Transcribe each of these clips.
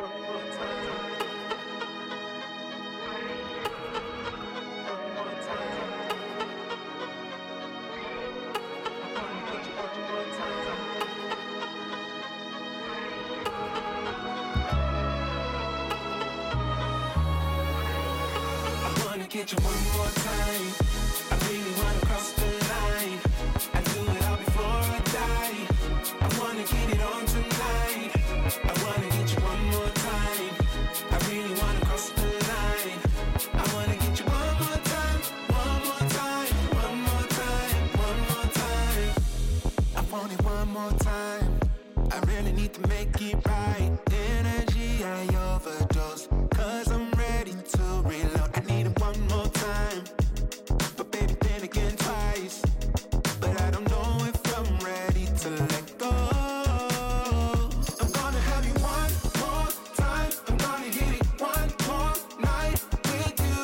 Get you one more time. I really wanna cross the line. I do it all before I die. I wanna get it on tonight. I wanna get you one more time. I really wanna cross the line. I wanna get you one more time, one more time, one more time, one more time. I want it one more time. I really need to make it right. Energy I overdose, 'cause I'm ready to reload. I need it one more time, but baby then again twice. But I don't know if I'm ready to let go. I'm gonna have you one more time. I'm gonna hit it one more night with you,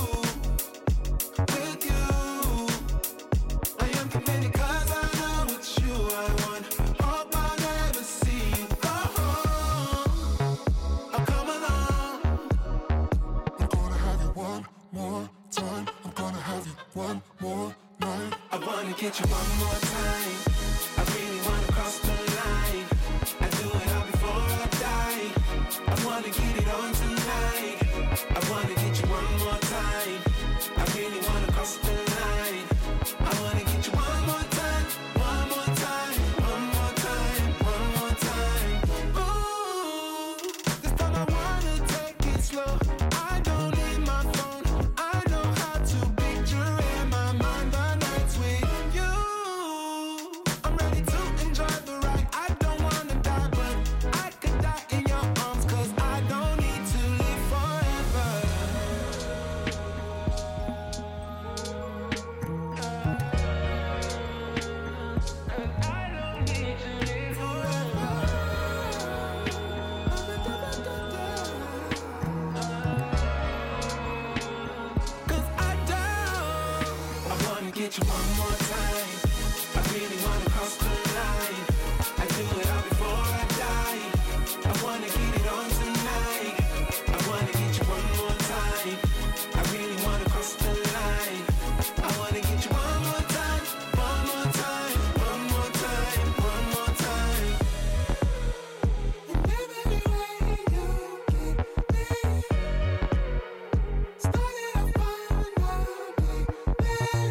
with you. I am committed 'cause I know it's you I want. Hope I never see you go home. I'll come along. I'm gonna have you one more time. I'm gonna have you one more night. I wanna get you one more time. I really wanna cross the line. I do it all before I die. I wanna get it on tonight. I wanna get you one more time. I really wanna cross the line. I wanna get you one more time, one more time, one more time, one more time. Ooh, this time I wanna take it slow. I don't need my phone. I know how to picture in my mind the nights with you. I'm ready to enjoy the ride. I don't wanna die, but I could die in your arms, 'cause I don't need to live forever. I don't need to live forever. 'Cause I don't. I wanna get you one more time. I really wanna cross the line. I do it all before I die. I wanna get it on tonight. I wanna get you one more time. I really wanna cross the line. I wanna get you one more time, one more time, one more time, one more time. And every way you keep me started a fire now, baby.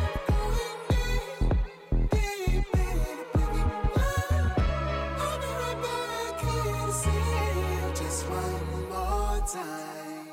Going deep, deep into love. I'll be right back here to see you just one more time.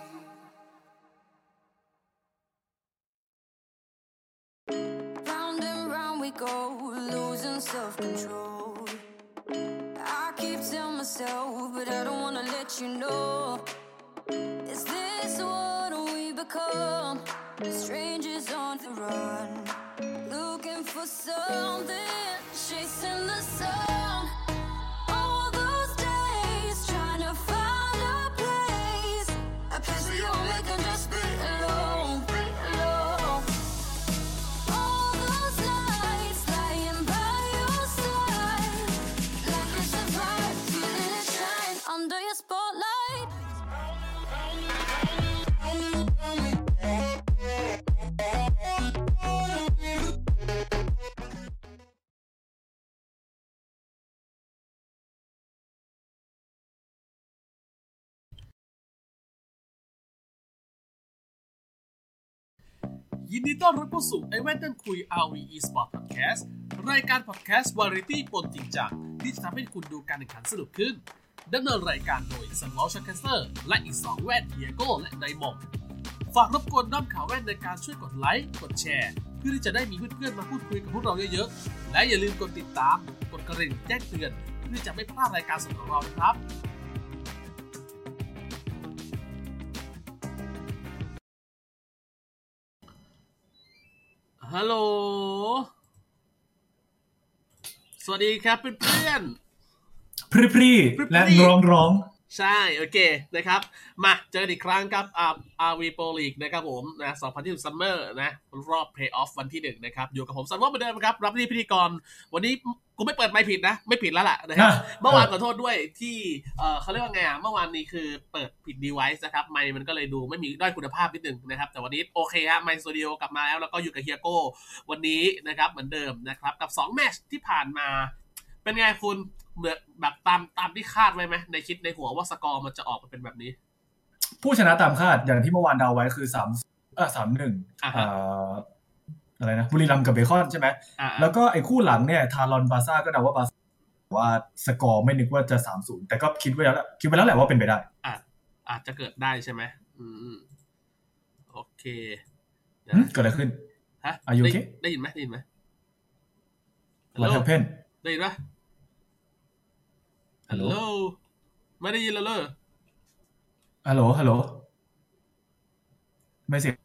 Round and round we go, losing self-control. I keep telling myself, but I don't wanna let you know. Is this what we become? Strangers on the run, looking for something, chasing the sun. All those days trying to find a place where you and me can just be alone, be alone. All those nights lying by your side, like it's a vibe, feeling it shine under your spotlight. ยินดีต้อนรับเข้าสู่ไอแว่นนั่งคุย RV Esport Podcast รายการพอดแคสต์วาไรตี้ปนจริงจังที่จะทำให้คุณดูการแข่งขันสนุกขึ้นดำเนินรายการโดยซันวอลชัคแคสเตอร์และอีก2แว่นเฮียโก้และไดมอนด์ฝากรบกวนด้อมข่าวแว่นในการช่วยกดไลค์กดแชร์เพื่อที่จะได้มีเพื่อนๆมาพูดคุยกับพวกเราเยอะๆและอย่าลืมกดติดตามกดกระดิ่งแจ้งเตือนเพื่อจะไม่พลาดรายการสดของเรานะครับฮัลโหลสวัสดีครับเพื่อนพรีๆและร้องใช่โอเคนะครับมาเจออีกครั้งครับRV Pro League นะครับผมนะ2020 Summer นะรอบ Playoff วันที่1นะครับอยู่กับผมซันวอลเหมือนเดิมครับรับหน้าที่พิธีกรวันนี้กูไม่เปิดไมค์ผิดนะไม่ผิดแล้วล่ะนะครับเมื่อวานขอโทษด้วยที่เขาเรียกว่าไงเมื่อวานนี้คือเปิดผิด device นะครับไมค์มันก็เลยดูไม่มีด้อยคุณภาพนิดนึงนะครับแต่วันนี้โอเคฮะไมค์สตูดิโอกลับมาแล้วก็อยู่กับเฮียโก้วันนี้นะครับเหมือนเดิมนะครับกับ2แมตช์ที่ผ่านมาเป็นไงคุณแบบตามที่คาดไว้ไหมในคิดในหัวว่าสกอร์มันจะออกมาเป็นแบบนี้ผู้ชนะตามคาดอย่างที่เมื่อวานเดาไว้คือ3-1อะไรนะบุรีรัมย์กับเบคอนใช่ไหมแล้วก็ไอ้คู่หลังเนี่ยทารอนบาซ่าก็เดาว่าบาซ่าว่าสกอร์ไม่นึกว่าจะ 3-0 แต่ก็คิดไว้แล้วแหละว่าเป็นไปได้อาจจะเกิดได้ใช่ไหมโอเคเกิดอะไรขึ้นฮะได้ยินไหม What happened ได้ยินปะฮัลโหลไม่ได้ยินแล้วเลยฮัลโหลไม่เสียง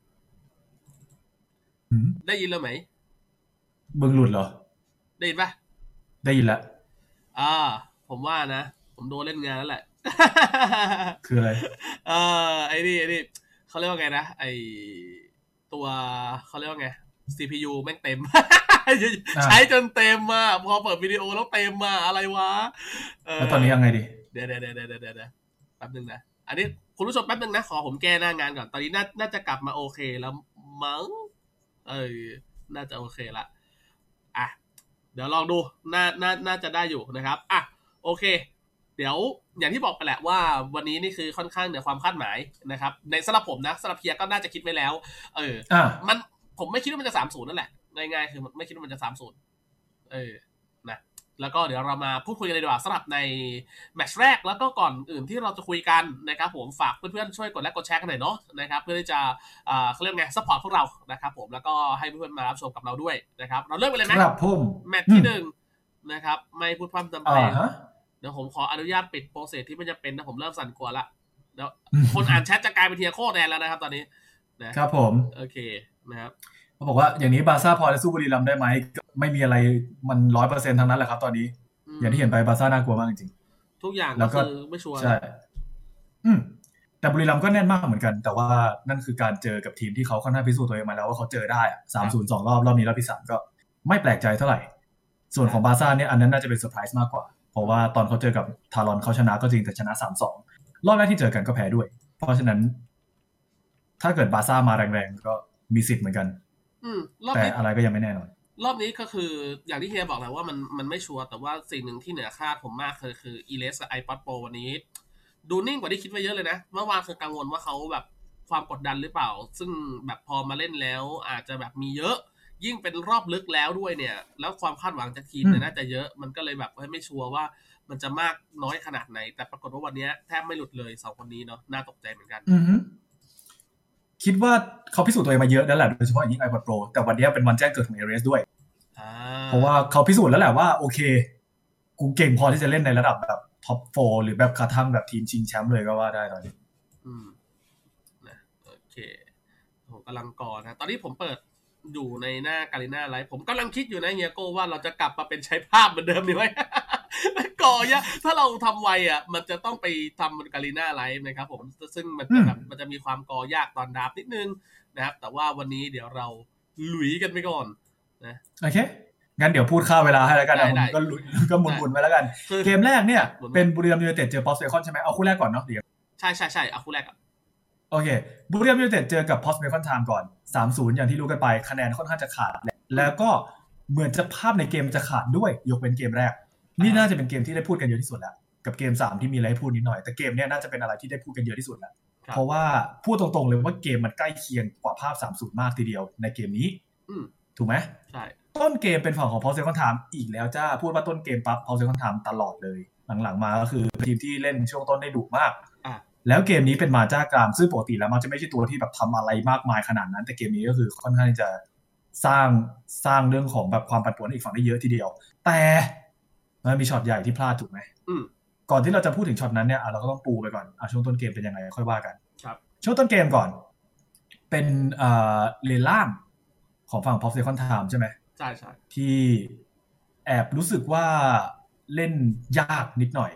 ได้ยินแล้วไหมมึงหลุดเหรอได้ยินปะได้ยินแล้วผมว่านะผมโดนเล่นงานแล้วแหละคืออะไรไอ้นี่เขาเรียกว่าไงนะไอ้ตัวเขาเรียกว่าไง CPU แม่งเต็ม ใช้จนเต็มมาพอเปิดวิดีโอแล้วเต็มมาอะไรวะแล้วตอนนี้ยังไงดิเดี๋ยวแป๊บนึงนะอันนี้คุณผู้ชมแป๊บนึงนะขอผมแก้หน้างานก่อนตอนนี้น่าจะกลับมาโอเคแล้วมั้งน่าจะโอเคละเดี๋ยวลองดูน่าจะได้อยู่นะครับโอเคเดี๋ยวอย่างที่บอกไปแหละว่าวันนี้นี่คือค่อนข้างเหนือความคาดหมายนะครับในสำหรับผมนะสำหรับเพียก็น่าจะคิดไว้แล้วมันผมไม่คิดว่ามันจะ 3-0 นั่นแหละง่ายๆคือไม่คิดว่ามันจะ 3-0 นะแล้วก็เดี๋ยวเรามาพูดคุยกันเลยดีกว่าสำหรับในแมตช์แรกแล้วก็ก่อนอื่นที่เราจะคุยกันนะครับผมฝากเพื่อนๆช่วยกดไลค์กดแชร์กันหน่อยเนาะนะครับเพื่อที่จะเขาเรียกไงซัพพอร์ตพวกเรานะครับผมแล้วก็ให้เพื่อนๆมารับชมกับเราด้วยนะครับเราเริ่มกันเลยไหมครับผมแมตช์ที่1นะครับไม่พูดพร่ำทำเพลงเดี๋ยวผมขออนุญาตปิดโปรเซสที่ไม่จำเป็นนะผมเริ่มสั่นกลัวละแล้วคนอ่านแชทจะกลายเป็นเทียโคตรแดนแล้วนะครับตอนนี้นะครับผมโอเคนะครับเขาบอกว่าอย่างนี้บาร์ซ่าพอจะสู้บุรีรัมย์ได้ไหมไม่มีอะไรมัน 100% ทั้งนั้นแหละครับตอนนี้อย่างที่เห็นไปบาร์ซ่าน่ากลัวมากจริงๆทุกอย่างก็คือไม่ชัวร์ใช่แต่บุรีรัมย์ก็แน่นมากเหมือนกันแต่ว่านั่นคือการเจอกับทีมที่เขาค่อนข้างพิสูจน์ตัวเองมาแล้วว่าเขาเจอได้ 3-0 2 รอบนี้รอบที่3ก็ไม่แปลกใจเท่าไหร่ส่วนของบาร์ซ่าเนี่ยอันนั้นน่าจะเป็นเซอร์ไพรส์มากกว่าเพราะว่าตอนเขาเจอกับทารอนเขาชนะก็จริงแต่ชนะ 3-2 รอบแรกที่เจอกันก็แพ้ด้วยเพราะฉะนั้นถ้าเกิดบาร์ซ่ามาแรงๆก็มีสิทธิ์เหมือนกันแต่อะไรก็ยังไม่แน่นอนรอบนี้ก็คืออย่างที่เฮียบอกแหละว่ามันไม่ชัวร์แต่ว่าสิ่งหนึ่งที่เหนือคาดผมมากคืออีเลสกับ iPod Pro วันนี้ดูนิ่งกว่าที่คิดไว้เยอะเลยนะเมื่อวานคือกังวลว่าเขาแบบความกดดันหรือเปล่าซึ่งแบบพอมาเล่นแล้วอาจจะแบบมีเยอะยิ่งเป็นรอบลึกแล้วด้วยเนี่ยแล้วความคาดหวังจากทีมเนี่ยน่าจะเยอะมันก็เลยแบบไม่ชัวร์ว่ามันจะมากน้อยขนาดไหนแต่ปรากฏว่าวันนี้แทบไม่หลุดเลย2คนนี้เนาะน่าตกใจเหมือนกันคิดว่าเขาพิสูจน์ตัวเองมาเยอะแล้วแหละโดยเฉพาะอย่างยิ่ง iPod Pro แต่วันนี้เป็นวันแจ้งเกิดของ Ares ด้วยเพราะว่าเขาพิสูจน์แล้วแหละว่าโอเคกูเก่งพอที่จะเล่นในระดับแบบท็อป4หรือแบบกระทั่งแบบทีมชิงแชมป์เลยก็ว่าได้ตอนนี้นะโอเคผมกำลังก่อนนะตอนนี้ผมเปิดอยู่ในหน้าการีน่าไลฟ์ผมกำลังคิดอยู่นะเฮียโก้ว่าเราจะกลับมาเป็นใช้ภาพเหมือนเดิมดีไหมก่อยะถ้าเราทำไวมันจะต้องไปทำบนการีน่าไลฟ์นะครับผมซึ่งมันจะแบบมันจะมีความก่อยากตอนดราฟนิดนึงนะครับแต่ว่าวันนี้เดี๋ยวเราลุยกันไปก่อนนะโอเคงั้นเดี๋ยวพูดค่าเวลาให้แล้วกันนะก็หมุนๆไว้แล้วกันเกมแรกเนี่ยเป็นบุรีรัมย์ยูไนเต็ดเจอพอสเบคอนใช่ไหมเอาคู่แรกก่อนเนาะเดี๋ยวใช่เอาคู่แรกก่อนโอเคบุรีรัมย์ยูไนเต็ดเจอกับพอสเบคอนไทม์ก่อน 3-0 อย่างที่รู้กันไปคะแนนค่อนข้างจะขาดแล้วก็เหมือนจะภาพในเกมจะขาดด้วยยกเป็นเกมแรกนี่น่าจะเป็นเกมที่ได้พูดกันเยอะที่สุดแล้วกับเกม3ที่มีอะไรให้พูดนิดหน่อยแต่เกมเนี้ยน่าจะเป็นอะไรที่ได้พูดกันเยอะที่สุดแล้วเพราะว่าพูดตรงๆเลยว่าเกมมันใกล้เคียงกว่าภาพ 3-0 มากทีเดียวในเกมนี้ถูกไหมใช่ต้นเกมเป็นฝั่งของ Paul Second Time อีกแล้วจ้าพูดว่าต้นเกมปั๊บ Paul Second Time ตลอดเลยหลังๆมาก็คือทีมที่เล่นช่วงต้นได้ดุมากแล้วเกมนี้เป็นมาจ้ากรามซึ่งปกติแล้วมันจะไม่ใช่ตัวที่แบบทำอะไรมากมายขนาดนั้นแต่เกมนี้ก็คือค่อนข้างจะสร้างเรื่องของแบบความปั่นป่วนอีกฝั่งได้เยอะทีเดียวแต่มันมีช็อตใหญ่ที่พลาดถูกไหมก่อนที่เราจะพูดถึงช็อตนั้นเนี่ยเราก็ต้องปูไปก่อนช่วงต้นเกมเป็นยังไงค่อยว่ากันช่วงต้นเกมก่อนเป็นเลนล่างของฝั่ง Paul Second Time ใช่ไหมใช่ที่แอบรู้สึกว่าเล่นยากนิดหน่อย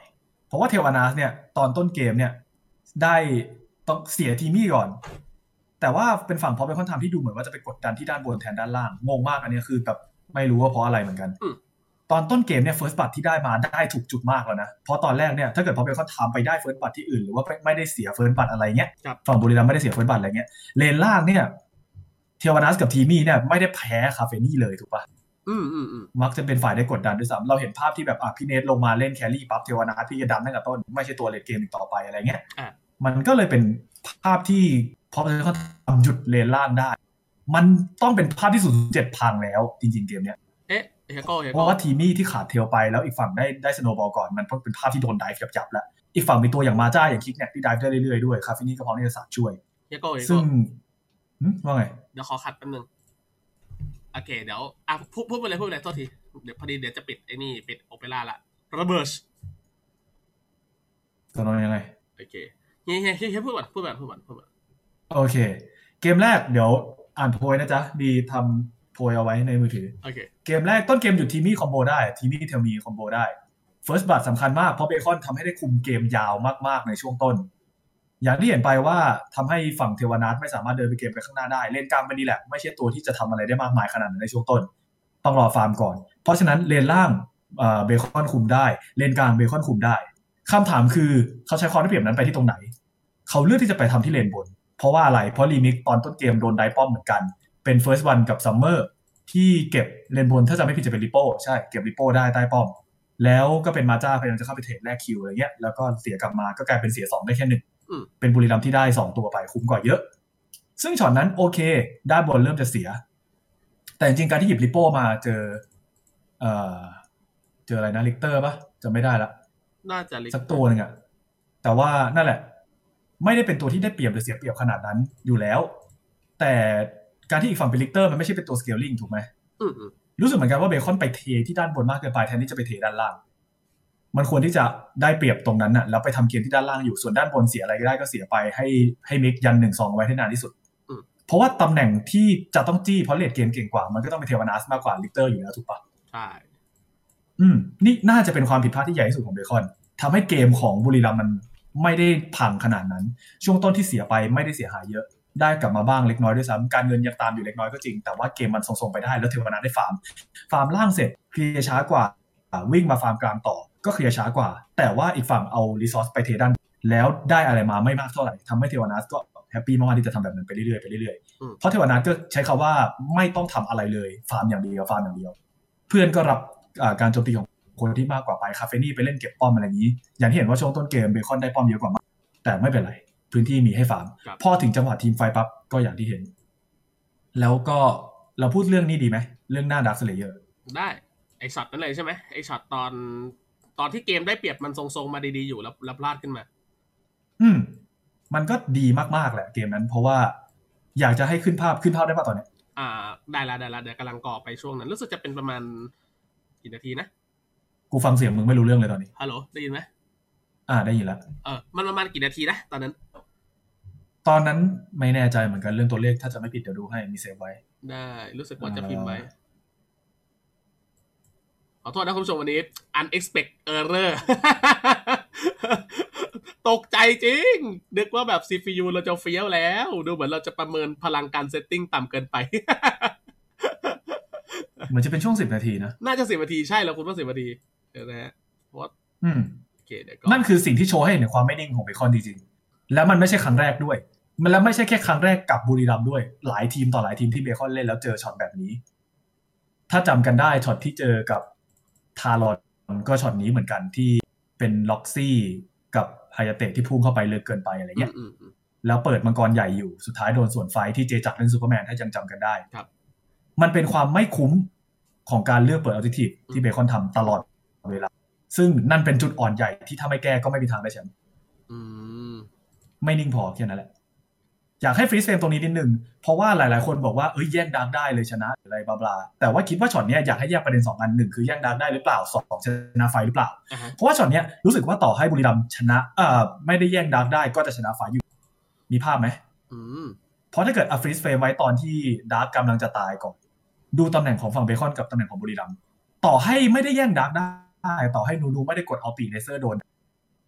เพราะว่าเทวานาสเนี่ยตอนต้นเกมเนี่ยได้ต้องเสียทีมี่ก่อนแต่ว่าเป็นฝั่งพอเป็นคนทำที่ดูเหมือนว่าจะไปกดดันที่ด้านบนแทนด้านล่างงงมากอันนี้คือแบบไม่รู้ว่าเพราะอะไรเหมือนกันตอนต้นเกมเนี่ย first blood ที่ได้มาได้ถูกจุดมากแล้วนะเพราะตอนแรกเนี่ยถ้าเกิดพอเป็นคนทำไปได้ first blood ที่อื่นหรือว่าไม่ได้เสีย first blood อะไรเงี้ยฝั่งบุรีรัมย์ไม่ได้เสีย first blood อะไรเงี้ยเลนล่างเนี่ยเทวานาสกับทีมี่เนี่ยไม่ได้แพ้คาเฟนี่เลยถูกปะมักจะเป็นฝ่ายได้กดดันด้วยซ้ำเราเห็นภาพที่แบบพี่เนทลงมาเล่นแครี่ปั๊บเทวานาสพี่จะดันตั้งแต่ต้นไม่ใช่ตัวเลดเกมอีกต่อไปอะไรเงี้ยมันก็เลยเป็นภาพที่พอเขาทำหยุดเลนล่างได้มันต้องเป็นภาพที่0-7พังแล้วจริงๆเกมเนี้ยเพราะว่าทีมี่ที่ขาดเทลไปแล้วอีกฝั่งได้สโนว์บอลก่อนมันเป็นภาพที่โดนไดฟ์จับแล้วอีกฝั่งมีตัวอย่างมาจ้าอย่างคิกเนี่ยที่ไดฟ์ได้เรื่อยๆด้วยคาเฟนี่ก็พร้อมที่จะสาดช่วยซึ่งว่าไงเดี๋ยวขอคัดแป๊บนึงโอเคเดี๋ยวพูดไปเลยโทษทีเดี๋ยวพอดีเดี๋ยวจะปิดไอ้นี่ปิดโอเปร่าละระเบิดตัวน้อยยังไงโอเคเฮ้ยพูดก่อนโอเคเกมแรกเดี๋ยวอ่านโพยนะจ๊ะดีทำโพยเอาไว้ในมือถือโอเคเกมแรกต้นเกมหยุดทีมี่คอมโบได้ทีมี่เทลมีคอมโบได้ First Blood สำคัญมากเพราะเบคอนทำให้ได้คุมเกมยาวมากๆในช่วงต้นอย่างที่เห็นไปว่าทำให้ฝั่งเทวานาสไม่สามารถเดินไปเกมไปข้างหน้าได้เลนกลางเป็นดีแหละไม่ใช่ตัวที่จะทำอะไรได้มากมายขนาดนั้นในช่วงต้นต้องรอฟาร์มก่อนเพราะฉะนั้นเลนล่างเบคอนคุมได้เลนกลางเบคอนคุมได้คำถามคือเขาใช้ความได้เปรียบนั้นไปที่ตรงไหนเขาเลือกที่จะไปทำที่เลนบนเพราะว่าอะไรเพราะรีมิกตอนต้นเกมโดนไดป้อมเหมือนกันเป็น First One กับซัมเมอร์ที่เก็บเลนบนถ้าจะไม่ผิดจะเป็นริโป้ใช่เก็บริโป้ได้ใต้ป้อมแล้วก็เป็นมาจ้าพยายามจะเข้าไปเทรดแลกคิวอะไรเงี้ยแล้วก็เสียกลับมาก็กลายเป็นเสีย2ได้แค่1เป็นบุรีรัมย์ที่ได้2ตัวไปคุ้มกว่าเยอะซึ่งช็อตนั้นโอเคด้านบนเริ่มจะเสียแต่จริงๆการที่หยิบริโป้มาเจออะไรนะลิกเตอร์ป่ะจำไม่ได้ละน่าจะสักตัวนึงอ่ะแต่ว่านั่นแหละไม่ได้เป็นตัวที่ได้เปรียบหรือเสียเปรียบขนาดนั้นอยู่แล้วแต่การที่อีกฝั่งเป็นลิกเตอร์มันไม่ใช่เป็นตัวสเกลลิ่งถูกไหมรู้สึกเหมือนกันว่าเบคอนไปเทที่ด้านบนมากเกินไปแทนที่จะไปเทด้านล่างมันควรที่จะได้เปรียบตรงนั้นน่ะแล้วไปทำเกมที่ด้านล่างอยู่ส่วนด้านบนเสียอะไรก็ได้ก็เสียไปให้มิกยัน 1-2 ไว้ให้นานที่สุดเพราะว่าตำแหน่งที่จะต้องจี้เพราะเลดเกมเก่งกว่ามันก็ต้องเป็นเทวานาสมากกว่าลิกเตอร์อยู่แล้วถูกปะใช่นี่น่าจะเป็นความผิดพลาดที่ใหญ่ที่สุดของเบคอนทำให้เกมของบุรีรัมย์มันไม่ได้พังขนาดนั้นช่วงต้นที่เสียไปไม่ได้เสียหายเยอะได้กลับมาบ้างเล็กน้อยด้วยซ้ำการเงินยังตามอยู่เล็กน้อยก็จริงแต่ว่าเกมมันทรงๆไปได้แล้วเทวานาได้ฟาร์มล่างเสร็จเคลียร์ช้ากว่าวิ่งมาฟาร์มกลางต่อก็เคลียร์ช้ากว่าแต่ว่าอีกฝั่งเอารีซอสไปเทด้านแล้วได้อะไรมาไม่มากเท่าไหร่ทำให้เทวานาสก็แฮปปี้มากๆที่จะทำแบบนั้นไปเรื่อยๆเพราะเทวานาสก็ใช้คำว่าไม่ต้องทำอะไรเลยฟาร์มอย่างเดียวเพื่อนก็รับการโจมตีของคนที่มากกว่าไปคาเฟนี่ไปเล่นเก็บป้อมอะไรอย่างนี้อย่างที่เห็นว่าช่วงต้นเกมเบคอนได้ป้อมเยอะกว่ามากแต่ไม่เป็นไรพื้นที่มีให้ฟาร์มพอถึงจังหวะทีมไฟปั๊บก็อย่างที่เห็นแล้วก็เราพูดเรื่องนี้ดีไหมเรื่องหน้าดักสเลเยอร์ได้ไอช็อตนั้นเลยใช่ไหมไอช็อตตอนที่เกมได้เปรียบมันทรงๆมาดีๆอยู่แล้วพลาดขึ้นมามันก็ดีมากๆแหละเกมนั้นเพราะว่าอยากจะให้ขึ้นภาพได้ป่ะตอนนี้ได้ละเดี๋ยวกำลังก่อไปช่วงนั้นรู้สึกจะเป็นประมาณกี่นาทีนะกูฟังเสียงมึงไม่รู้เรื่องเลยตอนนี้ฮัลโหลได้ยินไหมได้ยินแล้วมันประมาณกี่นาทีนะตอนนั้นไม่แน่ใจเหมือนกันเรื่องตัวเลขถ้าจะไม่ผิดเดี๋ยวดูให้มีเซฟไว้ได้รู้สึกว่าจะพิมพ์ไว้ขอโทษนะคุณผู้ชมวันนี้ unexpected error ตกใจจริงนึกว่าแบบ CPU เราจะเฟี้ยวแล้วดูเหมือนเราจะประเมินพลังการเซตติ้งต่ำเกินไปเหมือนจะเป็นช่วง10นาทีนะน่าจะ10นาทีใช่แล้วคุณว่า10นาทีนะฮะเพราะโอเคเดี๋ยวก็นั่นคือสิ่งที่โชว์ให้เห็นความไม่นิ่งของเบคอนจริงๆแล้วมันไม่ใช่ครั้งแรกด้วยมันแล้วไม่ใช่แค่ครั้งแรกกับบุรีรัมย์ด้วยหลายทีมต่อหลายทีมที่เบคอนเล่นแล้วเจอช็อตแบบนี้ถ้าจำกันได้ช็อตที่เจอกับทารอนก็ช็อตนี้เหมือนกันที่เป็นล็อกซี่กับไฮยาเตะที่พุ่งเข้าไปลึกเกินไปอะไรเงี้ยแล้วเปิดมังกรใหญ่อยู่สุดท้ายโดนส่วนไฟที่เจจักเล่นซูเปอร์แมนถ้ายังจำกันได้มันเป็นความไม่คุ้มของการเลือกเปิดอัลติทีฟที่เบคอนทำตลอดเวลาซึ่งนั่นเป็นจุดอ่อนใหญ่ที่ถ้าไม่แก้ก็ไม่มีทางได้แชมป์ไม่นิ่งพอแค่นั้นแหละอยากให้ฟรีสเฟรมตรงนี้นิดนึงเพราะว่าหลายๆคนบอกว่าแย่งดาร์กได้เลยชนะอะไรบลาๆแต่ว่าคิดว่าช็อตนี้อยากให้แยกประเด็น2อัน1คือแย่งดาร์กได้หรือเปล่า2ชนะไฟหรือเปล่าเพราะว่าช็อตนี้รู้สึกว่าต่อให้บุรีรัมย์ชนะไม่ได้แย่งดาร์กได้ก็จะชนะไฟอยู่มีภาพไหมเพราะถ้าเกิดฟรีสเฟรมไว้ตอนที่ดาร์กกำลังจะตายก่อนดูตำแหน่งของฝั่งเบคอนกับตำแหน่งของบุรีรัมย์ต่อให้ไม่ได้แย่งดาร์กได้ต่อให้นูไม่ได้กดเอาปีเนเซอร์โดน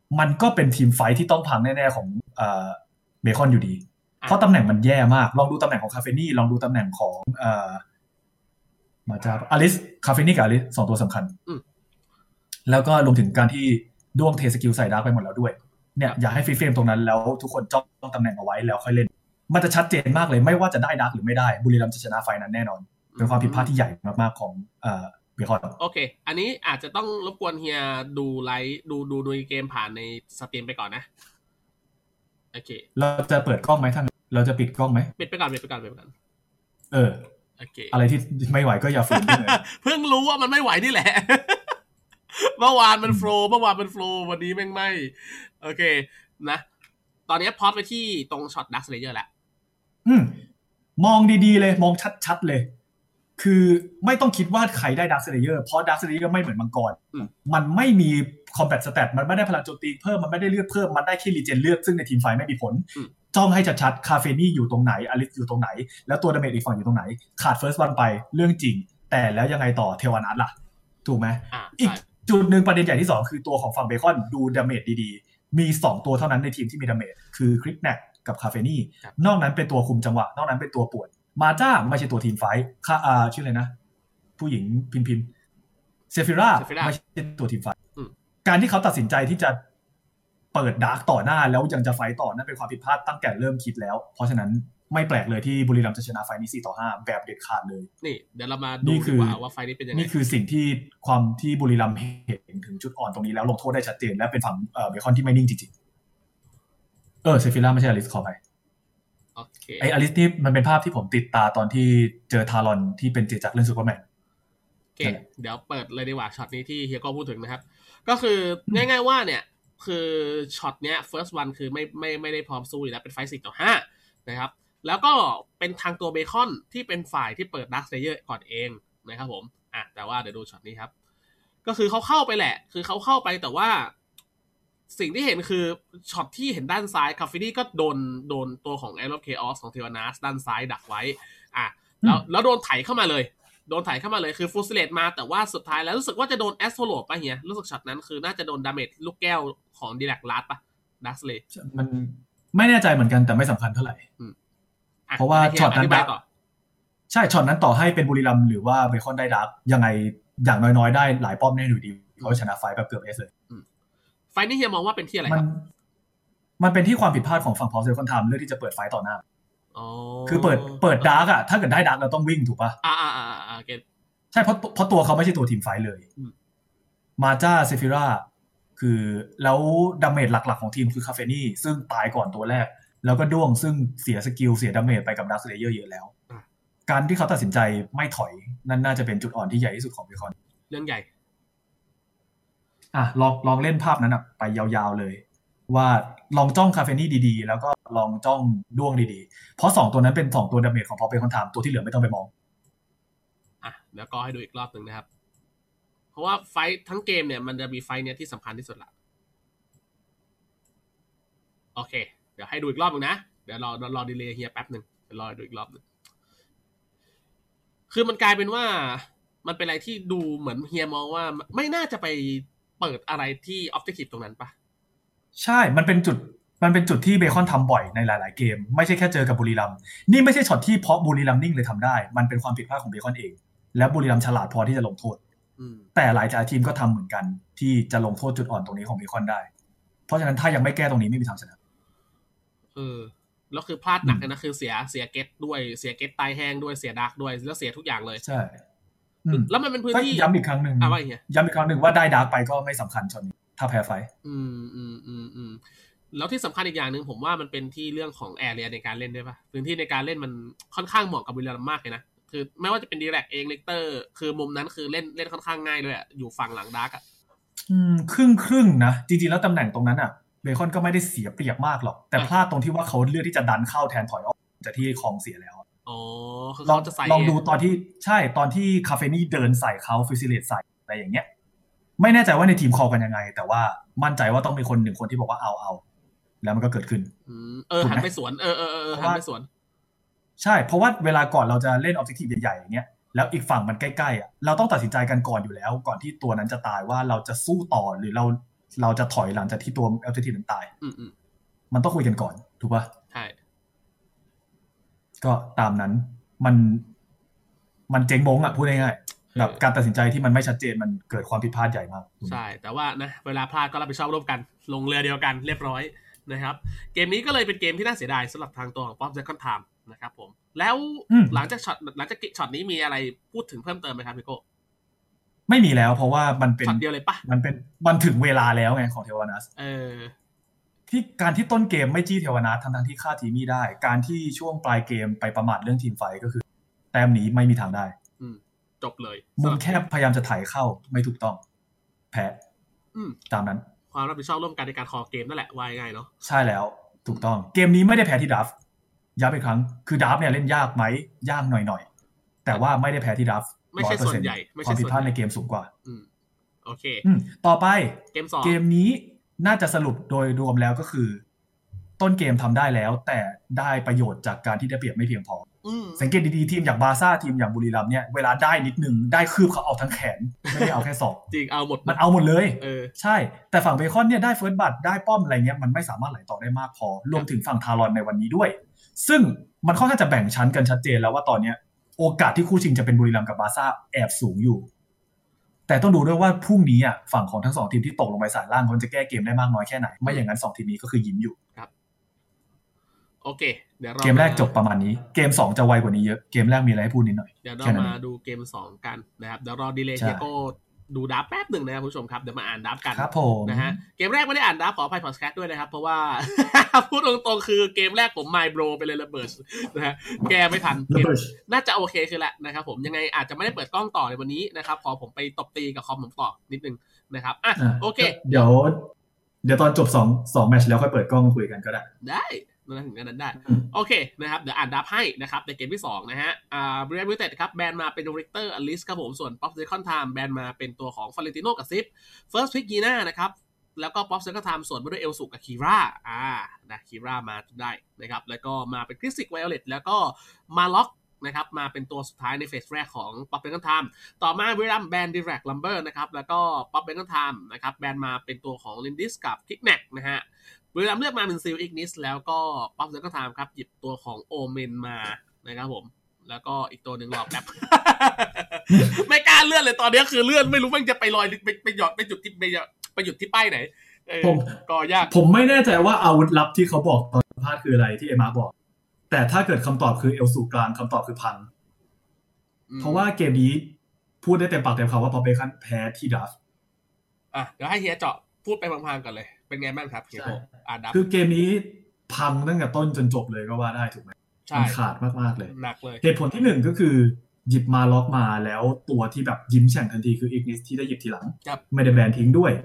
มันก็เป็นทีมไฟท์ที่ต้องพังแน่ๆของเบคอนอยู่ดีเพราะตำแหน่งมันแย่มากลองดูตำแหน่งของคาเฟนี่ลองดูตำแหน่งของมาจาอลิสคาเฟนี่กับอลิส2ตัวสำคัญแล้วก็รวมถึงการที่ด้วงเทสกิลใส่ดาร์กไปหมดแล้วด้วยเนี่ยอยากให้ฟรีเฟรมตรงนั้นแล้วทุกคนจ้องตำแหน่งเอาไว้แล้วค่อยเล่นมันจะชัดเจนมากเลยไม่ว่าจะได้ดาร์กหรือไม่ได้บุรีรัมย์จะชนะไฟนั้นแน่นอนเป็นความผิดพลาดที่ใหญ่มากๆของเบคอนโอเคอันนี้อาจจะต้องรบกวนเฮียดูไลฟ์ดูเกมผ่านในสตรีมไปก่อนนะโอเคเราจะเปิดกล้องไหมท่านเราจะปิดกล้องไหมปิดไปก่อนโอเคอะไรที่ไม่ไหวก็อย่าฝืนเลยเพิ่งรู้ว่ามันไม่ไหวนี่แหละ เมื่อวานมันโฟล์วันนี้แม่งไม่โอเคนะตอนนี้พอดไปที่ตรงช็อตดักสเลเยอร์แล้วมองดีๆเลยมองชัดๆเลยคือไม่ต้องคิดว่าใครได้ดักสเลเยอร์เพราะดักสเลเยอร์ไม่เหมือนมังกรมันไม่มีคอมแบทสแตทมันไม่ได้พลังโจมตีเพิ่มมันไม่ได้เลือดเพิ่มมันได้แค่รีเจนเลือดซึ่งในทีมไฟไม่มีผลจ้องให้ชัดๆคาเฟนี่อยู่ตรงไหนอลิสอยู่ตรงไหนแล้วตัวดาเมจอีกฝั่งอยู่ตรงไหนขาดเฟิร์สวันไปเรื่องจริงแต่แล้วยังไงต่อเทวานัสล่ะถูกไหมอีกจุดหนึ่งประเด็นใหญ่ที่2คือตัวของฝั่งเบคอนดูดาเมจดีๆมี2ตัวเท่านั้นในทีมที่มีดาเมจคือคริกแนกกับคาเฟนี่นอกนั้นเป็นตัวคุมจังหวะนอกนั้นเป็นตัวป่วนมาจ้าไม่ใช่ตัวทีมไฟท์ชื่ออะไรนะผู้หญิงพินเซฟิราไม่ใช่ตัวทีมไฟท์การที่เขาตัดสินใจที่จะเปิดดาร์กต่อหน้าแล้วยังจะไฟท์ต่อนั่นเป็นความผิดพลาดตั้งแต่เริ่มคิดแล้วเพราะฉะนั้นไม่แปลกเลยที่บุรีรัมย์จะชนะไฟนี้4-5แบบเด็ดขาดเลยนี่เดี๋ยวเรามาดูดีกว่าไฟนี้เป็นยังไงนี่คือสิ่งที่ความที่บุรีรัมย์เห็นถึงจุดอ่อนตรงนี้แล้วลงโทษได้ชัดเจนและเป็นฝั่งเบคอนที่ไม่นิ่งจริงๆเซฟิราไม่ใช่อลิสขอไปไออลิสนี่มันเป็นภาพที่ผมติดตาตอนที่เจอทารอนที่เป็นเจจักเล่นซูเปอร์แมนโอเคเดี๋ยวเปิดเลยดีกว่าช็อตนี้ที่เฮียก็พูดถึงนะครับก็คือง่ายๆว่าเนี่ยคือช็อตเนี้ย first one คือไม่ได้พร้อมสู้อยู่แล้วเป็นไฟต์4-5นะครับแล้วก็เป็นทางตัวเบคอนที่เป็นฝ่ายที่เปิดดักสเลเยอร์ก่อนเองนะครับผมแต่ว่าเดี๋ยวดูช็อตนี้ครับก็คือเขาเข้าไปแหละคือเขาเข้าไปแต่ว่าสิ่งที่เห็นคือช็อตที่เห็นด้านซ้ายคาฟินี่ก็โดนตัวของแอโรเคออสของเทวานัสด้านซ้ายดักไว้แล้วโดนไถเข้ามาเลยคือฟูลสเลตมาแต่ว่าสุดท้ายแล้วรู้สึกว่าจะโดนแอสโทโลป่ะเฮียรู้สึกช็อตนั้นคือน่าจะโดนดาเมจลูกแก้วของดีแลกลาดป่ะดักสเลตมันไม่แน่ใจเหมือนกันแต่ไม่สำคัญเท่าไหร่เพราะว่าช็อตนั้นใช่ช็อตนั้นต่อให้เป็นบุรีรัมย์หรือว่าเบคอนได้ดักยังไงอย่างน้อยๆได้หลายป้อมแน่อยู่ดีเขาชนะไฟแบบเกือบเอสเลยไฟนี่เฮียมองว่าเป็นที่อะไรครับมันเป็นที่ความผิดพลาดของฝั่งพอเซลคอนไทม์เลือกที่จะเปิดไฟต่อหน้าคือเปิดดาร์กถ้าเกิดได้ดาร์กเราต้องวิ่งถูกป่ะใช่เพราะตัวเขาไม่ใช่ตัวทีมไฟเลยมาจ้าเซฟิราคือแล้วดาเมจหลักๆของทีมคือคาเฟนี่ซึ่งตายก่อนตัวแรกแล้วก็ด้วงซึ่งเสียสกิลเสียดาเมจไปกับดักสเลเยอร์เยอะแล้วการที่เขาตัดสินใจไม่ถอยนั่นน่าจะเป็นจุดอ่อนที่ใหญ่ที่สุดของเบคอนเรื่องใหญ่ลองเล่นภาพนั้นไปยาวๆเลยว่าลองจ้องคาเฟนี่ดีๆแล้วก็ลองจ้องด้วงดีๆเพราะ2ตัวนั้นเป็น2ตัวดาเมจของพอเป็นคนถามตัวที่เหลือไม่ต้องไปมองแล้วก็ให้ดูอีกรอบนึงนะครับเพราะว่าไฟทั้งเกมเนี่ยมันจะมีไฟเนี้ยที่สำคัญที่สุดละโอเคเดี๋ยวให้ดูอีกรอบนึงนะเดี๋ยวรอดีเลย์เฮียแป๊บนึงเดี๋ยวรอดูอีกรอบนึงคือมันกลายเป็นว่ามันเป็นอะไรที่ดูเหมือนเฮียมองว่าไม่น่าจะไปเปิดอะไรที่ออบเจกตีฟตรงนั้นปะใช่มันเป็นจุดที่เบคอนทำบ่อยในหลายๆเกมไม่ใช่แค่เจอกับบุรีรัมย์นี่ไม่ใช่ช็อตที่เพราะบุรีรัมย์นิ่งเลยทำได้มันเป็นความผิดพลาดของเบคอนเองและบุรีรัมย์ฉลาดพอที่จะลงโทษแต่หลายทีมก็ทำเหมือนกันที่จะลงโทษจุดอ่อนตรงนี้ของเบคอนได้เพราะฉะนั้นถ้ายังไม่แก้ตรงนี้ไม่มีทางชนะแล้วคือพลาดหนักเลยนะคือเสียเก็ตด้วยเสียเก็ตตายแห้งด้วยเสียดาร์กด้วยแล้วเสียทุกอย่างเลยใช่แล้วมันเป็นพื้นที่ย้ำอีกครั้งหนึ่งว่าได้ดาร์กไปก็ไม่สำคัญช็อตนี้ถ้าแพ้ไฟแล้วที่สำคัญอีกอย่างหนึ่งผมว่ามันเป็นที่เรื่องของแอเรียในการเล่นด้วยป่ะพื้นที่ในการเล่นมันค่อนข้างเหมาะกับบุรีรัมย์มากเลยนะคือไม่ว่าจะเป็นดีแลกเองเลกเตอร์คือมุมนั้นคือเล่นค่อนข้างง่ายเลยอยู่ฝั่งหลังดาร์กครึ่งนะจริงๆแล้วตำแหน่งตรงนั้นเบคอนก็ไม่ได้เสียเปรียบมากหรอกแต่พลาดตรงที่ว่าเขาเลือกที่จะดันเข้าแทนถอยออกจากที่คลองเสียแล้วคือเขาจะใส่ลองดูตอนที่คาเฟนี่เดินใส่เขาฟิซิเลตใส่อะไรอย่างเงี้ยไม่แน่ใจว่าในทีมคอลกันยังไงแต่ว่ามั่นใจว่าต้องมีคน1คนที่บอกว่าเอาแล้วมันก็เกิดขึ้นหันไปสวนหันไปสวนใช่เพราะว่าเวลาก่อนเราจะเล่นออบเจกตีฟใหญ่ๆอย่างเงี้ยแล้วอีกฝั่งมันใกล้ๆเราต้องตัดสินใจกันก่อนอยู่แล้วก่อนที่ตัวนั้นจะตายว่าเราจะสู้ต่อหรือเราเราจะถอยหลังจากที่ตัว objective นั้นตายมันต้องคุยกันก่อนถูกป่ะใช่ก็ตามนั้นมันเจ๊งบงอ่ะพูดง่ายๆแบบการตัดสินใจที่มันไม่ชัดเจนมันเกิดความผิดพลาดใหญ่มากใช่แต่ว่านะเวลาพลาดก็รับผิดชอบร่วมกันลงเรือเดียวกันเรียบร้อยนะครับเกมนี้ก็เลยเป็นเกมที่น่าเสียดายสำหรับทางตัวของ Pop Second Time นะครับผมแล้วหลังจากช็อตนี้มีอะไรพูดถึงเพิ่มเติมไหมครับพี่โก้ไม่มีแล้วเพราะว่ามันเป็นช็อตเดียวเลยปะมันถึงเวลาแล้วไงของเทวานัสที่การที่ต้นเกมไม่จี้เทวานัสทั้งที่ฆ่าทีมี่ได้การที่ช่วงปลายเกมไปประมาทเรื่องทีมไฟก็คือแต้มนี้ไม่มีทางได้จบเลยมุมแคบพยายามจะถ่ายเข้าไม่ถูกต้องแพ้ตามนั้นความรับผิดชอบร่วมกันในการคอเกมนั่นแหละว่าง่ายเนาะใช่แล้วถูกต้องเกมนี้ไม่ได้แพ้ที่ดัฟย้ำอีกครั้งคือดัฟเนี่ยเล่นยากไหมยากหน่อยๆแต่ว่าไม่ได้แพ้ที่ดัฟไม่ใช่ส่วนใหญ่ความผิดพลาดในเกมสูงกว่าโอเคต่อไปเกม2 เกมนี้น่าจะสรุปโดยรวมแล้วก็คือต้นเกมทำได้แล้วแต่ได้ประโยชน์จากการที่ได้เปรียบไม่เพียงพอสังเกตดีๆทีมอย่างบาร์ซ่าทีมอย่างบุรีรัมย์เนี่ยเวลาได้นิดนึงได้คืบเขาเอาทั้งแขนไม่ได้เอาแค่ศอกจริงเอาหมดมันเอาหมดเลยใช่แต่ฝั่งเบคอนเนี่ยได้เฟิร์สบัตได้ป้อมอะไรเงี้ยมันไม่สามารถไหลต่อได้มากพอรวมถึงฝั่งทารอนในวันนี้ด้วยซึ่งมันค่อนข้างจะแบ่งชั้นกันชัดเจนแล้วว่าตอนนี้โอกาสที่คู่ชิงจะเป็นบุรีรัมย์กับบาร์ซ่าแอบสูงอยู่แต่ต้องดูด้วยว่าพรุ่งนี้อ่ะฝั่งของทั้ง2ทีมที่ตกลงไปสายล่างเขาจะแก้เกมได้มากน้อยแค่ไหนไม่อย่างนั้น2ทีมนี้ก็คือยิ้มอยู่ครับโอเคเดี๋ยวเกมแรกจบประมาณนี้เกม2จะไวกว่านี้เยอะเกมแรกมีอะไรให้พูดนิดหน่อยเดี๋ยวเรามาดูเกม2กันนะครับเดี๋ยวรอดีเลย์เทโก้ดูดับแป๊บหนึ่งนะครับผู้ชมครับเดี๋ยวมาอ่านดับกันนะฮะเกมแรกไม่ได้อ่านดับขออภัยพอดแคสต์ด้วยนะครับเพราะว่า พูดตรงๆคือเกมแรกผมไมโบรไปเลยระเบิดนะฮะแกไม่ทันน่าจะโอเคคือแหละนะครับผมยังไงอาจจะไม่ได้เปิดกล้องต่อในวันนี้นะครับพอผมไปตบตีกับคอมผมต่อนิดนึงนะครับอ่ะโอเคเดี๋ยวตอนจบ2แมตช์แล้วค่อยเปิดกล้องคุยกันก็ได้นั่นถึงนั้นได้โอเคนะครับเดี๋ยวอ่านดับให้นะครับในเกมที่2นะฮะบริเวณวิเต็ดครับแบนมาเป็นริกเตอร์อลิสครับผมส่วนป๊อปเซคอนไทม์แบนมาเป็นตัวของฟาเรนติโนกับซิฟเฟิร์สพิกกีน่านะครับแล้วก็ป๊อปเซคอนไทม์ส่วนมาด้วยเอลสุกับคีรานะคีรามาได้นะครับแล้วก็มาเป็นคริสติกไวโอเลตแล้วก็มาล็อกนะครับมาเป็นตัวสุดท้ายในเฟสแรกของป๊อปเซคอนไทม์ต่อมาบริรัมแบนดิแรกลัมเบอร์นะครับแล้วก็ป๊อปเซคอนไทม์นะครับแบนมาเป็นตัวของลินดิสกับคิกแน็กนะฮะบุรีรัมย์เลือกมาเป็นซิลอิกนิสแล้วก็ป๊อปเซอร์ก็ทำครับหยิบตัวของโอเมนมานะครับผมแล้วก็อีกตัวหนึ่งรอแป๊บ ไม่กล้าเลื่อนเลยตอนนี้คือเลื่อนไม่รู้มันจะไปลอยไปหยอดไปจุดที่ไปหยุดที่ป้ายไหนก็ยากผมไม่แน่ใจว่าอาวุธลับที่เขาบอกตอนสัมภาษณ์คืออะไรที่เอมาบอกแต่ถ้าเกิดคำตอบคือเอลสูกลางคำตอบคือพังเพราะว่าเกมนี้พูดได้เต็มปากเต็มคำว่าพอเบคันแพ้ที่ดัฟเดี๋ยวให้เฮียเจาะพูดไปพังๆก่อนเลยเป็นไงบ้างครับเฮียโกดัฟคือเกมนี้พังตั้งแต่ต้นจนจบเลยก็ว่าได้ถูกไหมมันขาดมากๆเลยหนักเลยเหตุผลที่1ก็คือหยิบมาล็อกมาแล้วตัวที่แบบยิ้มแฉ่งทันทีคืออีกนิสที่ได้หยิบทีหลังไม่ได้แบนทิ้งด้วย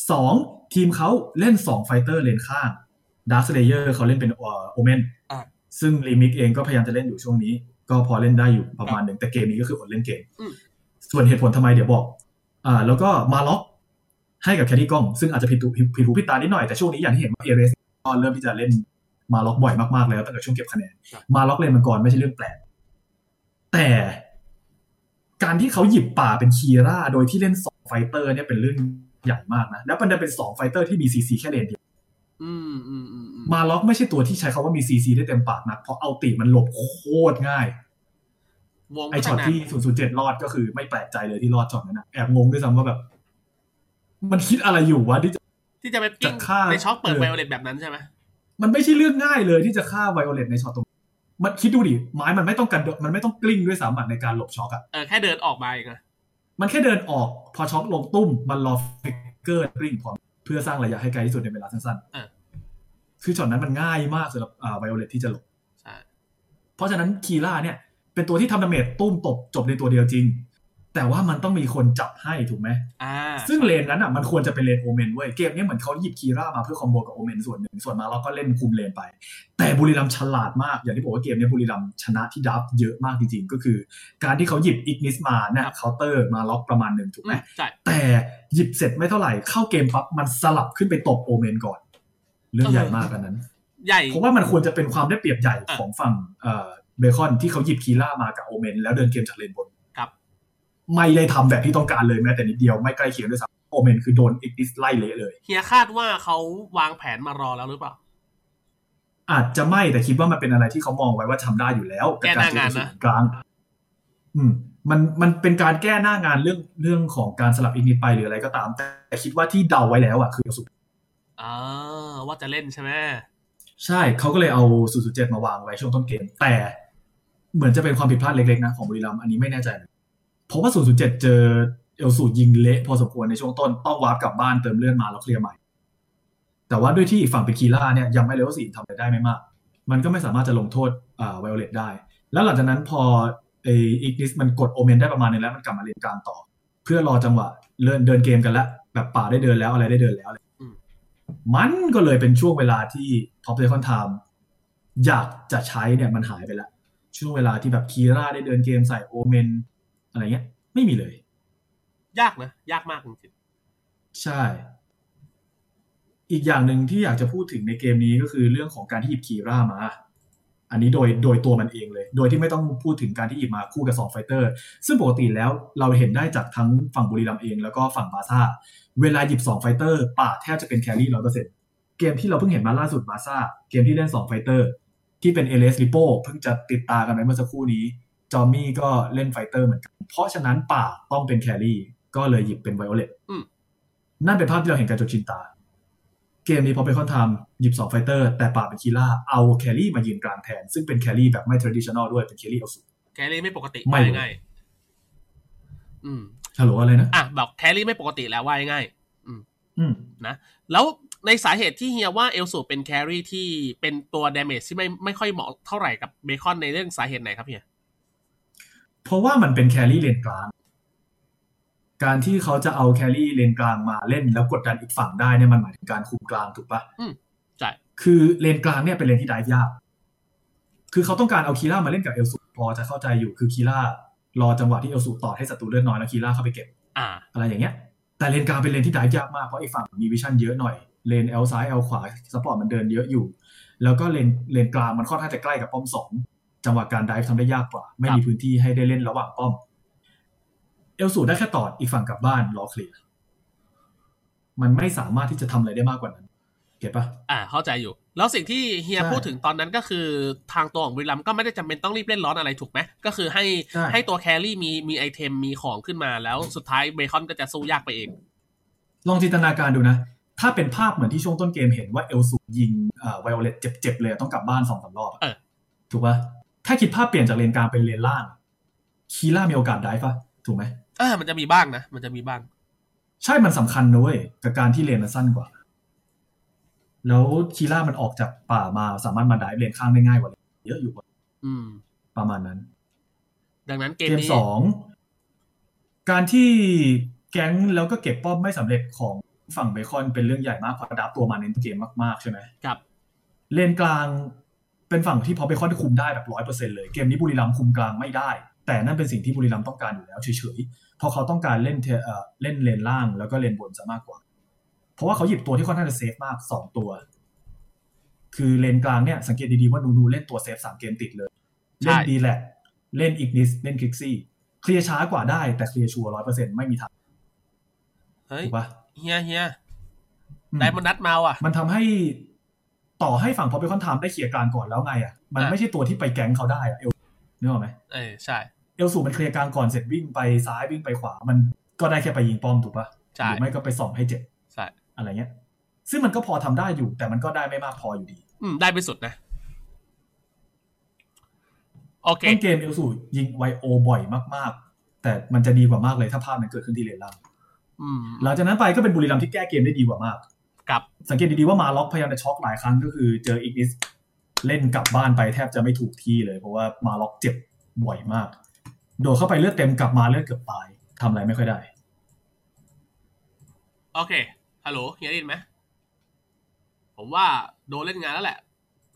2ทีมเขาเล่น2ไฟเตอร์เลนข้างดาร์คสเลเยอร์เขาเล่นเป็นโอเมนซึ่งลิมิกเองก็พยายามจะเล่นอยู่ช่วงนี้ก็พอเล่นได้อยู่ประมาณนึงแต่เกมนี้ก็คืออดเล่นเกมส่วนเหตุผลทำไมเดี๋ยวบอกแล้วก็มาล็อกให้กับแคดดี้กล้องซึ่งอาจจะผิดหูผิดตานิดหน่อยแต่ช่วงนี้อย่างที่เห็นว่าเอเรสก็เริ่มที่จะเล่นมาล็อกบ่อยมากๆแล้วตั้งแต่ช่วงเก็บคะแนนมาล็อกเลนมังกรไม่ใช่เรื่องแปลกแต่การที่เขาหยิบป่าเป็นคีร่าโดยที่เล่น2ไฟเตอร์เนี่ยเป็นเรื่องใหญ่มากนะแล้วมันจะเป็น2ไฟเตอร์ที่มีซีซีแค่เลนเดียวมาล็อกไม่ใช่ตัวที่ใช้คำว่ามีซีซีได้เต็มปากนักเพราะเอาติมันหลบโคตรง่ายไอช็อตที่007รอดก็คือไม่แปลกใจเลยที่รอดช็อตนั้นนะแอบงงด้วยซ้ำว่าแบบมันคิดอะไรอยู่วะที่จะไปปิ้งในช็อคเปิดไวโอเลตแบบนั้นใช่ไหมมันไม่ใช่เรื่องง่ายเลยที่จะฆ่าไวโอเลตในช็อตตรงมันคิดดูดิไม้มันไม่ต้องมันไม่ต้องกลิ้งด้วยซ้ำในการหลบช็อคอะแค่เดินออกมาเองอะมันแค่เดินออกพอช็อคลงตุ้มมันรอฟิกเกอร์กลิ้งพร้อมเพื่อสร้างระยะให้ไกลที่สุดในเวลาสั้นๆคือช็อตนั้นมันง่ายมากสำหรับไวโอเลตที่จะหลบเพราะฉะนั้นคีร่าเนี่ยเป็นตัวที่ทำดาเมจตุ้มตบจบในตัวเดียวจริงแต่ว่ามันต้องมีคนจับให้ถูกไหมซึ่งเลนนั้นอ่ะมันควรจะเป็นเลนโอเมนเว้ยเกมนี้เหมือนเขาหยิบคีร่ามาเพื่อคอมโบกับโอเมนส่วนหนึ่งส่วนมาเราก็เล่นคุมเลนไปแต่บุรีรัมย์ฉลาดมากอย่างที่บอกว่าเกมนี้บุรีรัมย์ชนะที่ดับเยอะมากจริงๆก็คือการที่เขาหยิบอิกนิสมาเนี่ยเคาน์เตอร์มาล็อกประมาณนึงถูกไหมแต่หยิบเสร็จไม่เท่าไหร่เข้าเกมปั๊บมันสลับขึ้นไปตบโอเมนก่อนเรื่องใหญ่มากกันนั้นใหญ่เพราะว่ามันควรจะเป็นความได้เปรียบใหญ่ของฝั่งเบคอนที่เขาหยิบคีร่ามากับโอเมนแล้วเดินเกมจากเลนบนไม่ได้ทำแบบที่ต้องการเลยแม้แต่นิดเดียวไม่ใกล้เคียงด้วยซ้โอเมนคือโดนอีกนิสไล่เละเลยเฮียคาดว่าเขาวางแผนมารอแล้วหรือเปล่าอาจจะไม่แต่คิดว่ามันเป็นอะไรที่เขามองไว้ว่าทำได้อยู่แล้วกับการเจอศูนย์กลางมันเป็นการแก้หน้างานเรื่องของการสลับอีกนิดไปหรืออะไรก็ตามแต่คิดว่าที่เดาไว้แล้วอ่ะคือสุดว่าจะเล่นใช่ไหมใช่เขาก็เลยเอา007มาวางไว้ช่วงต้นเกมแต่เหมือนจะเป็นความผิดพลาดเล็กๆนะของบุรีรัมย์อันนี้ไม่แน่ใจเพราะว่า007เจอเอลสูยิงเละพอสมควรในช่วงต้นต้องวาร์ปกลับบ้านเติมเลือดมาแล้วเคลียร์ใหม่แต่ว่าด้วยที่อีกฝั่งเป็นคีล่าเนี่ยยังไม่เลเวล4ทำอะไรได้ไม่มากมันก็ไม่สามารถจะลงโทษไวโอเลตได้แล้วหลังจากนั้นพออีกนิสมันกดโอเมนได้ประมาณนึงแล้วมันกลับมาเลนกลางต่อเพื่อรอจังหวะเดินเกมกันแล้วแบบป่าได้เดินแล้วอะไรได้เดินแล้วมันก็เลยเป็นช่วงเวลาที่ท็อปเซคอนไทม์อยากจะใช้เนี่ยมันหายไปแล้วช่วงเวลาที่แบบคีร่าได้เดินเกมใส่โอเมนอะไรเงี้ยไม่มีเลยยากนะยากมากจริงๆใช่อีกอย่างหนึ่งที่อยากจะพูดถึงในเกมนี้ก็คือเรื่องของการที่หยิบคีร่ามาอันนี้โดยตัวมันเองเลยโดยที่ไม่ต้องพูดถึงการที่หยิบมาคู่กับ2ไฟเตอร์ซึ่งปกติแล้วเราเห็นได้จากทั้งฝั่งบุรีรัมย์เองแล้วก็ฝั่งบาซ่าเวลาหยิบ2ไฟเตอร์ป่าแทบจะเป็นแครี่ 100% เกมที่เราเพิ่งเห็นมาล่าสุดบาซ่าเกมที่เล่น2ไฟเตอร์ที่เป็นเอเลสลิโป้เพิ่งจะติดตากันไปเมื่อสักครู่นี้จอมมี่ก็เล่นไฟเตอร์เหมือนกันเพราะฉะนั้นป่าต้องเป็นแครี่ก็เลยหยิบเป็นไวโอเลตนั่นเป็นภาพที่เราเห็นกันจนชินตาเกมนี้พอเป็นคอนทำหยิบ2ไฟเตอร์แต่ป่าเป็นคีล่าเอาแครี่มายืนกลางแทนซึ่งเป็นแครี่แบบไม่ traditional ด้วยเป็นแครี่เอาสุดแครี่ไม่ปกติว่าง่ายฮัลโหลอะไรนะบอกแครี่ไม่ปกติแล้วว่าง่ายนะแล้วในสาเหตุที่เฮียว่าเอลสูเป็นแครี่ที่เป็นตัวดาเมจที่ไม่ค่อยเหมาะเท่าไหร่กับเบคอนในเรื่องสาเหตุไหนครับเฮียเพราะว่ามันเป็นแครี่เลนกลางการที่เขาจะเอาแครี่เลนกลางมาเล่นแล้วกดดันอีกฝั่งได้เนี่ยมันหมายถึงการคุมกลางถูกปะใช่คือเลนกลางเนี่ยเป็นเลนที่ไดฟ์ยากคือเขาต้องการเอาคีร่ามาเล่นกับเอลสูพอจะเข้าใจอยู่คือคีร่ารอจังหวะที่เอลสูต่อให้ศัตรูเลือดน้อยแล้วคีร่าเข้าไปเก็บอะไรอย่างเงี้ยแต่เลนกลางเป็นเลนที่ไดฟ์ยากมากเพราะอีกฝั่งมีวิชั่นเยอะหน่อยเลนเอลซ้ายเอลขวาซัพพอร์ตมันเดินเยอะอยู่แล้วก็เลนกลางมันค่อนข้างจะใกล้กับป้อม2จังหวะการไดฟ์ทำได้ยากกว่าไม่มีพื้นที่ให้ได้เล่นระหว่างป้อมเอลสูได้แค่ตอดอีกฝั่งกลับบ้านรอเคลียร์มันไม่สามารถที่จะทำอะไรได้มากกว่านั้นเก็ทปะเข้าใจอยู่แล้วสิ่งที่เฮียพูดถึงตอนนั้นก็คือทางตัวของบุรีรัมย์ก็ไม่ได้จำเป็นต้องรีบเล่นร้อนอะไรถูกไหมก็คือให้ตัวแครี่มีไอเทมมีของขึ้นมาแล้วสุดท้ายเบคอนก็จะสู้ยากไปเองลองจินตนาการดูนะถ้าเป็นภาพเหมือนที่ช่วงต้นเกมเห็นว่าเอลสูยิงไวโอเลตเจ็บเลยต้องกลับบ้าน 2-3 รอบถูกปะถ้าคิดภาพเปลี่ยนจากเลนกลางเป็นเลนล่างคีร่ามีโอกาสได้ปะถูกไหมมันจะมีบ้างนะมันจะมีบ้างใช่มันสำคัญนะเว้ยกับการที่เลนมันสั้นกว่าแล้วคีร่ามันออกจากป่ามาสามารถมาไดฟ์เลนข้างได้ง่ายกว่าเยอะอยู่ประมาณนั้นดังนั้นเกม 2การที่แก๊งแล้วก็เก็บป้อมไม่สำเร็จของฝั่งเบคอนเป็นเรื่องใหญ่มากเพราะดับตัวมาเน้นเกมมากๆใช่ไหมครับเลนกลางเป็นฝั่งที่พอเบคอนคุมได้แบบ 100% เลยเกมนี้บุรีรัมย์คุมกลางไม่ได้แต่นั่นเป็นสิ่งที่บุรีรัมย์ต้องการอยู่แล้วเฉยๆเพราะเขาต้องการเล่นเลนล่างแล้วก็เลนบนซะมากกว่าเพราะว่าเขาหยิบตัวที่ค่อนข้างจะเซฟมาก2ตัวคือเลนกลางเนี่ยสังเกตดีๆว่านูเล่นตัวเซฟ3เกมติดเลยเล่นดีแหละเล่นอีกนิสเล่นคิกซี่เคลียร์ช้ากว่าได้แต่เคลียร์ชัวร์ 100% ไม่มีทางถูกป่ะเฮียได้มันนัดมาว่ะมันทำให้ต่อให้ฝั่งพอเบคอนไทม์ได้เคลียร์กลางก่อนแล้วไงมันไม่ใช่ตัวที่ไปแก๊งเขาได้เอลนึกออกไหมใช่เอลสูมันเคลียร์กลางก่อนเสร็จวิ่งไปซ้ายวิ่งไปขวามันก็ได้แค่ไปยิงป้อมถูกป่ะหรือไม่ก็ไปส่องให้เจ็บใช่อะไรเงี้ยซึ่งมันก็พอทำได้อยู่แต่มันก็ได้ไม่มากพออยู่ดีได้ไม่สุดนะโอเคต้นเกมเอลสูยิงไวโอบ่อยมากๆแต่มันจะดีกว่ามากเลยถ้าภาพมันเกิดขึ้นที่เลนล่างหลังจากนั้นไปก็เป็นบุรีรัมย์ที่แก้เกมได้ดีกว่ามากครับสังเกตดีๆว่ามาล็อกพยายามจะช็อกหลายครั้งก็คือเจออีกนิสเล่นกลับบ้านไปแทบจะไม่ถูกที่เลยเพราะว่ามาล็อกเจ็บบ่อยมากโดดเข้าไปเลือดเต็มกลับมาเลือดเกือบตายทำอะไรไม่ค่อยได้โอเคฮัลโหลเฮียได้ยินไหมผมว่าโดนเล่นงานแล้วแหละ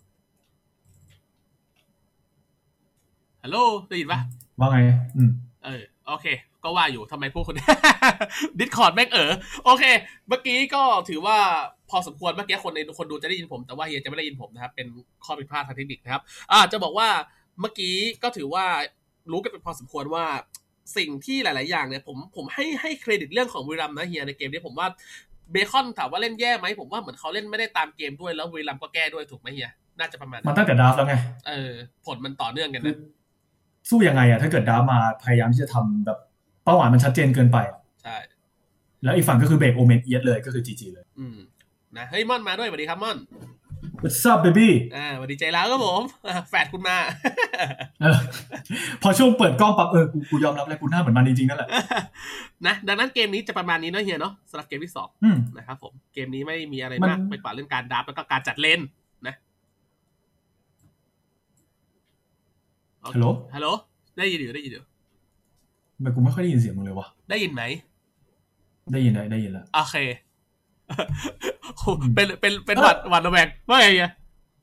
ฮัลโหลได้ยินปะว่าไงโอเคก็ว่าอยู่ทำไมพวกคน Discord แม่งโอเคเมื่อกี้ก็ถือว่าพอสมควรเมื่อกี้คนดูจะได้ยินผมแต่ว่าเฮียจะไม่ได้ยินผมนะครับเป็นข้อผิดพลาดทางเทคนิคนะครับจะบอกว่าเมื่อกี้ก็ถือว่ารู้กันเป็นพอสมควรว่าสิ่งที่หลายๆอย่างเนี่ยผมให้เครดิตเรื่องของบุรีรัมย์นะเฮียในเกมนี้ผมว่าเบคอนถามว่าเล่นแย่ไหมผมว่าเหมือนเขาเล่นไม่ได้ตามเกมด้วยแล้วบุรีรัมย์ก็แก้ด้วยถูกไหมเฮียน่าจะประมาณมันตั้งแต่ดราฟแล้วไงผลมันต่อเนื่องกันนะสู้ยังไงถ้าเกิดดราฟมาพยายามที่จะทำแบบเป้าหมายมันชัดเจนเกินไปใช่แล้วอีกฝั่งก็คือเบรกโอเมนเอียดเลยก็คือ GG เลยนะเฮ้ยม่อนมาด้วยสวัสดีครับม่อน What's up baby สวัสดีใจแล้วครับผมแฟดคุณมาพอช่วงเปิดกล้องปั๊บกูยอมรับเลยกูหน้าเหมือนมันจริงๆนั่นแหละนะดังนั้นเกมนี้จะประมาณนี้เนาะเฮียเนาะสำหรับเกมที่2นะครับผมเกมนี้ไม่มีอะไรมากไปกว่าเรื่องการดราฟแล้วก็การจัดเลนนะฮัลโหลได้ยินอยู่ทำไมกูไม่ค่อยได้ยินเสียงมึงเลยวะได้ยินไหมได้ยินแล้วโอเคเป็นหวัดระแวงว่าไงเนี่ย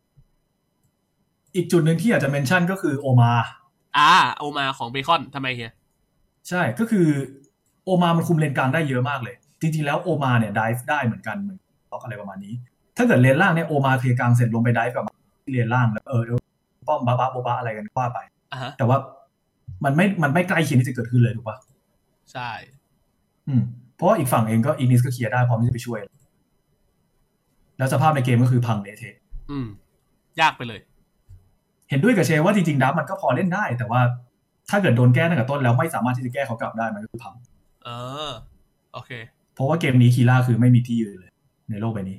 อีกจุดหนึ่งที่อยากจะเมนชั่นก็คือโอมาของเบคอนทำไมเฮียใช่ก็คือโอมามันคุมเลนกลางได้เยอะมากเลยจริงๆแล้วโอมาเนี่ยไดฟ์ได้เหมือนกันล็อกอะไรประมาณนี้ถ้าเกิดเลนล่างเนี่ยโอมาเคลียร์กลางเสร็จลงไปไดฟ์กับที่เลนล่างแล้วป้อมบ้าโบบอะไรกันว่าไปแต่ว่ามันไม่ใกล้เคียงที่จะเกิดขึ้นเลยถูกปะใช่เพราะอีกฝั่งเองก็อีนิสก็เคลียร์ได้พร้อมที่จะไปช่วยแล้วสภาพในเกมก็คือพังเละเทะยากไปเลยเห็นด้วยกับเชว่าจริงๆดับมันก็พอเล่นได้แต่ว่าถ้าเกิดโดนแก้ตั้งแต่ต้นแล้วไม่สามารถที่จะแก้เขากลับได้มันก็คือพังโอเคเพราะว่าเกมนี้คีล่าคือไม่มีที่ยืนเลยในโลกใบนี้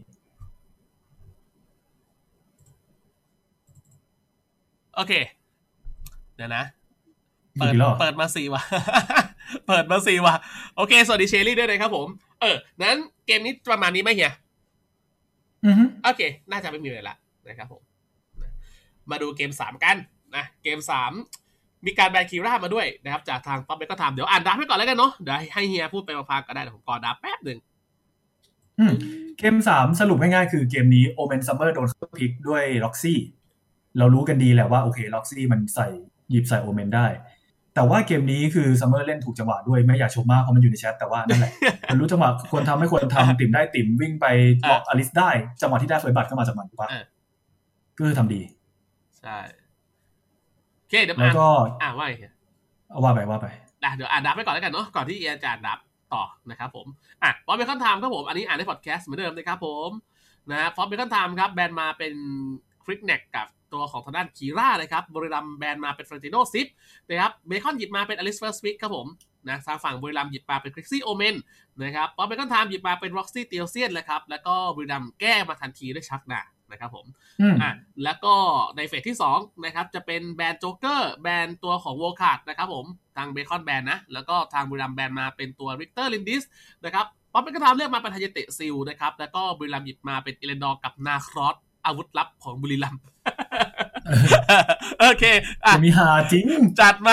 โอเคเดี๋ยวนะเปิดมา4ว่ะเปิดมา4ว่ะโอเคสวัสดีเชอรี่ด้วยนะครับผมนั้นเกมนี้ประมาณนี้ไหมเฮียโอเคน่าจะไม่มีอะไรละนะครับผมมาดูเกม3กันนะเกม3มีการแบนคีร่ามาด้วยนะครับจากทางป๊อปเบก็ทำเดี๋ยวอ่านดับให้ก่อนแล้วกันเนาะเดี๋ยวให้เฮียพูดไปฟังก็ได้เดี๋ยวผมกอดับแป๊บนึงเกม3สรุปง่ายๆคือเกมนี้โอเมนซัมเมอร์โดนพิกด้วยล็อกซี่เรารู้กันดีแหละว่าโอเคล็อกซี่มันหยิบใส่โอเมนได้แต่ว่าเกมนี้คือซัมเมอร์เล่นถูกจังหวะด้วยไม่อยากชมมากเพราะมันอยู่ในแชทแต่ว่านั่นแหละมันรู้จังหวะควรทำไม่ควรทำติ่มได้ติ่มวิ่งไปบอกอลิสได้จังหวะที่ได้เฟิร์สบัตเข้ามาจากมันถูกปะก็คือทำดีใช่โอเคเดี๋ยวแล้วก็ว่าไงว่าไปเดี๋ยวอ่านดับไปก่อนแล้วกันเนาะก่อนที่เอียจะอ่านดับต่อนะครับผมพอเบคอนไทม์ครับผมอันนี้อ่านในพอดแคสต์เหมือนเดิมนะครับผมนะพอเบคอนไทม์ครับแบนมาเป็นคริกเน็กกับตัวของทางด้านคีร่าเลยครับบุรีรัมย์แบนมาเป็นฟรานติโนซิปนะครับเบคอนหยิบมาเป็นอลิสเฟิร์สวิกครับผมนะทางฝั่งบุรีรัมย์หยิบมาเป็นคริกซี่โอเมนนะครับพอเบคอนไทม์หยิบมาเป็นร็อกซี่เตียวเซียนเลยครับแล้วก็บุรีรัมย์แก้มาทันทีด้วยชักหน้านะครับผมแล้วก็ในเฟสที่2นะครับจะเป็นแบนโจ๊กเกอร์แบนตัวของโวคาร์ดนะครับผมทางเบคอนแบนนะแล้วก็ทางบุรีรัมย์แบนมาเป็นตัวริกเตอร์ลินดิสนะครับป๊อปเป็นก็ทำเลือกมาเป็นฮายาเตะซิลนะครับแล้วก็บุรีรัมย์หยิบมาเป็นเอเลนดอร์กับนาครอสอาวุธลับของบุรีรัมย์โอเคมีหาจริงจัดมา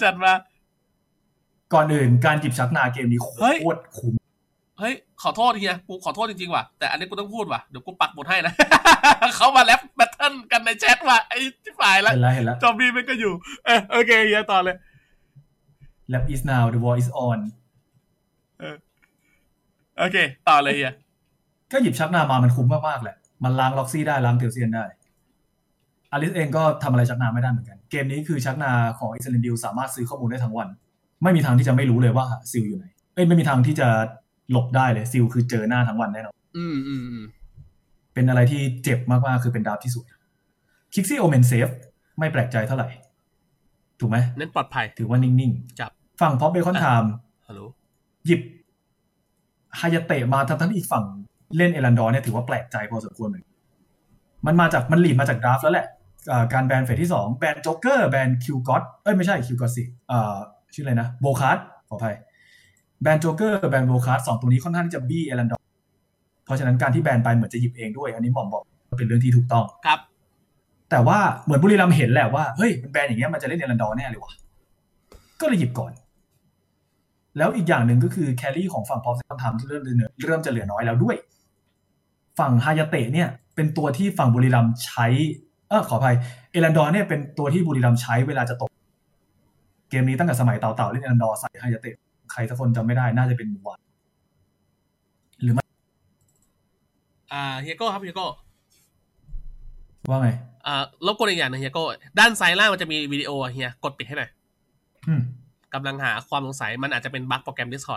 ก่อนอื่นการจิบชักนาเกมนี้โคตรคุ้มเฮ้ยขอโทษเฮียกูขอโทษจริงๆว่ะแต่อันนี้กูต้องพูดว่ะเดี๋ยวกูปักหมดให้นะ เขามาแรปแบทเทิลกันในแชทว่ะไอ้ที่ฝ่ายแล้วเห็นแล้วจอมบี้มันก็อยู่โอเคเฮียต่อเลย Lab is now the war is on โอเคต่อเลยเฮียก็หยิบชักนามามันคุ้มมากๆแหละมันล้างล็อกซี่ได้ล้างเทลเซียนได้อลิสเองก็ทำอะไรชักนาไม่ได้เหมือนกันเกมนี้คือชักนาของอิสราเอลสามารถซื้อข้อมูลได้ทั้งวันไม่มีทางที่จะไม่รู้เลยว่าซิลอยู่ไหนไม่มีทางที่จะหลบได้เลยซิลคือเจอหน้าทั้งวันแน่นอนเป็นอะไรที่เจ็บมากๆคือเป็นดาบที่สุดคิกซี่โอเมนเซฟไม่แปลกใจเท่าไหร่ถูกไหมเน้นปลอดภัยถือว่านิ่งๆจับฝั่งพอปเบคอนไทม์ฮัลโหลหยิบฮายาเตะมาทั้งที่อีกฝั่งเล่นเอรันดอร์เนี่ยถือว่าแปลกใจพอสมควรเลยมันลีดมาจากดราฟแล้วแหละการแบนเฟสที่2แบนโจ๊กเกอร์แบนคิวก็อตไม่ใช่คิวก็อตสิชื่ออะไรนะโบคาร์ดขออภัยแบนโจ๊กเกอร์แบนโบคาร์ด2ตัวนี้ค่อนข้างที่จะบี้เอรันดอร์เพราะฉะนั้นการที่แบนไปเหมือนจะหยิบเองด้วยอันนี้หม่อมบอกว่าเป็นเรื่องที่ถูกต้องครับแต่ว่าเหมือนบุรีรัมย์เห็นแหละว่าเฮ้ยมันแบนอย่างเงี้ยมันจะเล่นเอรันดอร์แน่เลยว่ะก็เลยหยิบก่อนแล้วอีกอย่างหนึ่งก็คือแครี่ของฝั่งพอปทำที่เริ่มจะเหลือน้อยแล้วด้วยฝั่งฮายาเตะเนี่ยเป็นตัวที่ฝั่งบุรีรัมย์ใช้ขออภัยเอรันดอร์เนี่ยเป็นตัวที่บุรีรัมย์ใช้เวลาจะตกเกมนี้ตั้งแต่สมัยเต่าเล่นเอรันดอร์ใส่ฮายาเตะใครสักคนจำไม่ได้น่าจะเป็นวันหรือไม่เฮียโก้ครับเฮียโก้ว่าไงรบกวนอีกอย่างนึงเฮียโก้ด้านซ้ายล่างมันจะมีวิดีโอเฮียกดปิดให้หน่อยกำลังหาความสงสัยมันอาจจะเป็นบั๊กโปรแกรม Discord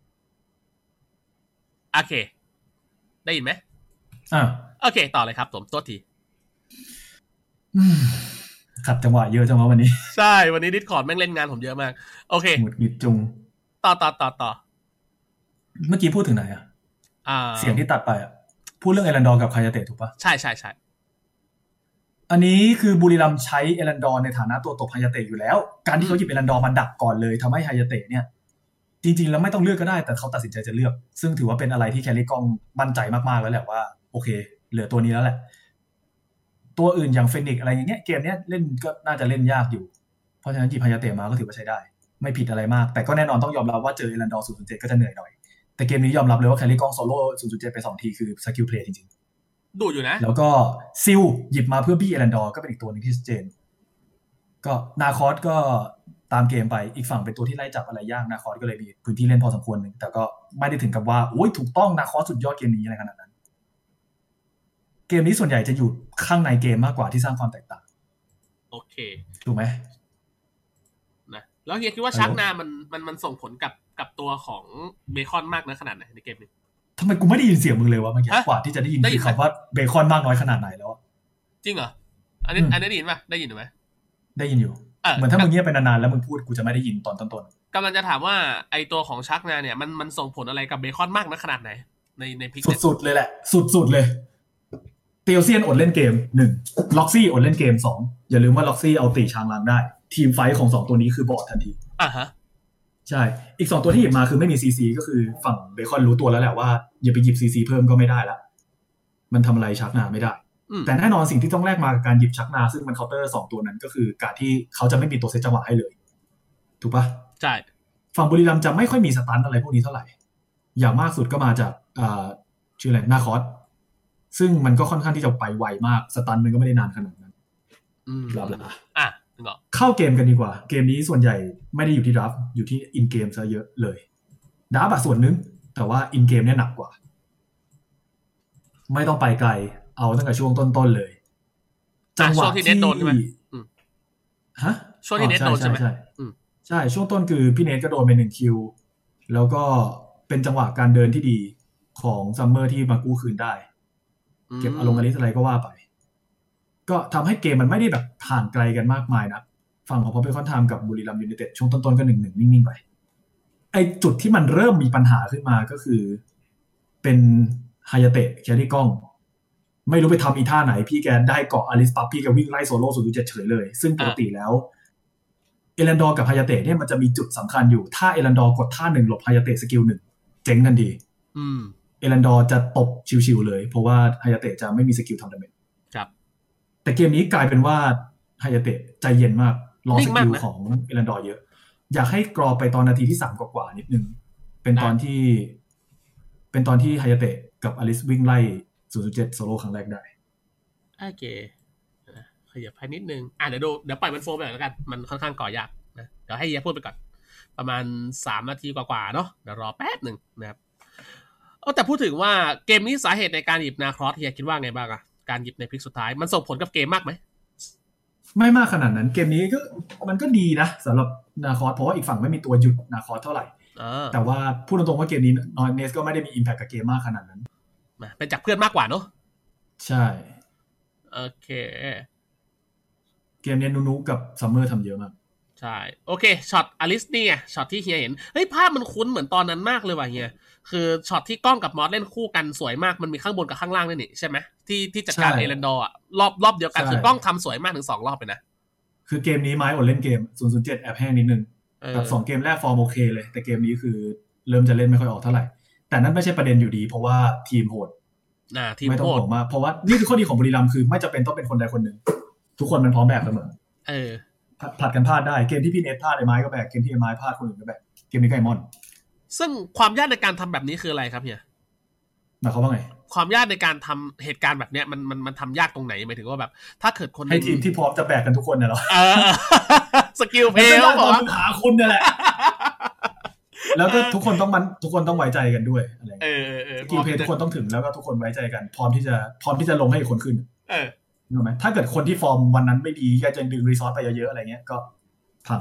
โอเคได้ยินไหมโอเคต่อเลยครับผมตัวทีขัดจังหวะเยอะจังวะวันนี้ใช่วันนี้ Discord แม่งเล่นงานผมเยอะมากโอเคหงุดหงิดจุงต่อเมื่อกี้พูดถึงไหนอ่ะเสียงที่ตัดไปอ่ะพูดเรื่องเอรันดอร์กับคายาเตะถูกปะใช่อันนี้คือบุรีรัมย์ใช้เอรันดอร์ในฐานะตัวตบคายาเตะอยู่แล้วการที่เขาหยิบเอรันดอร์มาดักก่อนเลยทำให้คายาเตะเนี่ยจริงๆแล้วไม่ต้องเลือกก็ได้แต่เขาตัดสินใจจะเลือกซึ่งถือว่าเป็นอะไรที่แคลรี่กล้องมั่นใจมากๆแล้วแหละว่าโอเคเหลือตัวนี้แล้วแหละตัวอื่นอย่างเฟนิกซ์อะไรอย่างเงี้ยเกมเนี้ยเล่นก็น่าจะเล่นยากอยู่เพราะฉะนั้นหยิบคายาเตะมาก็ถือว่าใช้ได้ไม่ผิดอะไรมากแต่ก็แน่นอนต้องยอมรับว่าเจอเอรันดอร์ 007 ก็จะเหนื่อยหน่อยแต่เกมนี้ยอมรับเลยว่าแคลรี่กล้องโซโล่ 007 ไป2ทีคือสกิลเพลย์จริงๆดูอยู่นะแล้วก็ซิลหยิบมาเพื่อบี้เอรันดอร์ก็เป็นอีกตัวนึงที่ชัดเจนก็นาคอสก็ตามเกมไปอีกฝั่งเป็นตัวที่ไล่จับอะไรยากนาคอสก็เลยมีพื้นที่เล่นพอสมควรนึงแต่ก็ไม่ได้ถึงกับว่าโอ้ยถูกต้องนาคอสสุดยอดเกมนี้อะไรขนาดนั้นเกมนี้ส่วนใหญ่จะอยู่ข้างในเกมมากกว่าที่สร้างความแตกต่างโอเคถูกไหมนะแล้วเฮียคิดว่าชักนามันส่งผลกับตัวของเบคอนมากน้อยขนาดไหนในเกมนี้ทำไมกูไม่ได้ยินเสียงมึงเลยวะเมื่อกี้กว่าที่จะได้ยินคือคำว่าเบคอนมากน้อยขนาดไหนแล้วจริงเหรออันนี้ได้ยินป่ะได้ยินไหมได้ยินอยู่เหมือนถ้ามึงเงียบไปนานๆแล้วมึงพูดกูจะไม่ได้ยินตอนต้นๆกำลังจะถามว่าไอตัวของชักนาเนี่ยมันส่งผลอะไรกับเบคอนมากน้อยขนาดไหนในพิกสุดๆเลยแหละสุดๆเลยเตียวเซียนอดเล่นเกม1ล็อกซี่อดเล่นเกม2อย่าลืมว่าล็อกซี่เอาตีชางลังได้ทีมไฟท์ของ2ตัวนี้คือบอดทันทีฮะใช่อีก2ตัวที่หยิบมาคือไม่มี CC ก็คือฝั่งเบคอนรู้ตัวแล้วแหละว่าอย่าไปหยิบ CC เพิ่มก็ไม่ได้ละมันทำอะไรชักนาไม่ได้แต่แน่นอนสิ่งที่ต้องแลกมากับการหยิบชักนาซึ่งมันเคาน์เตอร์2ตัวนั้นก็คือการที่เขาจะไม่มีตัวเซตจังหวะให้เลยถูกปะใช่ฝั่งบุรีรัมย์จะไม่ค่อยมีสตันอะไรพวกนี้เท่าไหร่อย่างมากสุดก็มาจากชื่ออะไรนาคอสซึ่งมันก็ค่อนข้างที่จะไปไวมากสตันมันก็ไม่ได้นานขนาดนั้นบลาบลาเข้าเกมกันดีกว่าเกมนี้ส่วนใหญ่ไม่ได้อยู่ที่ดราฟอยู่ที่อินเกมซะเยอะเลยดราฟส่วนนึงแต่ว่าอินเกมเนี่ยหนักกว่าไม่ต้องไปไกลเอาตั้งแต่ช่วงต้นๆเลยจังหวะที่เน็ตโดนใช่ไหมฮะช่วงที่เน็ตโดนใช่ไหมใช่ช่วงต้นคือพี่เน็ตก็โดนไป1คิวแล้วก็เป็นจังหวะการเดินที่ดีของซัมเมอร์ที่มากู้คืนได้เก็บอารมณ์อลิสอะไรก็ว่าไปก็ทำให้เกมมันไม่ได้แบบห่างไกลกันมากมายนะฝั่งของพอเบคอนไทม์กับบุรีรัมย์ยูไนเต็ดช่วงต้นๆก็ 1-1 นิ่งๆไปไอจุดที่มันเริ่มมีปัญหาขึ้นมาก็คือเป็นฮายาเตะแครี่กล้องไม่รู้ไปทำอีท่าไหนพี่แกได้เกาะอลิสปั๊บพี่แกวิ่งไล่โซโล่007เฉยเลยซึ่งปกติแล้วเอรันดอร์กับฮายาเตะเนี่ยมันจะมีจุดสำคัญอยู่ถ้าเอรันดอร์กดท่า1หลบฮายาเตะสกิล1เจ๊งทันทีเอรันดอร์จะตบชิวๆเลยเพราะว่าฮายาเตะจะไม่มีสกิลทำดาเมจครับแต่เกมนี้กลายเป็นว่าฮายาเตะใจเย็นมากรอสกิลของเอรันดอร์เยอะอยากให้กรอไปตอนนาทีที่3กว่าๆนิดนึงเป็นตอนที่ฮายาเตะกับอลิสวิ่งไล่007โซโล่ครั้งแรกได้โอเคขยับให้นิดนึงเดี๋ยวปล่อยมันโฟล์ไปก่อนแล้วกันมันค่อนข้างก่อยากนะเดี๋ยวให้เฮียพูดไปก่อนประมาณ3นาทีกว่าๆเนาะเดี๋ยวรอแป๊บนึงนะครับแต่พูดถึงว่าเกมนี้สาเหตุในการหยิบนาครอสเฮียคิดว่าไงบ้างอะการหยิบในพลิกสุดท้ายมันส่งผลกับเกมมากไหมไม่มากขนาดนั้นเกมนี้ก็มันก็ดีนะสำหรับนาครอสเพราะว่าอีกฝั่งไม่มีตัวหยุดนาครอสเท่าไหร่แต่ว่าพูดตรงๆว่าเกมนี้นอยเนสก็ไม่ได้มี impact กับเกมมากขนาดนั้นเป็นจากเพื่อนมากกว่าเนาะใช่โอเคเกมนี้นูกับซัมเมอร์ทำเยอะมากใช่โอเคช็อตอลิสนี่ไงช็อตที่เฮียเห็นเฮ้ยภาพมันคุ้นเหมือนตอนนั้นมากเลยว่ะเฮียคือช็อตที่กล้องกับมอสเล่นคู่กันสวยมากมันมีข้างบนกับข้างล่างด้วยนี่ใช่ไหมที่จัดการเอรันดอร์รอบเดียวกันคือกล้องทำสวยมากถึง2รอบเลยนะคือเกมนี้ไม้อดเล่นเกม007แอบแห้งนิดนึงแบบ2เกมแรกฟอร์มโอเคเลยแต่เกมนี้คือเริ่มจะเล่นไม่ค่อยออกเท่าไหร่แต่นั่นไม่ใช่ประเด็นอยู่ดีเพราะว่าทีมโหดไม่ต้องห่วงมากเพราะว่านี่คือข้อดีของบุรีรัมย์คือไม่จำเป็นต้องเป็นคนใดคนหนึ่งทุกคนมันพร้อมแบกเสมอผลัดกันพลาดได้เกมที่พี่เนทพลาดไอ้ไม้ก็แบกเกมที่ไอ้ไม้พลาดคนอื่นก็แบกเกมนี้ก็ไอ้มอนซึ่งความยากในการทำแบบนี้คืออะไรครับเฮียหมายความว่าไงความยากในการทำเหตุการณ์แบบเนี้ยมันทำยากตรงไหนหมายถึงว่าแบบถ้าเกิดคนให้ทีมที่พร้อมจะแบกกันทุกคนเนี่ยหรอสกิลเพลย์ต้องหาคุณเนี่ยแหละแล้วก็ทุกคนต้องไว้ใจกันด้วยอะไรสกิลเพลย์ทุกคนต้องถึงแล้วก็ทุกคนไว้ใจกันพร้อมที่จะลงให้อีกคนขึ้นรู้ไหมถ้าเกิดคนที่ฟอร์มวันนั้นไม่ดีก็จะดึงรีซอสไปเยอะๆอะไรเงี้ยก็พัง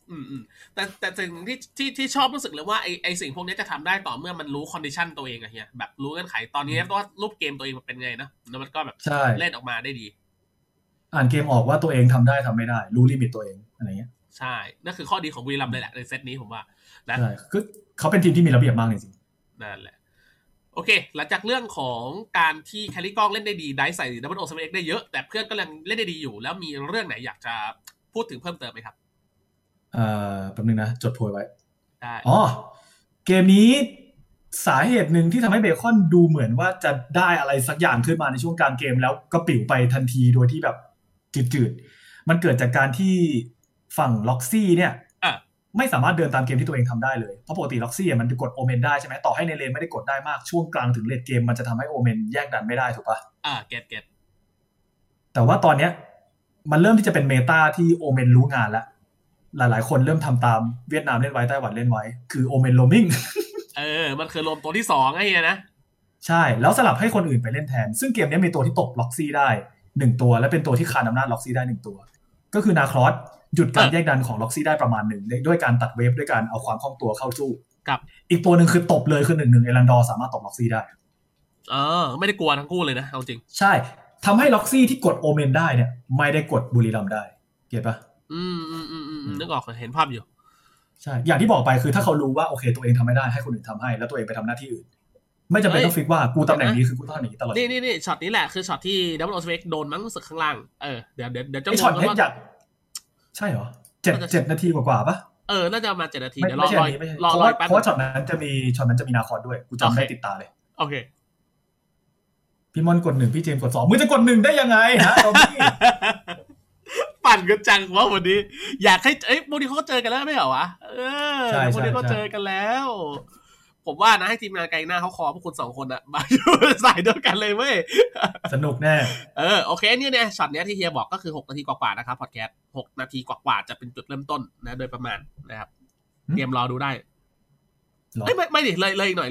แต่สิ่งที่ชอบรู้สึกเลยว่าไอสิ่งพวกนี้จะทำได้ต่อเมื่อมันรู้คอนดิชันตัวเองอะเฮียแบบรู้เงื่อนไขตอนนี้ว่ารูปเกมตัวเองมันเป็นไงนะแล้วมันก็แบบเล่นออกมาได้ดีอ่านเกมออกว่าตัวเองทำได้ทำไม่ได้รู้ลิมิตตัวเองอะไรเงี้ยใช่นั่นคือข้อดีของบุรีรัมย์เลยแหละในเซตนี้ผมว่าใช่คือเขาเป็นทีมที่มีระเบียบมากจริงๆนั่นแหละโอเคหลังจากเรื่องของการที่แคลรี่กล้องเล่นได้ดีได้ใส่ดับเบิลโอเซเว่นเอ็กได้เยอะแต่เพื่อนก็ยังเล่นได้ดีอยู่แล้วมีเรื่องไหนอยากจะพูดถึงเพิ่มเติมไหมครับแป๊บนึงนะจดโพยไว้ได้เกมนี้สาเหตุหนึ่งที่ทำให้เบคอนดูเหมือนว่าจะได้อะไรสักอย่างขึ้นมาในช่วงกลางเกมแล้วก็ปิ๋วไปทันทีโดยที่แบบจืดๆมันเกิดจากการที่ฝั่งล็อกซี่เนี่ยไม่สามารถเดินตามเกมที่ตัวเองทำได้เลยเพราะปกติล็อกซี่มันกดโอเมนได้ใช่ไหมต่อให้ในเลนไม่ได้กดได้มากช่วงกลางถึงเลทเกมมันจะทำให้โอเมนแยกดันไม่ได้ถูกปะเก็ตแต่ว่าตอนเนี้ยมันเริ่มที่จะเป็นเมตาที่โอเมนรู้งานแล้วหลายๆคนเริ่มทำตามเวียดนามเล่นไว้ไต้หวันเล่นไว้คือโอเมนโรมมิ่งมันคือโรมตัวที่2ไอ้นะใช่แล้วสลับให้คนอื่นไปเล่นแทนซึ่งเกมนี้มีตัวที่ตบล็อกซี่ได้1ตัวและเป็นตัวที่คานอำนาจล็อกซี่ได้1ตัวก็คือนาครอสหยุดการแยกดันของล็อกซี่ได้ประมาณหนึ่งด้วยการตัดเวฟด้วยการเอาความคล่องตัวเข้าสู้กับอีกตัวนึงคือตบเลยคือ1-1เอรันดอร์สามารถตบล็อกซี่ได้ไม่ได้กลัวทั้งคู่เลยนะเอาจริงใช่ทำให้ล็อกซี่ที่กดโอเมนได้เนี่ยไม่ได้กดบุรีรัมย์ได้เก็ทปะนึกออกเห็นภาพอยู่ใช่อย่างที่บอกไปคือถ้าเขารู้ว่าโอเคตัวเองทำไม่ได้ให้คนอื่นทำให้แล้วตัวเองไปทำหน้าที่อื่นไม่จำเป็นต้องฟิกว่ากูตำแหน่งนี้คือกูต้องอย่างนี้ตลอดนี่ช็อตนี้แหละคือช็อตที่ดับเบิลโอสเวกโดนมั้งรู้สึกข้างล่างเดี๋ยวจะช็อตนี้อยากใช่เหรอ7นาทีกว่าปะน่าจะมา7นาทีเดี๋ยวรอแป๊บเพราะช็อตนั้นจะมีนาคอร์ด้วยกูจำได้ติดตาเลยโอเคพี่มอนกด1พี่เจมส์กด2มึงจะกด1ได้ยังไงฮะตอนนี้ปั่นกันจังว่าวันนี้อยากให้พวกนี้เขาเจอกันแล้วไม่เหรอวะพวกนี้เขาเจอกันแล้วผมว่านะให้ทีมงานไกลหน้าเขาคอพวกคุณ2คนอะมาอยู่สายเดียวกันเลยเว้ยสนุกแน่โอเคเนี่ยช็อตเนี้ยที่เฮียบอกก็คือ6นาทีกว่าๆนะครับพอดแคสต์6นาทีกว่าๆจะเป็นจุดเริ่มต้นนะโดยประมาณนะครับเตรียมรอดูได้ไม่ดิเลยอีกหน่อย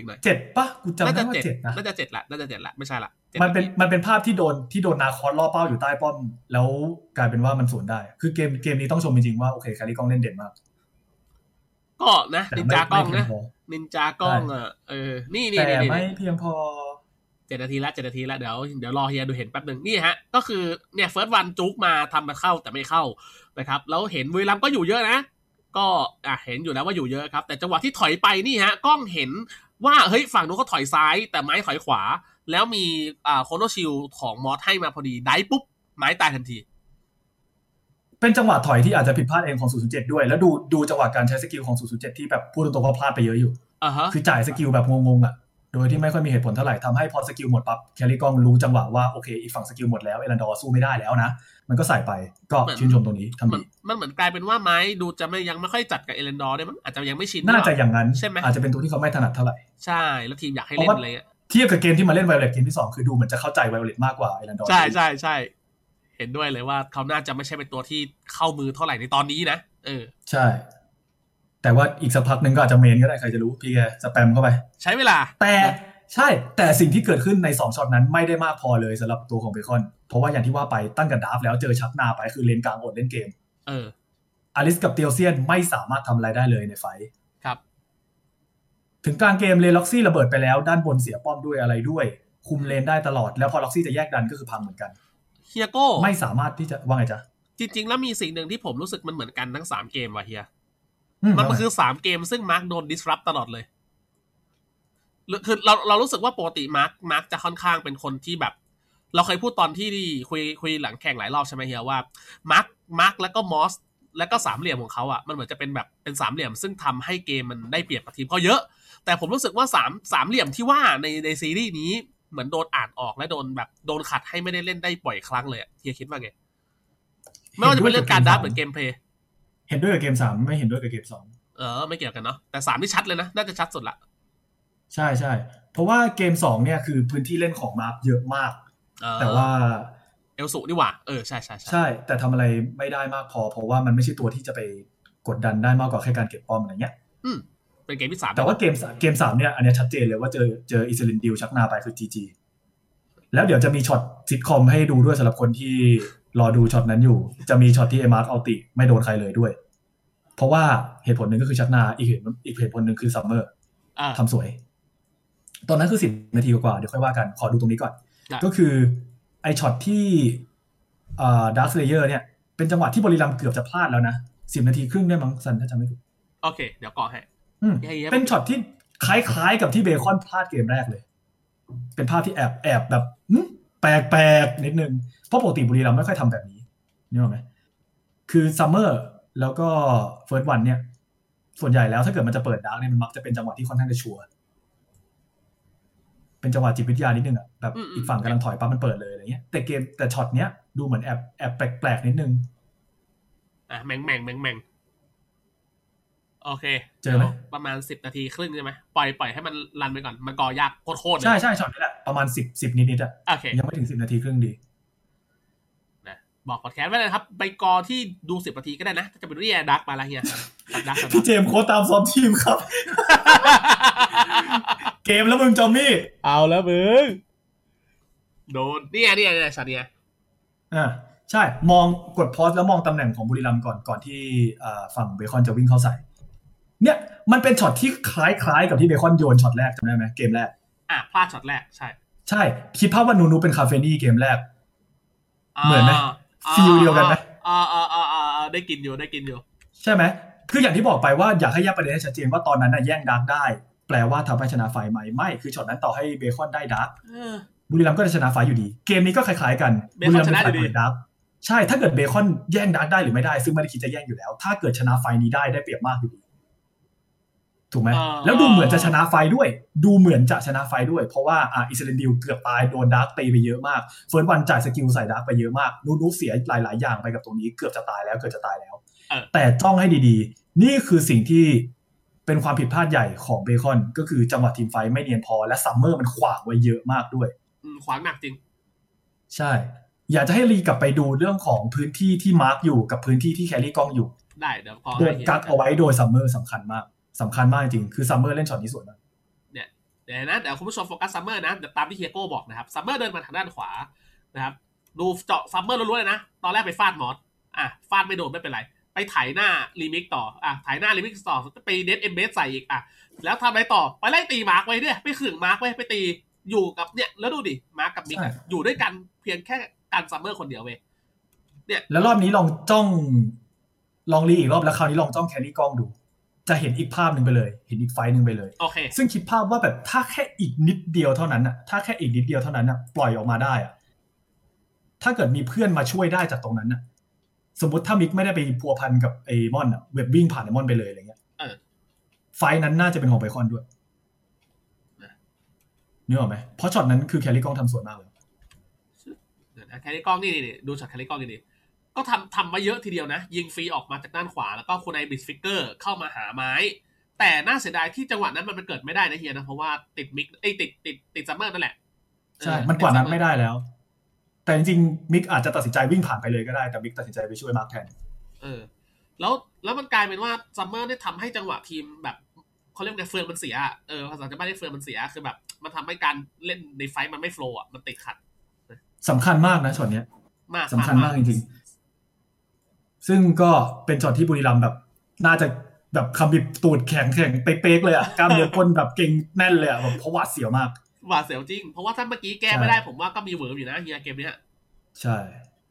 7ป่ะกูจำได้ว่า7นะน่าจะ7ละไม่ใช่ละมันเป็นภาพที่โดนนาคอสล่อเป้าอยู่ใต้ป้อมแล้วกลายเป็นว่ามันสวนได้คือเกมนี้ต้องชมจริงๆว่าโอเคแคลรี่กล้องเล่นเด่นมากก็นะนินจากล้องนะนินจากล้องนี่แต่ไม่เพียงพอ 7นาทีละเดี๋ยวรอเฮียดูเห็นแป๊บนึงนี่ฮะก็คือเนี่ยเฟิร์สวันจุกมาทำมาเข้าแต่ไม่เข้านะครับแล้วเห็นบุรีรัมย์ก็อยู่เยอะนะก็เห็นอยู่แล้วว่าอยู่เยอะครับแต่จังหวะที่ถอยไปนี่ฮะกล้องเห็นว่าเฮ้ยฝั่งนู้นเขาถอยซ้ายแต่ไม้ถอยขวาแล้วมีโคโนชิลของมอสให้มาพอดีได้ปุ๊บไม้ตายทันทีเป็นจังหวะถอยที่อาจจะผิดพลาดเองของ007ด้วยแล้วดูจังหวะการใช้สกิลของ007ที่แบบพูดตรงๆว่าพลาดไปเยอะอยู่คือจ่ายสกิลแบบงงๆอ่ะโดยที่ไม่ค่อยมีเหตุผลเท่าไหร่ทำให้พอสกิลหมดปั๊บแคลรี่กล้องรู้จังหวะว่าโอเคอีกฝั่งสกิลหมดแล้วเอรันดอร์สู้ไม่ได้แล้วนะมันก็ใส่ไปก็ชื่นชมตรงนี้ทำดีมันเหมือนกลายเป็นว่าไม้ดูจะยังไม่ค่อยจัดกับเอรันดอร์ได้มั้งอาจจะยังไม่ชินน่าจะอย่างนั้นใช่ไหมอาจจะเป็นตัวที่เขาไม่ถนัดเท่าไหร่ใช่แล้วทีมอยากให้เล่นอะไรเทียบกับเกมที่มาเล่นไวโอเลตเกมที่2คือดูเหมือนจะเข้าใจไวโอเลตมากกว่าเอรันดอร์ใช่เห็นด้วยเลยว่าเขาน่าจะไม่ใช่เป็นตัวที่เข้ามือเท่าไหร่ในตอนนี้นะใช่แต่ว่าอีกสักพักนึงก็อาจจะเมนก็ได้ใครจะรู้พี่แกสแปมเข้าไปใช้เวลาแต่สิ่งที่เกิดขึ้นใน2ช็อตนั้นไม่ได้มากพอเลยสำหรับตัวของเบคอนเพราะว่าอย่างที่ว่าไปตั้งแต่ดราฟแล้วเจอชักหน้าไปคือเลนกลางอดเล่นเกมอลิสกับเตียวเซียนไม่สามารถทำอะไรได้เลยในไฟครับถึงกลางเกมเลนล็อกซี่ระเบิดไปแล้วด้านบนเสียป้อมด้วยอะไรด้วยคุมเลนได้ตลอดแล้วพอล็อกซี่จะแยกดันก็คือพังเหมือนกันเฮียโก้ไม่สามารถที่จะว่าไงจ๊ะจริงๆแล้วมีสิ่งหนึ่งที่ผมรู้สึกมันเหมือนกันทั้ง3เกมว่ะเฮียมันคือ3เกมซึ่งมาร์คโดน disrupt ตลอดเลยคือเรารู้สึกว่าปกติมาร์คจะค่อนข้างเป็นคนที่แบบเราเคยพูดตอนที่คุยหลังแข่งหลายรอบใช่ไหมเฮียว่ามาร์คแล้วก็มอสแล้วก็สามเหลี่ยมของเขาอ่ะมันเหมือนจะเป็นแบบเป็นสามเหลี่ยมซึ่งทำให้เกมมันได้เปรียบกับทีมเขาเยอะแต่ผมรู้สึกว่าสามเหลี่ยมที่ว่าในซีรีส์นี้เหมือนโดนอ่านออกและโดนขัดให้ไม่ได้เล่นได้บ่อยครั้งเลยเฮียคิดว่าไงไม่ว่าจะเป็นเรื่องการดับหรือเกมเพลย์เห็นด้วยกับเกม3ไม่เห็นด้วยกับเกม2 ไม่เกี่ยวกันเนาะแต่3นี่ชัดเลยนะน่าจะชัดสุดละใช่เพราะว่าเกม2เนี่ยคือพื้นที่เล่นของมาร์คเยอะมากแต่ว่าเอลสุนี่หว่าใช่แต่ทำอะไรไม่ได้มากพอเพราะว่ามันไม่ใช่ตัวที่จะไปกดดันได้มากกว่าแค่การเก็บป้อมอะไรเงี้ยเป็นเกมที่3 แต่ว่าเกม3เนี่ยอันนี้ชัดเจนเลยว่าเจออิสลินดิวชักนาไปคือ GG แล้วเดี๋ยวจะมีช็อตซิทคอมให้ดูด้วยสำหรับคนที่รอดูช็อตนั้นอยู่จะมีช็อตที่เอมาร์คเอาติไม่โดนใครเลยด้วยเพราะว่าเหตุผลหนึ่งก็คือชักนาอีกเหตุผลหนึ่งคือซัมเมอร์ทำสวยตอนนั้นคือ10 นาทีกว่าเดี๋ยวค่อยว่ากันขอดูตรงนี้ก่อนก็คือไอช็อตที่ดาร์คสเลเยอร์เนี่ยเป็นจังหวะที่บุรีรัมย์เกือบจะพลาดแล้วนะ10 นาทีครึ่งได้มั้งซันถ้าจำไม่ผิดโอเคเดี๋ยวก่อให้เป็นช็อตที่คล้ายๆกับที่เบคอนพลาดเกมแรกเลยเป็นภาพที่แอบแบบแปลกๆนิดนึงเพราะปกติบุรีรัมย์ไม่ค่อยทำแบบนี้นึกออกไหมคือซัมเมอร์แล้วก็เฟิร์สวันเนี่ยส่วนใหญ่แล้วถ้าเกิดมันจะเปิดดาร์กเนี่ยมันมักจะเป็นจังหวะที่ค่อนข้างจะชัวร์เป็นจังหวะจิตวิทยานิดนึงอ่ะแบบอีกฝั่งกำลังถอยปั๊บมันเปิดเลยอะไรเงี้ยแต่ช็อตเนี้ยดูเหมือนแอบแปลกๆนิดนึงแม่งโอเคเจอไหมประมาณ10 นาทีครึ่งใช่ไหมปล่อยให้มันรันไปก่อนมันก่อยากโคตรใช่ช็อตนี้แหละประมาณ10นิดๆอ่ะยังไม่ถึง10 นาทีครึ่งดีนะบอกพอดแคสต์ไว้เลยครับไปกอที่ดู10 นาทีก็ได้นะถ้าจะเป็นเรียดักมาแล้วเฮียดักพี่เจมส์โค้ชตามซ้อมทีมครับ เกมแล้วมึงจอมมี่เอาแล้วมึงโดนเนี่ยช็อตเนี้ยใช่มองกดพอสแล้วมองตำแหน่งของบุรีรัมย์ก่อนที่ฝั่งเบคอนจะวิ่งเข้าใส่เนี่ยมันเป็นช็อตที่คล้ายๆกับที่เบคอนโยนช็อตแรกจำได้ไหมเกมแรกพลาดช็อตแรกใช่คิดภาพว่านูเป็นคาเฟนี่เกมแรกเหมือนไหมฟีลเดียวกันไหมได้กินอยู่ใช่ไหมคืออย่างที่บอกไปว่าอยากให้แยกประเด็นให้ชัดเจนว่าตอนนั้นแย่งดาร์กได้แปลว่าทำให้ชนะไฟไหมไม่คือช็อตนั้นต่อให้เบคอนได้ดาร์กบุรีรัมย์ก็จะชนะไฟอยู่ดีเกมนี้ก็คล้ายๆกันบุรีรัมย์ชนะอยู่ดีดาร์กใช่ถ้าเกิดเบคอนแย่งดาร์กได้หรือไม่ได้ซึ่งไม่ได้คิดจะแย่งอยู่แล้วถ้าเกิดชนะไฟนี้ได้เปรียบมากอยู่ดีถูกไหมแล้วดูเหมือนจะชนะไฟด้วยเพราะว่าอิสราเอลเกือบตายโดนดาร์กตีไปเยอะมากเฟิร์สวันจ่ายสกิลใส่ดาร์กไปเยอะมากนูเสียหลายๆอย่างไปกับตรงนี้เกือบจะตายแล้วแต่จ้องให้ดีๆนี่คือสิ่งที่เป็นความผิดพลาดใหญ่ของเบคอนก็คือจังหวะทีมไฟไม่เนียนพอและซัมเมอร์มันขวางไว้เยอะมากด้วยขวางหนักจริงใช่อยากจะให้รีกลับไปดูเรื่องของพื้นที่ที่มาร์กอยู่กับพื้นที่ที่แครี่กล้องอยู่ได้เดี๋ยวพอโดนกักเอาไว้โดยซัมเมอร์สำคัญมากจริงคือซัมเมอร์เล่นช็อตนี้สวยมากเนี่ยเดี๋ยวคุณผู้ชมโฟกัสซัมเมอร์นะเดี๋ยวตามที่เฮียโก้บอกนะครับซัมเมอร์เดินมาทางด้านขวานะครับดูเจาะซัมเมอร์ล้วนๆเลยนะตอนแรกไปฟาดมอสฟาดไม่โดนไม่เป็นไรไปไถหน้ารีมิกต่อไถหน้ารีมิกต่อไปเน็ตเอ็มเบสใส่อีกแล้วทำอะไรต่อไปไล่ตีมาร์กไว้เนี่ยไปขึงมาร์กไว้ไปตีอยู่กับเนี่ยแล้วดูดิมาร์กกับมิกอยู่ด้วยกันเพียงแค่การซัมเมอร์คนเดียวเว้ยเนี่ยแล้วรอบนี้ลองรีอีกรอบแล้วคราวนี้ลองจ้องแครี่กล้องดูจะเห็นอีกภาพนึงไปเลยเห็นอีกไฟนึงไปเลยโอเคซึ่งคิดภาพว่าแบบถ้าแค่อีกนิดเดียวเท่านั้นปล่อยออกมาได้ถ้าเกิดมีเพื่อนมาช่วยได้จากตรงนั้นสมมติถ้ามิกไม่ได้ไปพัวพันกับไอ้มอนเว็บวิ่งผ่านไอ้มอนไปเลยอะไรเงี้ยไฟนั้นน่าจะเป็นของไบคอนด้วยนึกออกไหมเพราะช็อตนั้นคือแครี่กล้องทำสวยมากเลยแครี่กล้องนี่ดูช็อตแครี่กล้องนี่ก็ทำมาเยอะทีเดียวนะยิงฟรีออกมาจากด้านขวาแล้วก็คุณไอบิสฟิกเกอร์เข้ามาหาไม้แต่น่าเสียดายที่จังหวะนั้นมันเกิดไม่ได้นะเฮียนะเพราะว่าติดมิกติดซัมเมอร์นั่นแหละใช่มันกว่านั้นไม่ได้แล้วแต่จริงๆมิกอาจจะตัดสินใจวิ่งผ่านไปเลยก็ได้แต่มิกตัดสินใจไปช่วยมาร์คแทนแล้วมันกลายเป็นว่าซัมเมอร์ได้ทำให้จังหวะทีมแบบเขาเรียกว่าเฟืองมันเสียภาษาชาวบ้านเรียกเฟืองมันเสียคือแบบมันทำให้การเล่นในไฟมันไม่โฟล์มันติดขัดสำคัญมากนะช็อตเนี้ยสำคัญมากจริงๆซึ่งก็เป็นช็อตที่บุรีรัมย์แบบน่าจะแบบคำบิบตูดแข็งเป๊กๆเลยกล้ามเนื้อก้นแบบเก่งแน่นเลยแบบเพราะหวาดเสียวมากหวาดเสียวจริงเพราะว่าถ้าเมื่อกี้แก้ไม่ได้ผมว่าก็มีเหวออยู่นะเฮียเกมนี้ใช่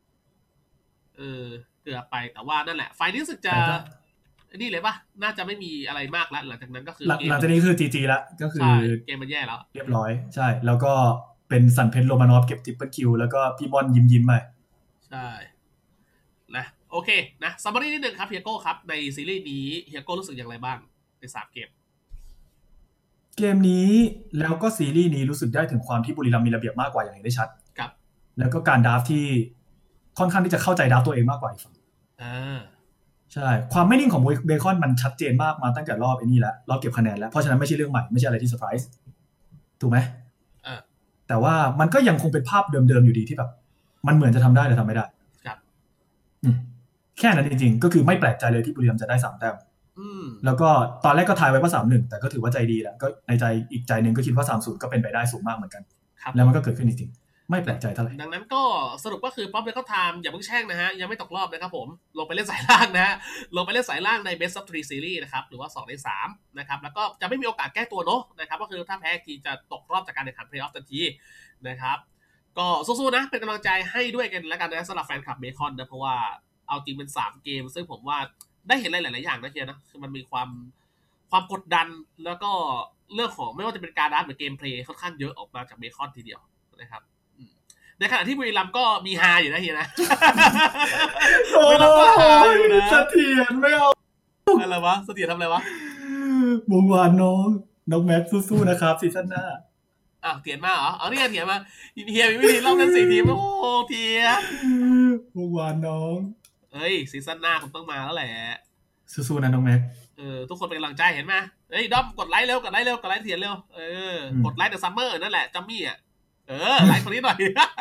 เกือบไปแต่ว่านั่นแหละไฟนี้รู้สึกจะนี่เลยป่ะน่าจะไม่มีอะไรมากแล้วหลังจากนั้นก็คือหลังจากนี้คือ GG แล้วก็คือเกมมันแย่แล้วเรียบร้อยใช่แล้วก็เป็นสันเพชรโรมานอฟเก็บทริปเปิลคิวแล้วก็พี่บอลยิ้มไปใช่นะโอเคนะซัมมารีนิดนึงครับเฮียโก้ครับในซีรีส์นี้เฮียโก้รู้สึกอย่างไรบ้างใน3เกมนี้แล้วก็ซีรีส์นี้รู้สึกได้ถึงความที่บุรีรัมย์มีระเบียบมากกว่าอย่างเห็นได้ชัดครับแล้วก็การดราฟที่ค่อนข้างที่จะเข้าใจดราฟตัวเองมากกว่าอีกฝั่งใช่ความไม่นิ่งของเบคอนมันชัดเจนมากมาตั้งแต่รอบไอ้นี่แล้วรอบเก็บคะแนนแล้วเพราะฉะนั้นไม่ใช่เรื่องใหม่ไม่ใช่อะไรที่เซอร์ไพรส์ถูกไหมแต่ว่ามันก็ยังคงเป็นภาพเดิมๆอยู่ดีที่แบบมันเหมือนจะทำได้แต่ทำไม่ได้ครับแค่นั้นจริงๆก็คือไม่แปลกใจเลยที่บุรีรัมย์จะได้3 แต้มแล้วก็ตอนแรกก็ทายไว้ว่า 3-1 แต่ก็ถือว่าใจดีแหละก็ในใจอีกใจนึงก็คิดว่า 3-0 ก็เป็นไปได้สูงมากเหมือนกันแล้วมันก็เกิดขึ้นจริงไม่แปลกใจเท่าไหร่ดังนั้นก็สรุปก็คือป๊อปเนี่ยเขาทำอย่าเพิ่งแช่งนะฮะยังไม่ตกรอบนะครับผมลงไปเล่นสายล่างนะฮะลงไปเล่นสายล่างใน Best of 3 Series นะครับหรือว่า2ใน3นะครับแล้วก็จะไม่มีโอกาสแก้ตัวเนาะนะครับก็คือถ้าแพ้ทีจะตกรอบจากการแข่งขัน Playoff ทันทีนะครับก็สู้ๆนะเป็นกำลังใจให้ด้วยกันแล้วกันนะสำหรับแฟนคลับเบคอนนะเพราะว่าเอาจริงเป็น3เกมซึ่งผมว่าได้เห็นหลายๆอย่างนะเฮียนะคือมันมีความกดดันแล้วก็เรื่องของไม่ว่าจะเป็นการดันหรือเกมเพลย์ค่อนข้างเยอะออกมาจากเบคอนทีเดียวนะครับในขณะที่บุรีรัมย์ก็มีฮาอยู่นะเฮียนะโอ้ยเสถียรไม่เอาอะไรวะเสถียรทำอะไรวะวงวานน้องแม็กสู้ๆนะครับซีซั่นหน้าเถียรมาเหรอนี่เถียรมาเฮียมีวิธีเล่ากัน4 ทีมโอ้เถียรวงวานน้องเฮ้ยซีซั่นหน้าผมต้องมาแล้วแหละสู้ๆนะน้องแม็กทุกคนเป็นกำลังใจเห็นไหมเฮ้ยด้อมกดไลค์เร็วกดไลค์เถียรเร็วกดไลค์เดอะซัมเมอร์นั่นแหละจัมมี่ไลค์คนนี้หน่อย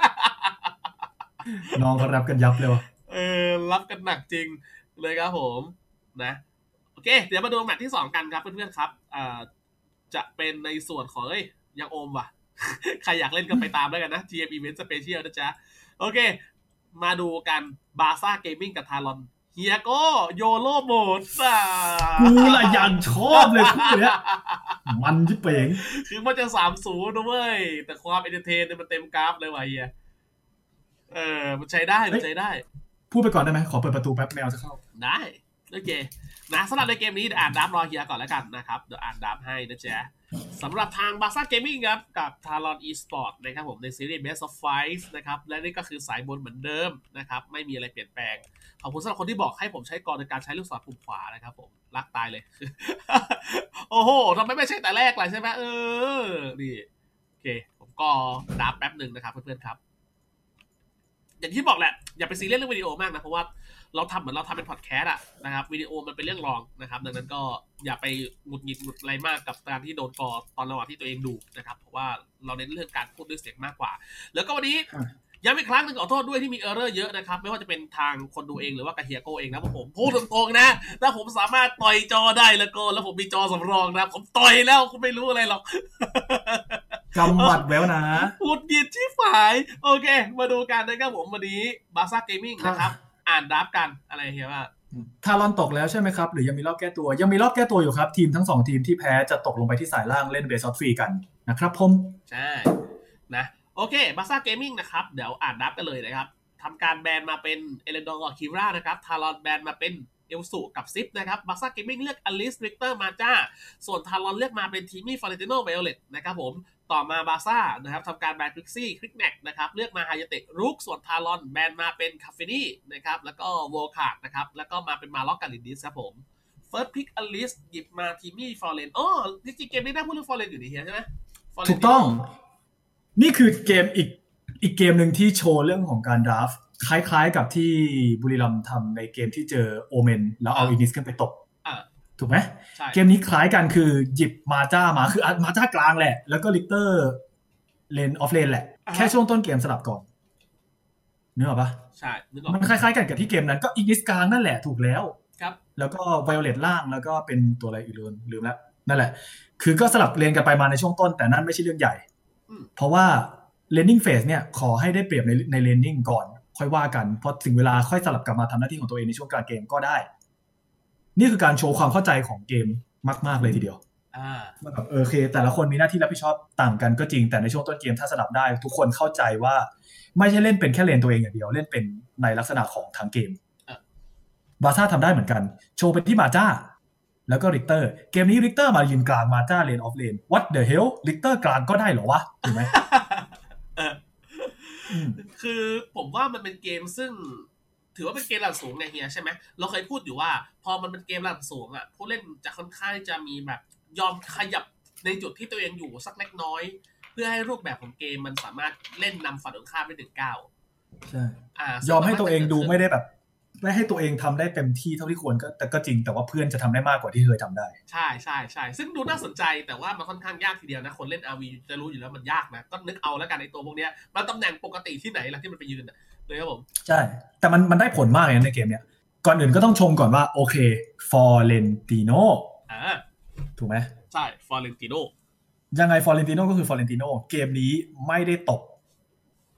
น้องเขารับกันยับเลยว่ะรับกันหนักจริงเลยครับผมนะโอเคเดี๋ยวมาดูแมตช์ที่2กันครับเพื่อนๆครับจะเป็นในส่วนของยังโอมว่ะใครอยากเล่นก็ไปตามแล้วกันนะ GM Event Special นะจ๊ะโอเคมาดูกันบาซ่าเกมมิ่งกับทารอนเฮียโก้โยโลโหมดกูละยังชอบเลยคู่เนี้ยมันที่เป่งคือมันจะ 3-0 นะเว้ยแต่ความเอนเตอร์เทนเนี่ยมันเต็มกราฟเลยว่ะเฮียมันใช้ได้พูดไปก่อนได้ไหมขอเปิดประตูแป๊บแมวจะเข้าได้โอเคนะสำหรับในเกมนี้อ่านดับรอเฮียก่อนแล้วกันนะครับเดี๋ยวอ่านดับให้นะจ๊ะสำหรับทางบาซ่าเกมมิ่งครับกับทารอนอีสปอร์ตนะครับผมในซีรีส์ Best of 5นะครับและนี่ก็คือสายบนเหมือนเดิมนะครับไม่มีอะไรเปลี่ยนแปลงขอบคุณสำหรับคนที่บอกให้ผมใช้กรในการใช้ลูกศรปุ่มขวานะครับผมรักตายเลย โอ้โหทำไมไม่ใช่แต่แรกเลยใช่ไหมนี่โอเคผมก็ดับแป๊บหนึ่งนะครับเพื่อนๆครับอย่างที่บอกแหละอย่าไปซีเรียสเรื่องวิดีโอมากนะเพราะว่าเราทำเหมือนเราทำเป็นพอดแคสต์นะครับวิดีโอมันเป็นเรื่องรองนะครับดังนั้นก็อย่าไปหงุดหงิดอะไรมากกับการที่โดนกอตอนระหว่างที่ตัวเองดูนะครับเพราะว่าเราเน้นเรื่องการพูดด้วยเสียงมากกว่าแล้วก็วันนี้ย้ำอีกครั้งนึงขอโทษด้วยที่มีเออร์เรอร์เยอะนะครับไม่ว่าจะเป็นทางคนดูเองหรือว่ากาเฮียโกเองนะผมพูดตรงๆนะถ้าผมสามารถต่อยจอได้แล้วผมมีจอสำรองนะผมต่อยแล้วคุณไม่รู้อะไรหรอกกำหมัดแววนะพูดดีที่ฝ่ายโอเคมาดูกันนะครับผมวันนี้บาซ่าเกมมิ่งนะครับอ่านดับกันอะไรเฮียว่าทารอนตกแล้วใช่ไหมครับหรือยังมีรอบแก้ตัวยังมีรอบแก้ตัวอยู่ครับทีมทั้ง2ทีมที่แพ้จะตกลงไปที่สายล่างเล่นเบสออฟฟรีกันนะครับผมใช่นะโอเคบาซ่าเกมมิ่งนะครับเดี๋ยวอ่านดับกันเลยนะครับทำการแบนมาเป็นเอเลนดอร์กับคิรานะครับทารอนแบนมาเป็นเอลสุกับซิปนะครับบาซ่าเกมมิ่งเลือกอลิสริกเตอร์มาจ้าส่วนทารอนเลือกมาเป็นทีมี่ฟลอเรนติโนไวโอเลตนะครับผมต่อมาบาซ่านะครับทำการแบนคริกซี่คริกแน็กนะครับเลือกมาฮายาเตะรุกส่วนทารอนแบนมาเป็นคาเฟนี่นะครับแล้วก็โวลคาร์ดนะครับแล้วก็มาเป็นมาล็อกกาลินดิสครับผมเฟิร์สพิกอลิสหยิบมาทีมี่ฟลอเรนจริงๆเกมนี้น่าพูดเรื่องฟลอเรนอยู่ดีใช่ไหมถูกต้องนี่คือเกมอีกเกมหนึ่งที่โชว์เรื่องของการดราฟต์คล้ายๆกับที่บุรีรัมย์ทำในเกมที่เจอโอเมนแล้วเอาอินิสขึ้นไปตบถูกไหมเกมนี้คล้ายกันคือหยิบมาจ้ามาคือมาจ้ากลางแหละแล้วก็ลิกเตอร์เลนออฟเลนแหละแค่ช่วงต้นเกมสลับก่อนนึกออกปะใช่นึกออกมันคล้ายๆกันกับที่เกมนั้นก็อินิสกลางนั่นแหละถูกแล้วครับแล้วก็ไวโอเลตล่างแล้วก็เป็นตัวอะไรอีกลืมแล้วนั่นแหละคือก็สลับเลนกันไปมาในช่วงต้นแต่นั่นไม่ใช่เรื่องใหญ่เพราะว่าlanding phase เนี่ยขอให้ได้เปรียบใน landing ก่อนค่อยว่ากันพอถึงเวลาค่อยสลับกลับมาทำหน้าที่ของตัวเองในช่วงกลางเกมก็ได้นี่คือการโชว์ความเข้าใจของเกมมากๆเลยทีเดียวมันแบบโอเคแต่ละคนมีหน้าที่รับผิดชอบต่างกันก็จริงแต่ในช่วงต้นเกมถ้าสลับได้ทุกคนเข้าใจว่าไม่ใช่เล่นเป็นแค่เลนตัวเองอย่างเดียวเล่นเป็นในลักษณะของทางเกมบาซ่าทำได้เหมือนกันโชว์เป็นที่มาจ้าแล้วก็ริกเตอร์เกมนี้ริกเตอร์มายืนกลางมาจ้าเลนออฟเลน What the hell ริกเตอร์กลางก็ได้เหรอวะถูกไหมคือผมว่ามันเป็นเกมซึ่งถือว่าเป็นเกมระดับสูงไงเฮียใช่ไหมเราเคยพูดอยู่ว่าพอมันเป็นเกมระดับสูงอ่ะผู้เล่นจะค่อนข้างจะมีแบบยอมขยับในจุดที่ตัวเองอยู่สักเล็กน้อยเพื่อให้รูปแบบของเกมมันสามารถเล่นนำฝั่งตรงข้ามได้ถึง9 ใช่ยอมให้ตัวเองดูไม่ได้แบบไม่ให้ตัวเองทำได้เต็มที่เท่าที่ควรก็จริงแต่ว่าเพื่อนจะทำได้มากกว่าที่เคยทำได้ใช่ใช่ใช่ซึ่งดูน่าสนใจแต่ว่ามันค่อนข้างยากทีเดียวนะคนเล่น RV จะรู้อยู่แล้วมันยากนะก็นึกเอาแล้วกันในตัวพวกนี้มันตำแหน่งปกติที่ไหนล่ะที่มันไปยืนเลยครับผมใช่แต่มันได้ผลมากเลยในเกมเนี้ยก่อนอื่นก็ต้องชมก่อนว่าโอเคฟอร์เรนติโนถูกไหมใช่ฟอร์เรนติโนยังไงฟอร์เรนติโนก็คือฟอร์เรนติโนเกมนี้ไม่ได้ตบ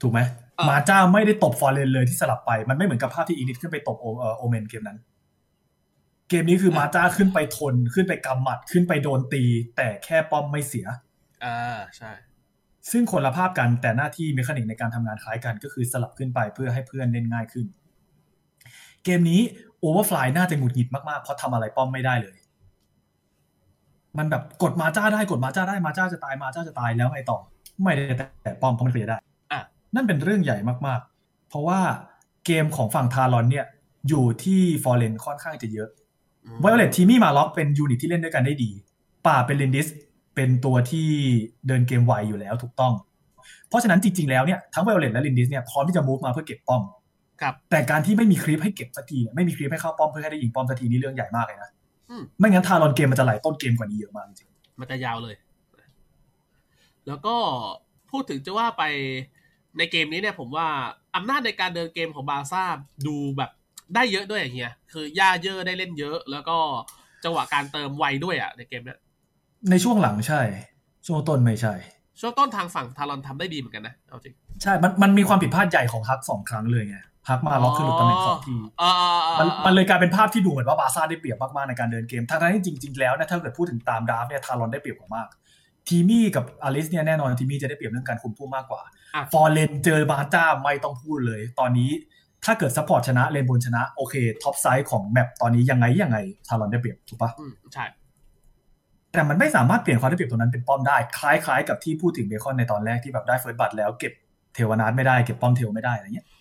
ถูกไหมมาจ้าไม่ได้ตบฟอร์เรนเลยที่สลับไปมันไม่เหมือนกับภาพที่อีนิดขึ้นไปตบโอเมนเกมนั้นเกมนี้คือมาจ้าขึ้นไปทนขึ้นไปกำหมัดขึ้นไปโดนตีแต่แค่ป้อมไม่เสียใช่ซึ่งคนละภาพกันแต่หน้าที่เมคานิกในการทำงานคล้ายกันก็คือสลับขึ้นไปเพื่อให้เพื่อนเล่นง่ายขึ้นเกมนี้โอเวอร์ฟลายน่าจะหงุดหงิดมากๆเพราะทำอะไรป้อมไม่ได้เลยมันแบบกดมาจ้าได้กดมาจ้าได้มาจ้าจะตายมาจ้าจะตายแล้วไงต่อไม่ได้แต่ป้อมเพราะมันเปลี่ยนได้นั่นเป็นเรื่องใหญ่มากๆเพราะว่าเกมของฝั่งทารอนเนี่ยอยู่ที่ฟอร์เรนค่อนข้างจะเยอะไวโอเลตทีมี่มาล็อกเป็นยูนิตที่เล่นด้วยกันได้ดีป่าเป็นลินดิสเป็นตัวที่เดินเกมไวอยู่แล้วถูกต้องเพราะฉะนั้นจริงๆแล้วเนี่ยทั้งไวโอเลตและลินดิสเนี่ยพร้อมที่จะมูฟมาเพื่อเก็บป้อมแต่การที่ไม่มีคลิปให้เก็บสักทีไม่มีคลิปให้เข้าป้อมเพื่อให้ได้ยิงป้อมสักทีนี่เรื่องใหญ่มากเลยนะไม่งั้นทารอนเกมมันจะไหลต้นเกมกว่านี้เยอะมากจริงมันจะยาวเลยแล้วก็พูดถึงจะว่าไปในเกมนี้เนี่ยผมว่าอำนาจในการเดินเกมของบาร์ซ่าดูแบบได้เยอะด้วยอย่างเงี้ยคือย่าเยอะได้เล่นเยอะแล้วก็จังหวะการเติมไวด้วยอ่ะในเกมเนี้ยในช่วงหลังใช่ช่วงต้นไม่ใช่ช่วงต้นทางฝั่งทารอนทำได้ดีเหมือนกันนะเอาจริงใช่มันมีความผิดพลาดใหญ่ของฮัก2ครั้งเลยไงฮักมาล็อกคือหลุดตำแหน่ง2ทีมันเลยกลายเป็นภาพที่ดูเหมือนว่าบาร์ซ่าได้เปรียบมากๆในการเดินเกมทั้งที่จริงๆแล้วนะถ้าเกิดพูดถึงตามดราฟเนี่ยทารอนได้เปรียบกว่ามากทีมี่กับอลิสเนี่ยแน่นอนทีมี่จะได้เปรียบเรื่องการคุมพุ่มมากกว่าฟอร์เรนเจอบาร์ซ่าไม่ต้องพูดเลยตอนนี้ถ้าเกิดซัพพอร์ตชนะเลนบนชนะโอเคท็อปไซด์ของแมปตอนนี้ยังไงทารอนได้เปรียบถูกปะใช่แต่มันไม่สามารถเปลี่ยนความได้เปรียบตรงนั้นเป็นป้อมได้คล้ายๆกับที่พูดถึงเบคอนในตอนแรกที่แบบได้เฟิร์สบัตแล้วเก็บเทวนาทไม่ได้เก็บป้อมเทวไม่ได้อะไรเงี้ย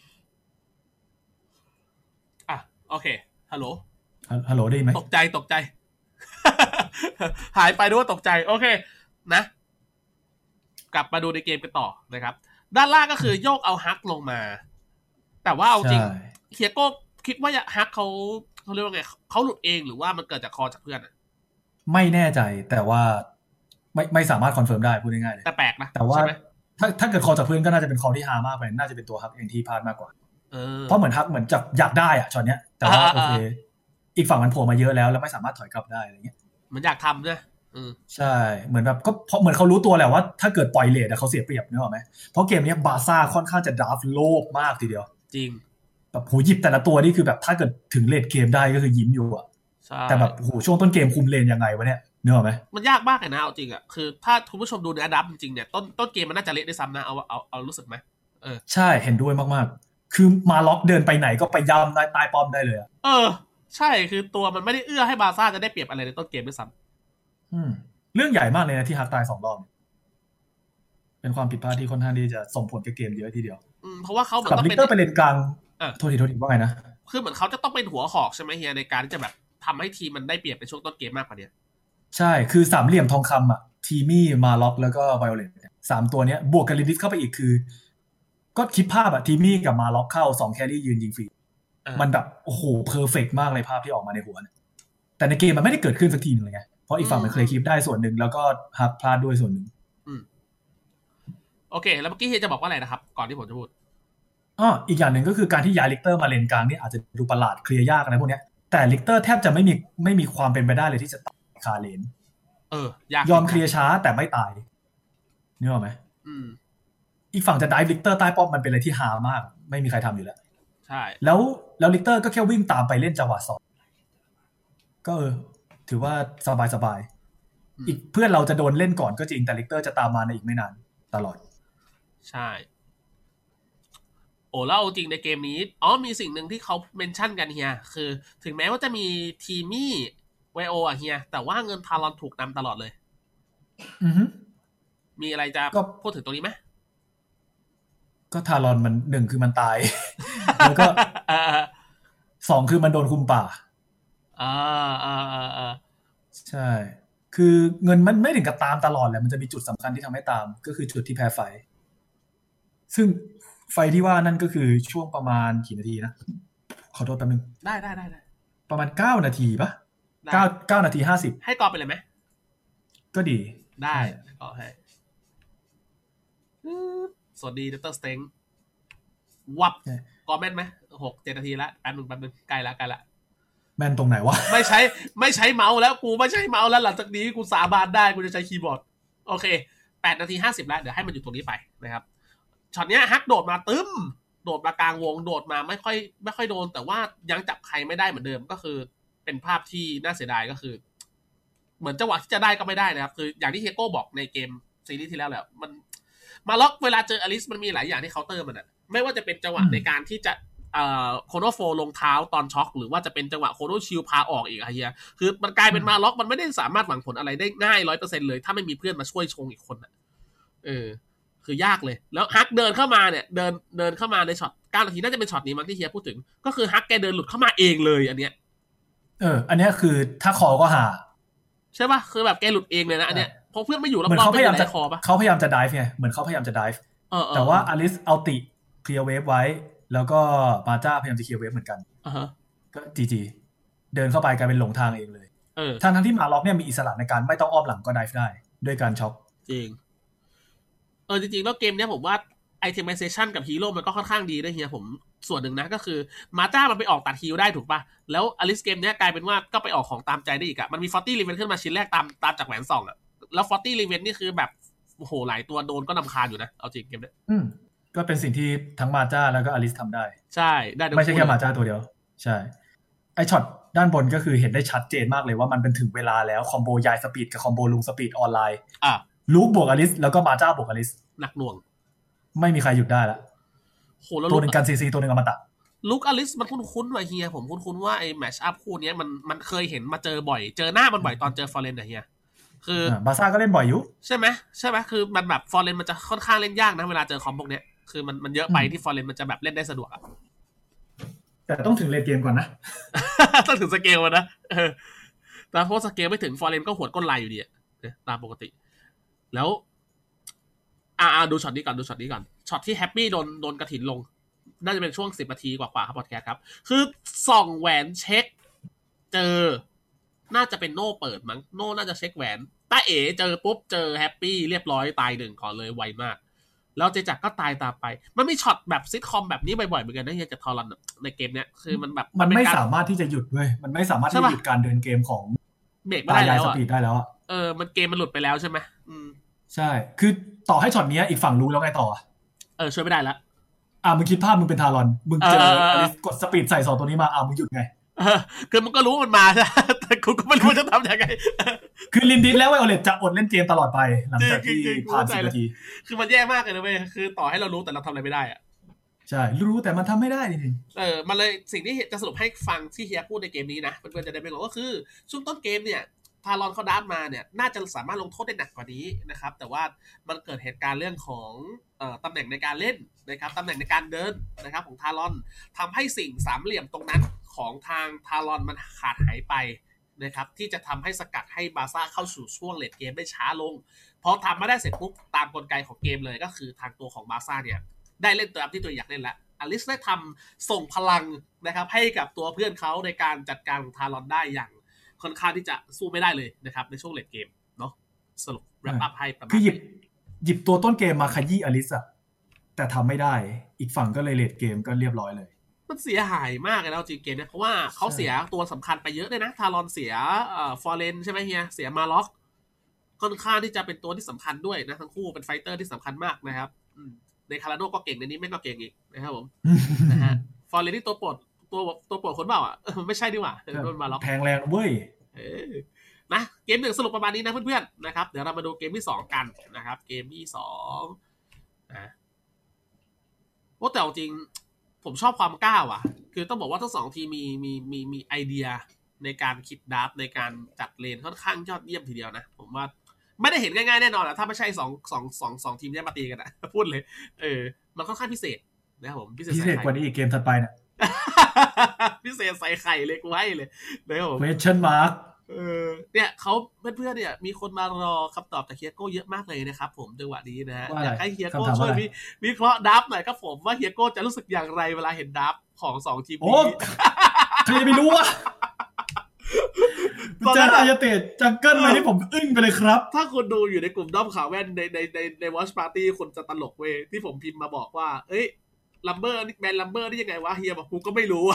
โอเคฮัลโหลได้ไหมตกใจ หายไปด้วยตกใจโอเคนะกลับมาดูในเกมกันต่อนะครับด้านล่างก็คือโยกเอาฮักลงมาแต่ว่าเอาจริงเฮียโก้คิดว่าฮักเขาเรียกว่าไงเขาหลุดเองหรือว่ามันเกิดจากคอจากเพื่อนไม่แน่ใจแต่ว่าไม่สามารถคอนเฟิร์มได้พูดง่ายๆเลยแต่แปลกนะแต่ว่าถ้าเกิดคอจากเพื่อนก็น่าจะเป็นคอที่ฮามากไปน่าจะเป็นตัวฮักเองที่พลาดมากกว่าเพราะเหมือนฮักเหมือนจะอยากได้ช็อตเนี้ยแต่ว่าโอเคอีกฝั่งมันโผล่มาเยอะแล้วไม่สามารถถอยกลับได้อะไรเงี้ยมันอยากทำนะใช่เหมือนแบบก็เพราะเหมือนเขารู้ตัวแหละว่าถ้าเกิดปล่อยเลทเขาเสียเปรียบนึกออกไหมเพราะเกมนี้บาร์ซ่าค่อนข้างจะดราฟโลภมากทีเดียวจริงแบบหูหยิบแต่ละตัวนี่คือแบบถ้าเกิดถึงเลทเกมได้ก็คือยิ้มอยู่อ่ะแต่แบบหูช่วงต้นเกมคุมเลนยังไงวะเนี่ยนึกออกไหมมันยากมากเลยนะเอาจริงอ่ะคือถ้าคุณผู้ชมดูเนื้อดับจริงๆเนี่ยต้นเกมมันน่าจะเละด้วยซ้ำนะเอารู้สึกไหมใช่เห็นด้วยมากๆคือมาล็อกเดินไปไหนก็ไปย่ำได้ใต้ป้อมได้เลยอ่ะใช่คือตัวมันไม่ได้เอื้อให้บาร์ซ่าจะได้เปรียบอะไรในต้นเกมด้วยซ้ำเรื่องใหญ่มากเลยนะที่ฮักตาย2 รอบเป็นความผิดพลาดที่ค่อนข้างที่จะส่งผลกับเกมเยอะทีเดียวเพราะว่าเขาเหมือนต้องเป็นลิกเตอร์ไปเลนกลางโทษทีว่าไงนะคือเหมือนเขาจะต้องเป็นหัวหอกใช่ไหมเฮียในการที่จะแบบทำให้ทีมมันได้เปรียบในช่วงต้นเกมมากกว่านี้ใช่คือ3เหลี่ยมทองคำอ่ะทีมี่มาล็อกแล้วก็ไวโอเลต3ตัวเนี้ยบวกกับลินดิสเข้าไปอีกคือก็คิดภาพอ่ะทีมี่กับมาล็อกเข้า2แครี่ยืนยิงฟรีมันแบบโอ้โหเพอร์เฟกต์มากเลยภาพที่ออกมาในหัวแต่ในเกมมันไม่ได้เกิดขึ้นสักทีนึงเลยไงเพราะอีกฝั่งมันเคยคลิปได้ส่วนหนึ่งแล้วก็ฮักพลาดด้วยส่วนหนึ่งโอเคแล้วเมื่อกี้เฮียจะบอกว่าอะไรนะครับก่อนที่ผมจะพูดอีกอย่างหนึ่งก็คือการที่ย้ายลิกเตอร์มาเลนกลางนี่อาจจะดูประหลาดเคลียร์ยากอะไรพวกเนี้ยแต่ลิกเตอร์แทบจะไม่มีความเป็นไปได้เลยที่จะตายคาเลนยอมเคลียร์ช้าแต่ไม่ตายนึกออกไหมอีกฝั่งจะไดฟ์ลิกเตอร์ใต้ป้อมมันเป็นอะไรที่ฮามากไม่มีใครทำอยู่แล้วใช่แล้วลิกเตอร์ก็แค่วิ่งตามไปเล่นจังหวะสองก็ถือว่าสบายอีกเพื่อนเราจะโดนเล่นก่อนก็จริงแต่ลิกเตอร์จะตามมาในอีกไม่นานตลอดใช่โอ้แล้วจริงในเกมนี้มีสิ่งหนึ่งที่เขาเมนชั่นกันเฮียคือถึงแม้ว่าจะมีทีมี่ไวโออ่ะเฮียแต่ว่าเงินทารอนถูกนำตลอดเลยมีอะไรจะพูดถึงตรงนี้ไหมก็ทารอนมัน1คือมันตายแล้วก็2คือมันโดนคุมป่าใช่คือเงินมันไม่ถึงกับตามตลอดแหละมันจะมีจุดสำคัญที่ทำให้ตามก็คือจุดที่แพ้ไฟซึ่งไฟที่ว่านั่นก็คือช่วงประมาณกี่นาทีนะขอโทษแป๊บนึงได้ประมาณ9นาทีป่ะ9นาที50 ให้กอไปเลยไหมก็ดีได้ก็ให้สวัสดีดร.สเต็งวับกอแม่นไหม6-7 นาทีละแป๊บนึงใกล้ละแม่นตรงไหนวะไม่ใช้เมาส์แล้วกูไม่ใช้เมาส์แล้วหลังจากนี้กูสาบานได้กูจะใช้คีย์บอร์ดโอเค8 นาที 50แล้วเดี๋ยวให้มันอยู่ตรงนี้ไปนะครับช็อตเนี้ยฮักโดดมาตึ้มโดดมากลางวงโดดมาไม่ค่อยโดนแต่ว่ายังจับใครไม่ได้เหมือนเดิมก็คือเป็นภาพที่น่าเสียดายก็คือเหมือนจังหวะที่จะได้ก็ไม่ได้นะครับคืออย่างที่เฮียโก้บอกในเกมซีรีส์ที่แล้วแหละมันมาล็อกเวลาเจออลิสมันมีหลายอย่างที่เคาน์เตอร์มันอ่ะไม่ว่าจะเป็นจังหวะในการที่จะโคโนโฟลงเท้าตอนช็อคหรือว่าจะเป็นจังหวะโคโนชิลพาออกอีกอะเฮียคือมันกลายเป็นมาล็อกมันไม่ได้สามารถหวังผลอะไรได้ง่าย 100% เลยถ้าไม่มีเพื่อนมาช่วยชงอีกคนอ่ะคือยากเลยแล้วฮักเดินเข้ามาเนี่ยเดินเข้ามาในช็อต9 นาทีน่าจะเป็นช็อตนี้มั้งที่เฮียพูดถึงก็คือฮักแกเดินหลุดเข้ามาเองเลยอันเนี้ยอันเนี้ยคือถ้าคอก็หาใช่ป่ะคือแบบแกหลุดเองเลยนะอันเนี้ยพอเพื่อนไม่อยู่แล้วเขาพยายามจะคอป่ะเขาพยายามจะ dive ไงเหมือนเขาพยายามจะ dive แต่ว่าอลิสเอาติเคลียร์เวฟไว้แล้วก็บาจ้าพยายามจะเคลียร์เวฟเหมือนกันก็จีเดินเข้าไปกลายเป็นหลงทางเองเลยทั้งที่มาล็อกเนี่ยมีอิสระในการไม่ต้องอ้อมหลังก็ dive ได้ด้วยการช็อคจริงจริงๆแล้วเกมเนี้ยผมว่าitemization กับฮีโร่มันก็ค่อนข้างดีด้วยเฮียผมส่วนหนึ่งนะก็คือมาจ้ามันไปออกตัดฮีลได้ถูกป่ะแล้วอลิสเกมเนี้ยกลายเป็นว่าก็ไปออกของตามใจได้อีกอะมันมี40 รีเวนขึ้นมาชิ้นแรกตามจากแหวน2อะแล้ว40 รีเวนนี่คือแบบโอ้โหหลายตัวโดนก็นำคาญอยู่นะเอาจริงเกมเนี้ยก็เป็นสิ่งที่ทั้งมาจ้าแล้วก็อลิสทำได้ใช่ได้ไม่ใช่แค่มาจ้าตัวเดียวใช่ไอช็อตด้านบนก็คือเห็นได้ชัดเจนมากเลยว่ามันเป็นถึงเวลาแล้วคอมโบยายสปีดกับคอมโบลุงสปีดออนไลน์ลูกบวกอลิสแล้วก็มาจ้าบวกอลิสหนักหน่วงไม่มีใครหยุดได้ละตัวหนึ่งกันซีตัวหนึ่งอมตะลูกอลิสมันคุ้นๆว่ะเฮียผมคุ้นๆว่าไอ้แมชอัพคู่นี้มันเคยเห็นมาเจอบ่อยเจอหน้ามันบ่อยตอนเจอฟอร์เรนนะเฮียคือบาซ่าก็เล่นบ่อยอยู่ใช่ไหมคือมันแบบฟอร์เรนมันจะค่อนข้างเล่นยากนะเวลาเจอคอมพวกเนี้ยคือมันเยอะไปที่ฟอร์เรนมันจะแบบเล่นได้สะดวกอะแต่ต้องถึงเลนเกมก่อนนะต้องถึงสเกลนะแต่เพราะสเกลไม่ถึงฟอร์เรนก็หวดก้นลายอยู่ดีอะตามปกติแล้วดูช็อตนี้ก่อนช็อตที่แฮปปี้โดนกระถินลงน่าจะเป็นช่วง10 นาทีกว่าครับพอดแคสต์ครับคือส่องแหวนเช็คเจอน่าจะเป็นโน่เปิดมั้งโน่น่าจะเช็คแหวนตาเอ๋เจอปุ๊บเจอแฮปปี้เรียบร้อยตาย1ก่อนเลยไวมากแล้วเจจักก็ตายตามไปมันมีช็อตแบบซิทคอมแบบนี้บ่อยๆเหมือนกันนะเฮียจากทอรันในเกมเนี้ยคือมันแบบมันไม่สามารถที่จะหยุดเว้ยมันไม่สามารถที่จะหยุดการเดินเกมของเบรกไม่ได้แล้วสปีดได้แล้วมันเกมมันหลุดไปแล้วใช่ไหมใช่คือต่อให้ช็อตนี้อีกฝั่งรู้แล้วไงต่อช่วยไม่ได้ละมึงคิดภาพมึงเป็นทารอนมึงเจออลิสกดสปีดใส่2ตัวนี้มามึงหยุดไงคือมันก็รู้มันมาใช่แต่กูก็ไม่รู้จะทำยังไงคือลินดิสแล้วไวโอเลตจะอดเล่นเกมตลอดไปหลังจากที่ผ่าน10 นาทีคือมันแย่มากเลยนะเว้ยคือต่อให้เรารู้แต่เราทำอะไรไม่ได้อะใช่รู้แต่มันทำไม่ได้จริงๆมันเลยสิ่งที่จะสรุปให้ฟังที่เฮียพูดในเกมนี้นะเพื่อนๆจะได้ไม่งงก็คือช่วงต้นเกมเนี่ยทารอนเขาดับมาเนี่ยน่าจะสามารถลงโทษได้หนักกว่านี้นะครับแต่ว่ามันเกิดเหตุการณ์เรื่องของตำแหน่งในการเล่นนะครับตำแหน่งในการเดินนะครับของทารอนทำให้สิ่งสามเหลี่ยมตรงนั้นของทางทารอนมันขาดหายไปนะครับที่จะทำให้สกัดให้บาซ่าเข้าสู่ช่วงเลทเกมได้ช้าลงพอทำมาได้เสร็จปุ๊บตามกลไกของเกมเลยก็คือทางตัวของบาซ่าเนี่ยได้เล่นตามที่ตัวอยากเล่นแล้วอลิสได้ทำส่งพลังนะครับให้กับตัวเพื่อนเขาในการจัดการของทารอนได้อย่างค่อนข้างที่จะสู้ไม่ได้เลยนะครับในช่วงเลทเกมเนาะสรุปแรปอัพให้ประมาณคือหยิบตัวต้นเกมมาขยี้อลิสอะแต่ทำไม่ได้อีกฝั่งก็เลยเลทเกมก็เรียบร้อยเลยมันเสียหายมากเลยนะจริงเกมเนี่ยเพราะว่าเขาเสียตัวสำคัญไปเยอะเลยนะทารอนเสียฟอร์เรนใช่ไหมเฮียเสียมาล็อกค่อนข้างที่จะเป็นตัวที่สำคัญด้วยนะทั้งคู่เป็นไฟเตอร์ที่สำคัญมากนะครับในคาราโดก็เก่งในนี้ไม่ก็เก่งอีกนะครับผมนะฮะฟอร์เรนที่ตัวโปรดคนเปล่าอ่ะไม่ใช่ดีกว่าโดนมาล็อกแทงแรงเว้ยนะเกม1สรุปประมาณนี้นะเพื่อนๆนะครับเดี๋ยวเรามาดูเกมที่2กันนะครับเกมที่2นะโอ้แต่จริงผมชอบความกล้าว่ะคือต้องบอกว่าทั้ง2ทีมมีไอเดียในการคิดดับในการจัดเลนค่อนข้างยอดเยี่ยมทีเดียวนะผมว่าไม่ได้เห็นง่ายๆแน่นอนนะถ้าไม่ใช่2ทีมนี้มาตีกันนะพูดเลยมันค่อนข้างพิเศษนะครับผมพิเศษกว่านี้อีกเกมถัดไปเนี่ยพิเศษใส่ไข่เลยกูให้เลยนะครับผม question mark เนี่ยเขาเพื่อนๆเนี่ยมีคนมารอคำตอบจากเฮียโก้เยอะมากเลยนะครับผมจังหวะนี้นะฮะอยากให้เฮียโก้ช่วยวิเคราะห์ดับหน่อยครับผมว่าเฮียโก้จะรู้สึกอย่างไรเวลาเห็นดับของ2ทีมนี้ใครจะไปรู้วะเจออายาเตะจังเกิลมาที่ผมอึ้งไปเลยครับถ้าคุณดูอยู่ในกลุ่มด้อมขาวแว่นใน Watch Party คนจะตลกเว้ยที่ผมพิมพ์มาบอกว่าเอ้ยลัมเบอร์นี่แบรนด์ลัมเบอร์นี่ยังไงวะเฮียบอกกูก็ไม่รู้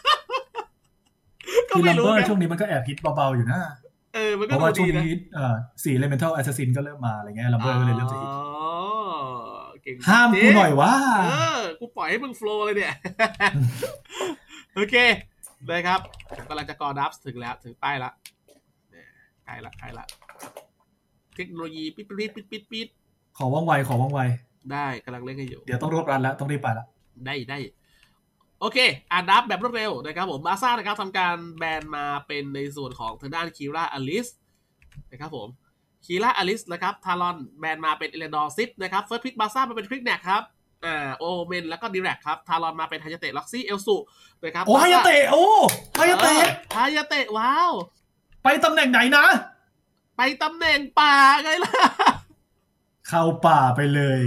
คือลัมเบอร์ช่วงนี้มันก็แอบฮิตเบาๆอยู่นะมันก็เพราะว่าช่วงนี้4 Elemental Assassin ก็เริ่มมาอะไรเงี้ยลัมเบอร์ก็เลยเริ่มจะฮิตโอเคก่งห้ามกูหน่อยวะกูปล่อยให้มึงโฟลว์เลยเนี่ย โอเคเลยครับกำลังจะกอดับถึงแล้วถึงป้ายละใกล้ละเทคโนโลยีปิดขอว่องไวได้กำลังเล่นกันอยู่เดี๋ยวต้องรวบรัดแล้วต้องรีบไปละได้โอเคดับแบบรวดเร็วนะครับผมบาซ่านะครับทำการแบนมาเป็นในส่วนของทางด้านคีราอลิสนะครับผมคีราอลิสนะครับทารอนแบนมาเป็นเอเลนดอร์ซิปนะครับเฟิร์สพิกบาซ่ามาเป็นควิกแนกครับโอเมนแล้วก็ดิแรกครับทารอนมาเป็นฮายาเตะล็อกซี่เอลซูนะครับโอ้ฮายาเตะฮายาเตะว้าวไปตำแหน่งไหนนะไปตำแหน่งป่าไงล่ะเข้าป่าไปเลย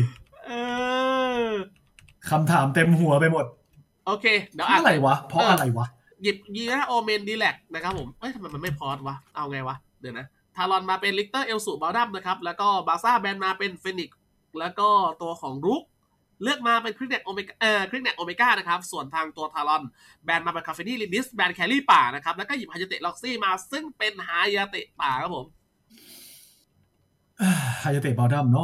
คำถามเต็มหัวไปหมดโอเคเดี๋ยวอะไรวะเพราะอะไรวะหยิบยีนะโอเมนดีแลกนะครับผมทำไมมันไม่พอดวะเอาไงวะเดี๋ยวนะทารอนมาเป็นลิกเตอร์เอลซูบาดัมนะครับแล้วก็บาซ่าแบนมาเป็นเฟนิกแล้วก็ตัวของรุกเลือกมาเป็นคริกแนกโอเมก้านะครับส่วนทางตัวทารอนแบนมาเป็นคาเฟนี่ลินดิสแบนแครี่ป่านะครับแล้วก็หยิบฮายาเตะล็อกซี่มาซึ่งเป็นฮายาเตะป่าครับผมฮายาเตะบาดัมเนาะ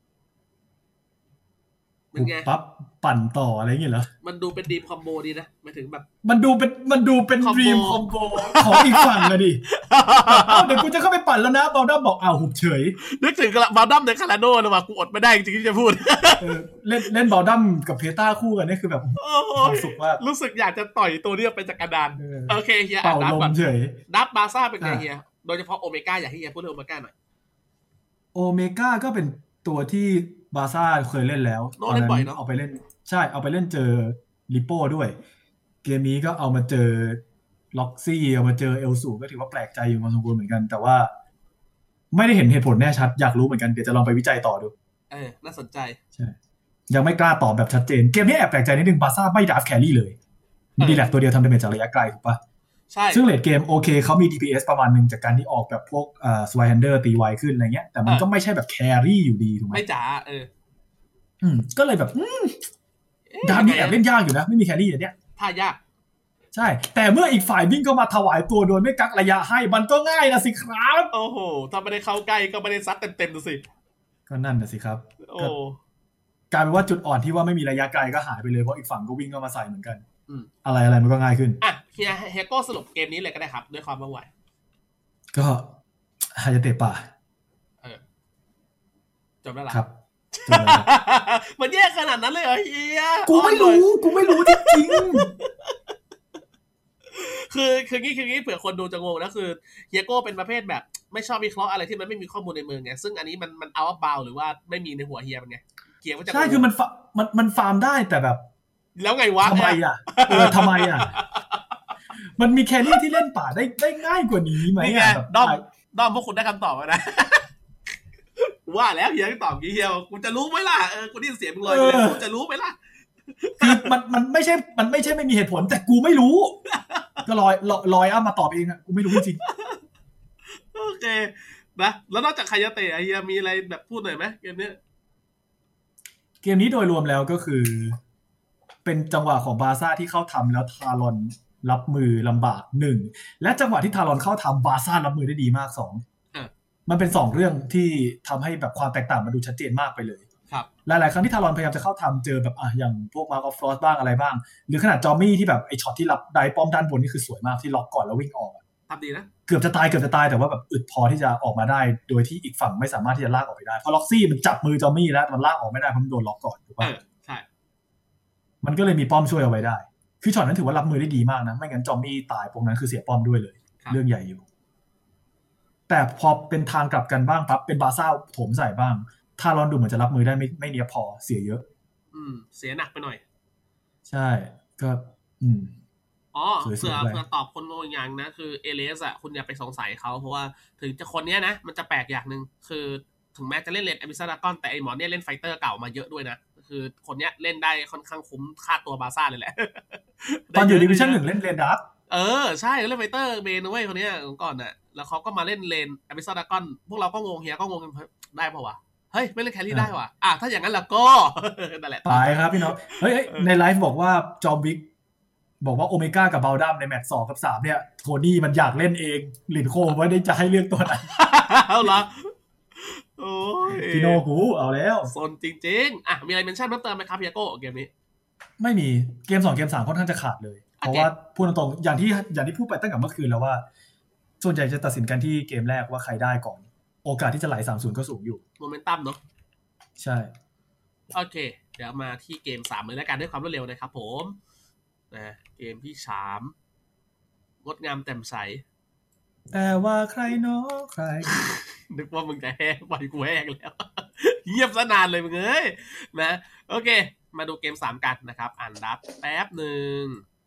มันไงปั๊บปั่นต่ออะไรอย่างเงี้ยเหรอมันดูเป็นดีมคอมโบดีนะหมายถึงแบบมันดูเป็นดีมคอมโบของอีกฝั่งเลยดิเดี๋ยวกูจะเข้าไปปั่นแล้วนะบาดัมบอกหุบเฉยนึกถึงบาดัมในคาราโน่เลยว่ะกูอดไม่ได้จริงๆที่จะพูดเล่นบาดัมกับเพต้าคู่กันนี่คือแบบความสุขมากรู้สึกอยากจะต่อยตัวนี้ไปจากกระดานโอเคเฮียเป่าลมเฉยดับบาซ่าเป็นไงเฮียโดยเฉพาะโอเมก้าอยากให้เฮียพูดเรื่องโอเมก้าหน่อยโอเมก้าก็เป็นตัวที่บาซ่าเคยเล่นแล้วตอนนั้นเอาไปเล่นใช่เอาไปเล่นเจอลิโป้ด้วยเกมนี้ก็เอามาเจอล็อกซี่เอามาเจอเอลซูก็ถือว่าแปลกใจอยู่พอสมควรเหมือนกันแต่ว่าไม่ได้เห็นเหตุผลแน่ชัดอยากรู้เหมือนกันเดี๋ยวจะลองไปวิจัยต่อดูน่าสนใจใช่ยังไม่กล้าตอบแบบชัดเจนเกมนี้แอบแปลกใจนิดนึงบาซ่าไม่ดราฟแครี่เลยมีดีแลกตัวเดียวทำดาเมจจากระยะไกลถูกปะใช่ซึ่งเลดเกมโอเคเขามี DPS ประมาณนึงจากการที่ออกแบบพวกสไวแฮนเดอร์ตีไวขึ้นอะไรเงี้ยแต่มันก็ไม่ใช่แบบแครี่อยู่ดีถูกไหมไม่จ๋าก็เลยแบบดาร์บี้แอบเล่นยากอยู่นะไม่มีแครี่เนี่ยท่ายากใช่แต่เมื่ออีกฝ่ายวิ่งเข้ามาถวายตัวโดยไม่กักระยะให้มันก็ง่ายนะสิครับโอ้โหถ้าไม่ได้เข้าใกล้ก็ไม่ได้ซัดเต็มๆดูสิก็นั่นนะสิครับกลายเป็นว่าจุดอ่อนที่ว่าไม่มีระยะไกลก็หายไปเลยเพราะอีกฝั่งก็วิ่งเข้ามาใส่เหมือนกันอะไรมันก็ง่ายขึ้นเฮียโก้สรุปเกมนี้เลยก็ได้ครับด้วยความว่องไวก็ฮายาเตะป่าจบแล้วล่ะครับมันแยกขนาดนั้นเลยเหรอเฮียกูไม่รู้จริงๆคืองี้เผื่อคนดูจะงงนะคือเฮียโก้เป็นประเภทแบบไม่ชอบวิเคราะห์อะไรที่มันไม่มีข้อมูลในมือไงซึ่งอันนี้มันเอาบาวหรือว่าไม่มีในหัวเฮียมันไงเกี่ยวว่าจะใช่คือมันฟาร์มได้แต่แบบแล้วไงวะทำไมทำไมมันมีแครี่ที่เล่นป่าได้ง่ายกว่านี้ไหมด้อมพวกคุณได้คำตอบแล้วนะว่าแล้วเฮียตอบกี่เฮียกูจะรู้ไหมล่ะกูได้ยินเสียงมึงลอยไปเลยกูจะรู้ไหมล่ะคือมันไม่ใช่ไม่มีเหตุผลแต่กูไม่รู้ก็ลอยมาตอบเองกูไม่รู้จริงโอเคนะแล้วนอกจากคายาเตะเฮียมีอะไรแบบพูดหน่อยไหมเกมนี้โดยรวมแล้วก็คือเป็นจังหวะของบาซ่าที่เข้าทำแล้วทารอนรับมือลำบาก1และจังหวะที่ทารอนเข้าทำบาซ่ารับมือได้ดีมาก2มันเป็น2เรื่องที่ทำให้แบบความแตกต่างมันดูชัดเจนมากไปเลยครับหลายๆครั้งที่ทารอนพยายามจะเข้าทำเจอแบบอย่างพวกมาร์คออฟฟรอสบ้างอะไรบ้างหรือขนาดจอมมี่ที่แบบไอช็อตที่รับได้ป้อมด้านบนนี่คือสวยมากที่ล็อกก่อนแล้ววิ่งออกทำดีนะเกือบจะตายแต่ว่าแบบอึดพอที่จะออกมาได้โดยที่อีกฝั่งไม่สามารถที่จะลากออกไปได้เพราะล็อกซี่มันจับมือจอมมี่แล้วมันลากออกไม่ได้เพราะมันโดนล็อกก่อนถูกป่ะใช่มันก็เลยมีป้อมช่วยเอาไว้ได้คือช็อตนั้นถือว่ารับมือได้ดีมากนะไม่งั้นจอมมี่ตายพวกนั้นคือเสียป้อมด้วยเลยเรื่องใหญ่อยู่แต่พอเป็นทางกลับกันบ้างครับเป็นบาซ่าโถมใส่บ้างถ้ารอนดูเหมือนจะรับมือได้ไม่เนียบพอเสียเยอะเสียหนักไปหน่อยใช่ก็เผื่อตอบคนโง่อย่างนะคือเอเลสคุณอย่าไปสงสัยเขาเพราะว่าถึงจะคนเนี้ยนะมันจะแปลกอย่างนึงคือถึงแม้จะเล่นเลนแอมิซาดากอนแต่ไอหมอเนี่ยเล่นไฟเตอร์เก่ามาเยอะด้วยนะคือคนเนี้ยเล่นได้ค่อนข้างคุ้มค่าตัวบาซ่าเลยแหละตอนอยู่ดิวิชั่น1เล่นเลนดักใช่เล่นไฟเตอร์เมนเว้ยคนเนี้ยก่อนน่ะแล้วเขาก็มาเล่นเลนแอมิซาดากอนพวกเราก็งงเฮียก็งงกันได้ป่าววะเฮ้ยไม่เล่นแครี่ได้ว่ะถ้าอย่างนั้นแล้วก็นั่นแหละตายครับพี่น้องเฮ้ยในไลฟ์บอกว่าจอมวิกบอกว่าโอเมก้ากับบาลดัมในแมตช์2กับ3เนี่ยโทนี่มันอยากเล่นเองหลินโคว่าได้จะให้เลือกตัวไหนเอาล่ะโอ้ยพี่โนกูเอาแล้วโซนจริงๆอ่ะมีอะไรเมนชั่นเพิ่มเติมไหมครับเฮียโก้เกมนี้ไม่มีเกม2เกม3ค่อนข้างจะขาดเลยเพราะว่าพูดตรงๆอย่างที่พูดไปตั้งแต่เมื่อคืนแล้วว่าส่วนใหญ่จะตัดสินกันที่เกมแรกว่าใครได้ก่อนโอกาสที่จะไหล 3-0 ก็สูงอยู่โมเมนตัมเนาะใช่โอเคเดี๋ยวมาที่เกม3เลยแล้วกันด้วยความรวดเร็วนะครับผมนะเกมที่3งดงามแจ่มใสแต่ว่าใครเนาะใครนึกว่ามึงจะแห้งปล่อยกูแห้งแล้วเงียบซะนานเลยมึงเอ้ยนะโอเคมาดูเกม3กันนะครับอ่านดับแป๊บนึง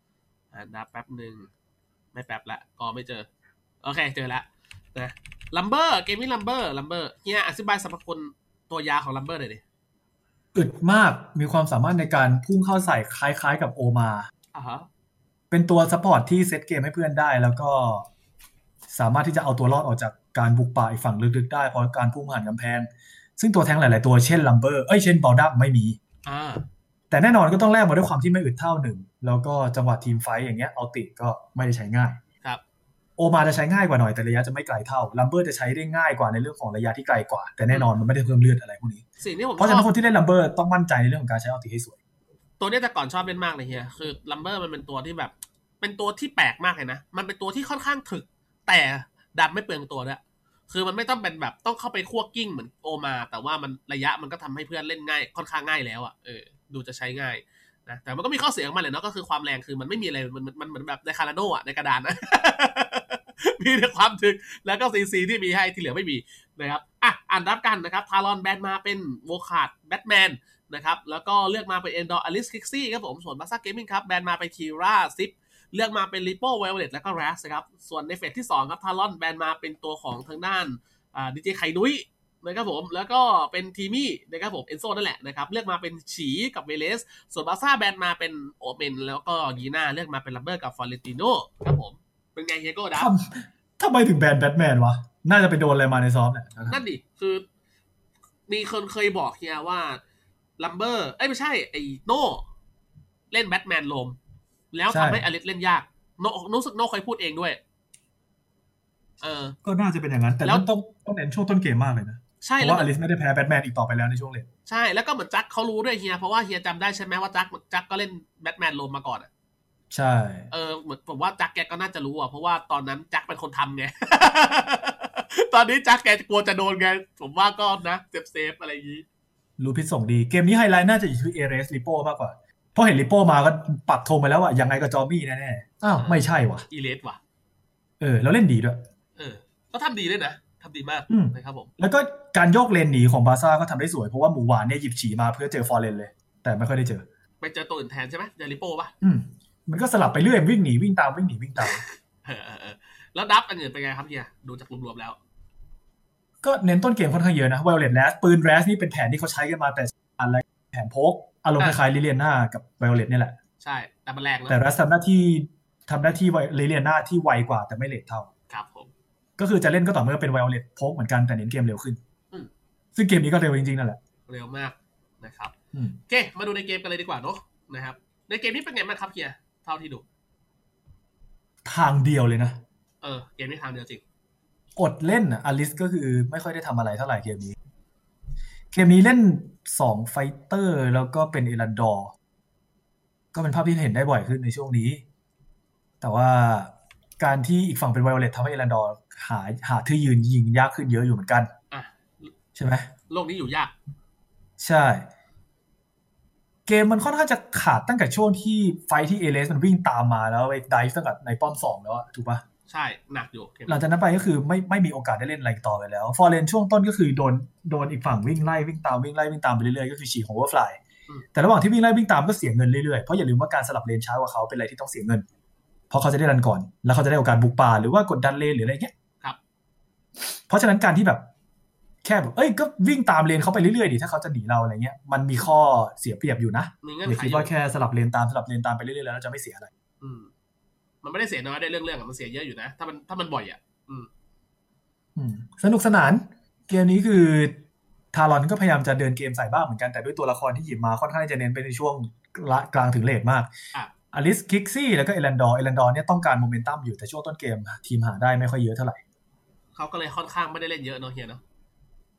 ไม่แป๊บละก็ไม่เจอโอเคเจอแล้วนะลัมเบอร์เกมนี้ลัมเบอร์เฮียอธิบายสรรพคุณตัวยาของลัมเบอร์หน่อยดิอึดมากมีความสามารถในการพุ่งเข้าใส่คล้ายๆกับโอมาเป็นตัวซัพพอร์ตที่เซตเกมให้เพื่อนได้แล้วก็สามารถที่จะเอาตัวรอดออกจากการบุกป่าอีกฝั่งลึกๆได้เพราะการพุ่งผ่านกำแพงซึ่งตัวแทงหลายๆตัวเช่นลัมเบอร์เช่นบอลดัมไม่มีแต่แน่นอนก็ต้องแลกมาด้วยความที่ไม่อึดเท่าหนึ่งแล้วก็จังหวะทีมไฟท์อย่างเงี้ยเอาติก็ไม่ได้ใช้ง่ายครับโอมาจะใช้ง่ายกว่าหน่อยแต่ระยะจะไม่ไกลเท่าลัมเบอร์จะใช้ได้ง่ายกว่าในเรื่องของระยะที่ไกลกว่าแต่แน่นอนมันไม่ได้เพิ่มเลือดอะไรพวกนี้เพราะฉะนั้นคนที่เล่นลัมเบอร์ต้องมั่นใจในเรื่องของการใช้เอาติให้สวยตัวนี้แต่ก่อนชอบเล่นมากเลยเฮียคือลัมเบอร์มันเป็นตัวที่แบบเป็นตัวที่แปลกมากเลยนะมันเป็นตัวที่ค่อนข้างถึกแต่ดันไม่เปลืองตัวด้วยคือมันไม่ต้องเป็นแบบต้องเข้าไปคั่วกิ้งเหมือนโอมาแต่ว่ามันระยะมันก็ทำให้เพื่อนเล่นง่ายค่อนข้างง่ายแล้วอ่ะดูจะใช้ง่ายนะแต่มันก็มีข้อเสียของมันเลยเนาะก็คือความแรงคือมันไม่มีอะไรมันเหมือนแบบในคาราโน่อะในกระดานนะมีแต่ความถึกแล้วก็ซีที่มีให้ที่เหลือไม่มีนะครับอ่านรับกันนะครับทารอนแบนมาเป็นโวคาร์ดแบทแมนนะครับแล้วก็เลือกมาเป็นเอนดอร์อลิสคิกซี่ครับผมส่วนบัสซ่าเกมมิ่งครับแบนมาไปทีราซิปเลือกมาเป็นลิโป้ไวโอเลตแล้วก็แรสนะครับส่วนในเฟสที่2ครับทารอนแบนมาเป็นตัวของทางด้านดีเจไข่นุ้ยนะครับผมแล้วก็เป็นทีมี่นะครับผมเอนโซนั่นแหละนะครับเลือกมาเป็นฉีกับเวเลสส่วนบาซ่าแบนมาเป็นโอเมนแล้วก็ยีน่าเลือกมาเป็นลัมเบอร์กับฟอเรนติโนครับผมเป็นไงเฮียโก้ดับทำไมถึงแบนแบทแมนวะน่าจะไปโดนอะไรมาในซ้อมเนี่ยนั่นดิคือมีคนเคยบอกเฮียว่าลัมเบอร์ไม่ใช่ไอ้โน่เล่นแบทแมนลมแล้วทำให้อลิสเล่นยากโน่รู้สึกโน่เคยพูดเองด้วยก็น่าจะเป็นอย่างนั้นแต่แล้วต้องเน้นช่วงต้นเกมมากเลยนะใช่เพราะว่าอลิสไม่ได้แพ้แบทแมนอีกต่อไปแล้วในช่วงเลนใช่แล้วก็เหมือนจักเขารู้ด้วยเฮียเพราะว่าเฮียจำได้ใช่ไหมว่าจักก็เล่นแบทแมนลมมาก่อนใช่เหมือนผมว่าจักแกก็น่าจะรู้เพราะว่าตอนนั้นจักเป็นคนทำไง ตอนนี้จักแกกลัวจะโดนไงผมว่าก็นะเซฟอะไรอย่างนี้รู้พิษส่งดีเกมนี้ไฮไลท์น่าจะอยู่ที่เอเรสลิโป้มากกว่าเพราะเห็นลิโป้มาก็ปักธงไปแล้วว่ายังไงก็จอมี่แน่ๆอ้าวไม่ใช่ว่ะอีเลสว่ะแล้วเล่นดีด้วยก็ทำดีด้วยนะทำดีมากนะครับผมแล้วก็การโยกเลนหนีของบาซ่าก็ทำได้สวยเพราะว่าหมูหวานเนี่ยหยิบฉีมาเพื่อเจอฟอร์เรนเลยแต่ไม่ค่อยได้เจอไปเจอตัวอื่นแทนใช่ไหมเจอลิโป้ป่ะมันก็สลับไปเรื่อยวิ่งหนีวิ่งตามวิ่งหนีวิ่งตามแล้วดับอันอื่นเป็นไงครับเฮียดูจากรวมๆแล้วก็เน้นต้นเกมค่อนข้างเยอะนะไวโอเลตแรสปืนแรสนี่เป็นแผนที่เขาใช้กันมาแต่อันแรกแผนพกอารมณ์คล้ายๆลิเลียน่ากับไวโอเลตนี่แหละใช่แต่มันแรงนะแต่แรสทำหน้าที่ลิเลียน่าที่ไวกว่าแต่ไม่เลทเท่าครับผมก็คือจะเล่นก็ต่อเมื่อเป็นไวโอเลตพกเหมือนกันแต่เน้นเกมเร็วขึ้นซึ่งเกมนี้ก็เร็วจริงๆนั่นแหละเร็วมากนะครับโอเคมาดูในเกมกันเลยดีกว่าเนาะนะครับในเกมนี้เป็นไงบ้างครับเฮียเท่าที่ดูทางเดียวเลยนะเกมนี้ทางเดียวจริงอดเล่นอลิสก็คือไม่ค่อยได้ทำอะไรเท่าไหร่เกมนี้เล่น2ไฟเตอร์แล้วก็เป็นเอรันดอร์ก็เป็นภาพที่เห็นได้บ่อยขึ้นในช่วงนี้แต่ว่าการที่อีกฝั่งเป็นไวโอเลตทำให้เอรันดอร์หาที่ยืนยิงยากขึ้นเยอะอยู่เหมือนกันใช่ไหมโลกนี้อยู่ยากใช่เกมมันค่อนข้างจะขาดตั้งแต่ช่วงที่ไฟที่เอเลสมันวิ่งตามมาแล้วไปไดฟ์ตั้งแต่ในป้อม2แล้วถูกปะใช่หนักอยู่หลังจากนั้นไปก็คือไม่มีโอกาสได้เล่นอะไรต่อไปแล้วฟอร์เรนช่วงต้นก็คือโดนอีกฝั่งวิ่งตามไปเรื่อยๆก็คือฉีกของโอเวอร์ฟลายแต่ระหว่างที่วิ่งตามก็เสียเงินเรื่อยๆเพราะอย่าลืมว่าการสลับเลนช้ากว่าเขาเป็นอะไรที่ต้องเสียเงินเพราะเขาจะได้รันก่อนแล้วเขาจะได้โอกาสบุกป่าหรือว่ากดดันเลนหรืออะไรเงี้ยครับเพราะฉะนั้นการที่แบบแค่แบบก็วิ่งตามเลนเขาไปเรื่อยๆดิถ้าเขาจะหนีเราอะไรเงี้ยมันมีข้อเสียเปรียบอยู่นะอย่าคิดว่าแค่สลับเลนตามไปเรื่อยๆแล้วจะไม่เสียอะไรมันไม่ได้เสียน้อยได้เรื่องมันเสียเยอะอยู่นะถ้ามันบ่อยสนุกสนานเกมนี้คือทารอนก็พยายามจะเดินเกมใส่บ้างเหมือนกันแต่ด้วยตัวละครที่หยิบมาค่อนข้างจะเน้นไปในช่วงกลางถึงเลทมากอลิสคิกซี่แล้วก็เอรันดอร์เนี่ยต้องการโมเมนตัมอยู่แต่ช่วงต้นเกมทีมหาได้ไม่ค่อยเยอะเท่าไหร่เขาก็เลยค่อนข้างไม่ได้เล่นเยอะเนาะเฮียเนาะ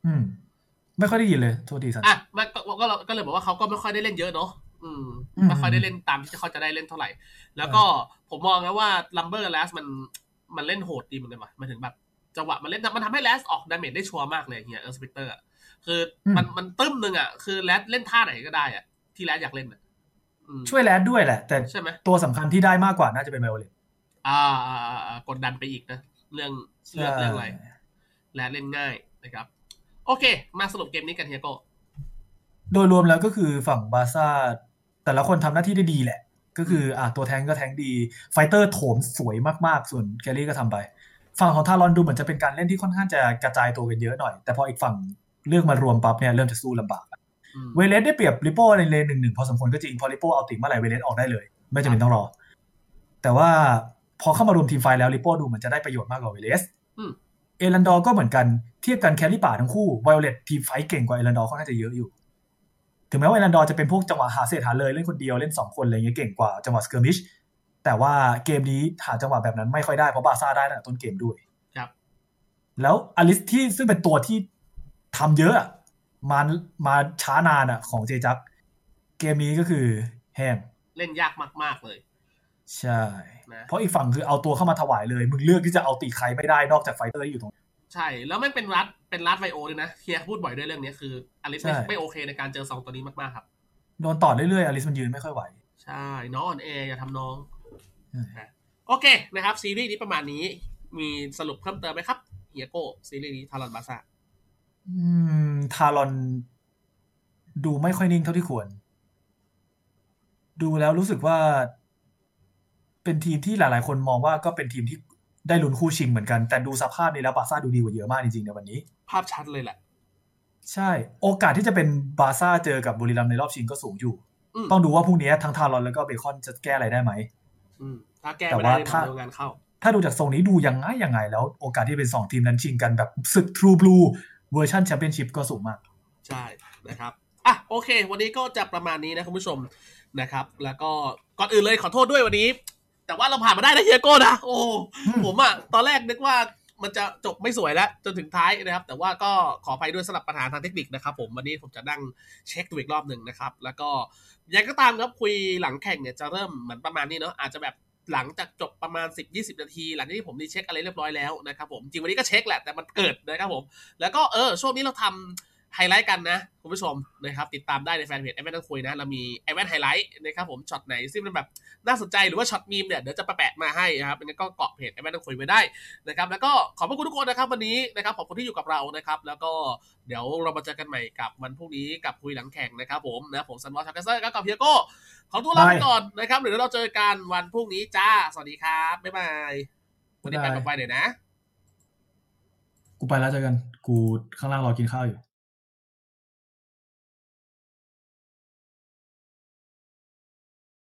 ไม่ค่อยได้ยินเลยโทษทีสันมันก็เลยบอกว่าเขาก็ไม่ค่อยได้เล่นเยอะเนาะไม่ค่อยได้เล่นตามที่เขาจะได้เล่นเท่าไหร่แล้วก็ผมมองนะว่า Lumber Last มันเล่นโหดดีเหมือนกันว่ะมันถึงแบบจังหวะมันเล่นมันทำให้ Last ออกดาเมจได้ชัวร์มากเลยเฮียสเปกเตอร์คือมันตึ้มนึงอ่ะคือ Last เล่นท่าไหนก็ได้อ่ะที่ Last อยากเล่นช่วยแลดด้วยแหละแต่ตัวสำคัญที่ได้มากกว่าน่าจะเป็นไวโอเลตกดดันไปอีกนะเรื่องอะไรแลดเล่นง่ายนะครับโอเคมาสรุปเกมนี้กันเฮียโก้โดยรวมแล้วก็คือฝั่งบาร์ซ่าแต่ละคนทำหน้าที่ได้ดีแหละก็คือตัวแทงก็แทงดีไฟเตอร์โถมสวยมากๆส่วนแกลลี่ก็ทำไปฝั่งของทารอนดูเหมือนจะเป็นการเล่นที่ค่อนข้างจะกระจายตัวกันเยอะหน่อยแต่พออีกฝั่งเลือกมารวมปั๊บเนี่ยเริ่มจะสู้ลำบากเวเลสได้เปรียบริโป้ในเลน 1-1 พอสมควรก็จริงพอริโป้เอาติ่งเมื่อไหร่เวเลสออกได้เลยไม่จำเป็นต้องรอแต่ว่าพอเข้ามารวมทีมไฟแล้วริโป้ดูเหมือนจะได้ประโยชน์มากกว่าเวเลสเอรันดอร์ก็เหมือนกันเทียบกันแครี่ป่าทั้งคู่ไวโอเลตทีมไฟเก่งกว่าเอรันดอร์ค่อนข้างจะเยอะอยู่ถึงแม้ว่าเอรันดอร์จะเป็นพวกจังหวะหาเศษหาเลยเล่นคนเดียวเล่น2คนอะไรเงี้ยเก่งกว่าจังหวะสเกิร์มิชแต่ว่าเกมนี้หาจังหวะแบบนั้นไม่ค่อยได้เพราะบาร์ซ่าได้ตั้งแต่ต้นเกมด้วยครับแล้วอลิสที่ซึ่งเป็นตัวที่ทำเยอะมาช้านานของเจจักเกมนี้ก็คือแห้งเล่นยากมากๆเลยใช่เพราะอีกฝั่งคือเอาตัวเข้ามาถวายเลยมึงเลือกที่จะเอาตีใครไม่ได้นอกจากไฟเตอร์ที่อยู่ตรงใช่แล้วไม่เป็นรัดไวโอเลยนะเฮียพูดบ่อยด้วยเรื่องนี้คืออลิสไม่โอเคในการเจอ2ตัวนี้มากๆครับโดนต่อเรื่อยๆอลิสมันยืนไม่ค่อยไหวใช่น้องอ่อนแออย่าทำน้องโอเคนะครับซีรีส์นี้ประมาณนี้มีสรุปเพิ่มเติมไหมครับเฮียโก้ซีรีส์นี้ทารอนบาซ่าทารอนดูไม่ค่อยนิ่งเท่าที่ควรดูแล้วรู้สึกว่าเป็นทีมที่หลายๆคนมองว่าก็เป็นทีมที่ได้ลุ้นคู่ชิงเหมือนกันแต่ดูสภาพนี้แล้วบาร์ซ่าดูดีกว่าเยอะมากจริงๆในวันนี้ภาพชัดเลยแหละใช่โอกาสที่จะเป็นบาร์ซ่าเจอกับบุรีรัมย์ในรอบชิงก็สูงอยู่ต้องดูว่าพรุ่งนี้ทั้งทารอนแล้วก็เบคอนจะแก้อะไรได้ไหมถ้าแก้ไม่ได้ทำงานเข้าถ้าดูจากทรงนี้ดูยังไงแล้วโอกาสที่เป็น2ทีมนั้นชิงกันแบบศึก True Blue เวอร์ชันแชมเปี้ยนชิพก็สูงมากใช่นะครับโอเควันนี้ก็จะประมาณนี้นะคุณผู้ชมนะครับแล้วก็ก่อนอื่นเลยขอโทษด้วยวันนี้แต่ว่าเราผ่านมาได้นะเฮียโก้นะโอ้ผมตอนแรกนึกว่ามันจะจบไม่สวยแล้วจนถึงท้ายนะครับแต่ว่าก็ขออภัยด้วยสำหรับปัญหาทางเทคนิคนะครับผมวันนี้ผมจะนั่งเช็คดูอีกรอบหนึ่งนะครับแล้วก็ยังก็ตามครับคุยหลังแข่งเนี่ยจะเริ่มเหมือนประมาณนี้เนาะอาจจะแบบหลังจากจบประมาณ 10-20 นาทีหลังจากที่ผมได้เช็คอะไรเรียบร้อยแล้วนะครับผมจริงวันนี้ก็เช็คแหละแต่มันเกิดนะครับผมแล้วก็ช่วงนี้เราทำไฮไลท์กันนะคุณผู้ชมนะครับติดตามได้ในแฟนเพจไอแว่นต้องคุยนะเรามีไอแว่นไฮไลท์นะครับผมช็อตไหนซึ่งมันแบบน่าสนใจหรือว่าช็อตมีมเนี่ยเดี๋ยวจะแปะมาให้นะครับงั้นก็เกาะเพจไอแว่นต้องคุยไว้ได้นะครับแล้วก็ขอบคุณทุกคนนะครับวันนี้นะครับขอบคุณที่อยู่กับเรานะครับแล้วก็เดี๋ยวเรามาเจอกันใหม่กับวันพรุ่งนี้กับคุยหลังแข่งนะครับผมนะผมซันวอลชาร์เกอร์กับเฮียโก้ขอตัวลาไปก่อนนะครับเดี๋ยวเราเจอกันวันพรุ่งนี้จ้าสวัสดีครับบ๊ายบายวันนี้ไปกับไฟหน่อยนะกูไปแล้วเจอกันกูข้างล่างรอกินข้าวอยู่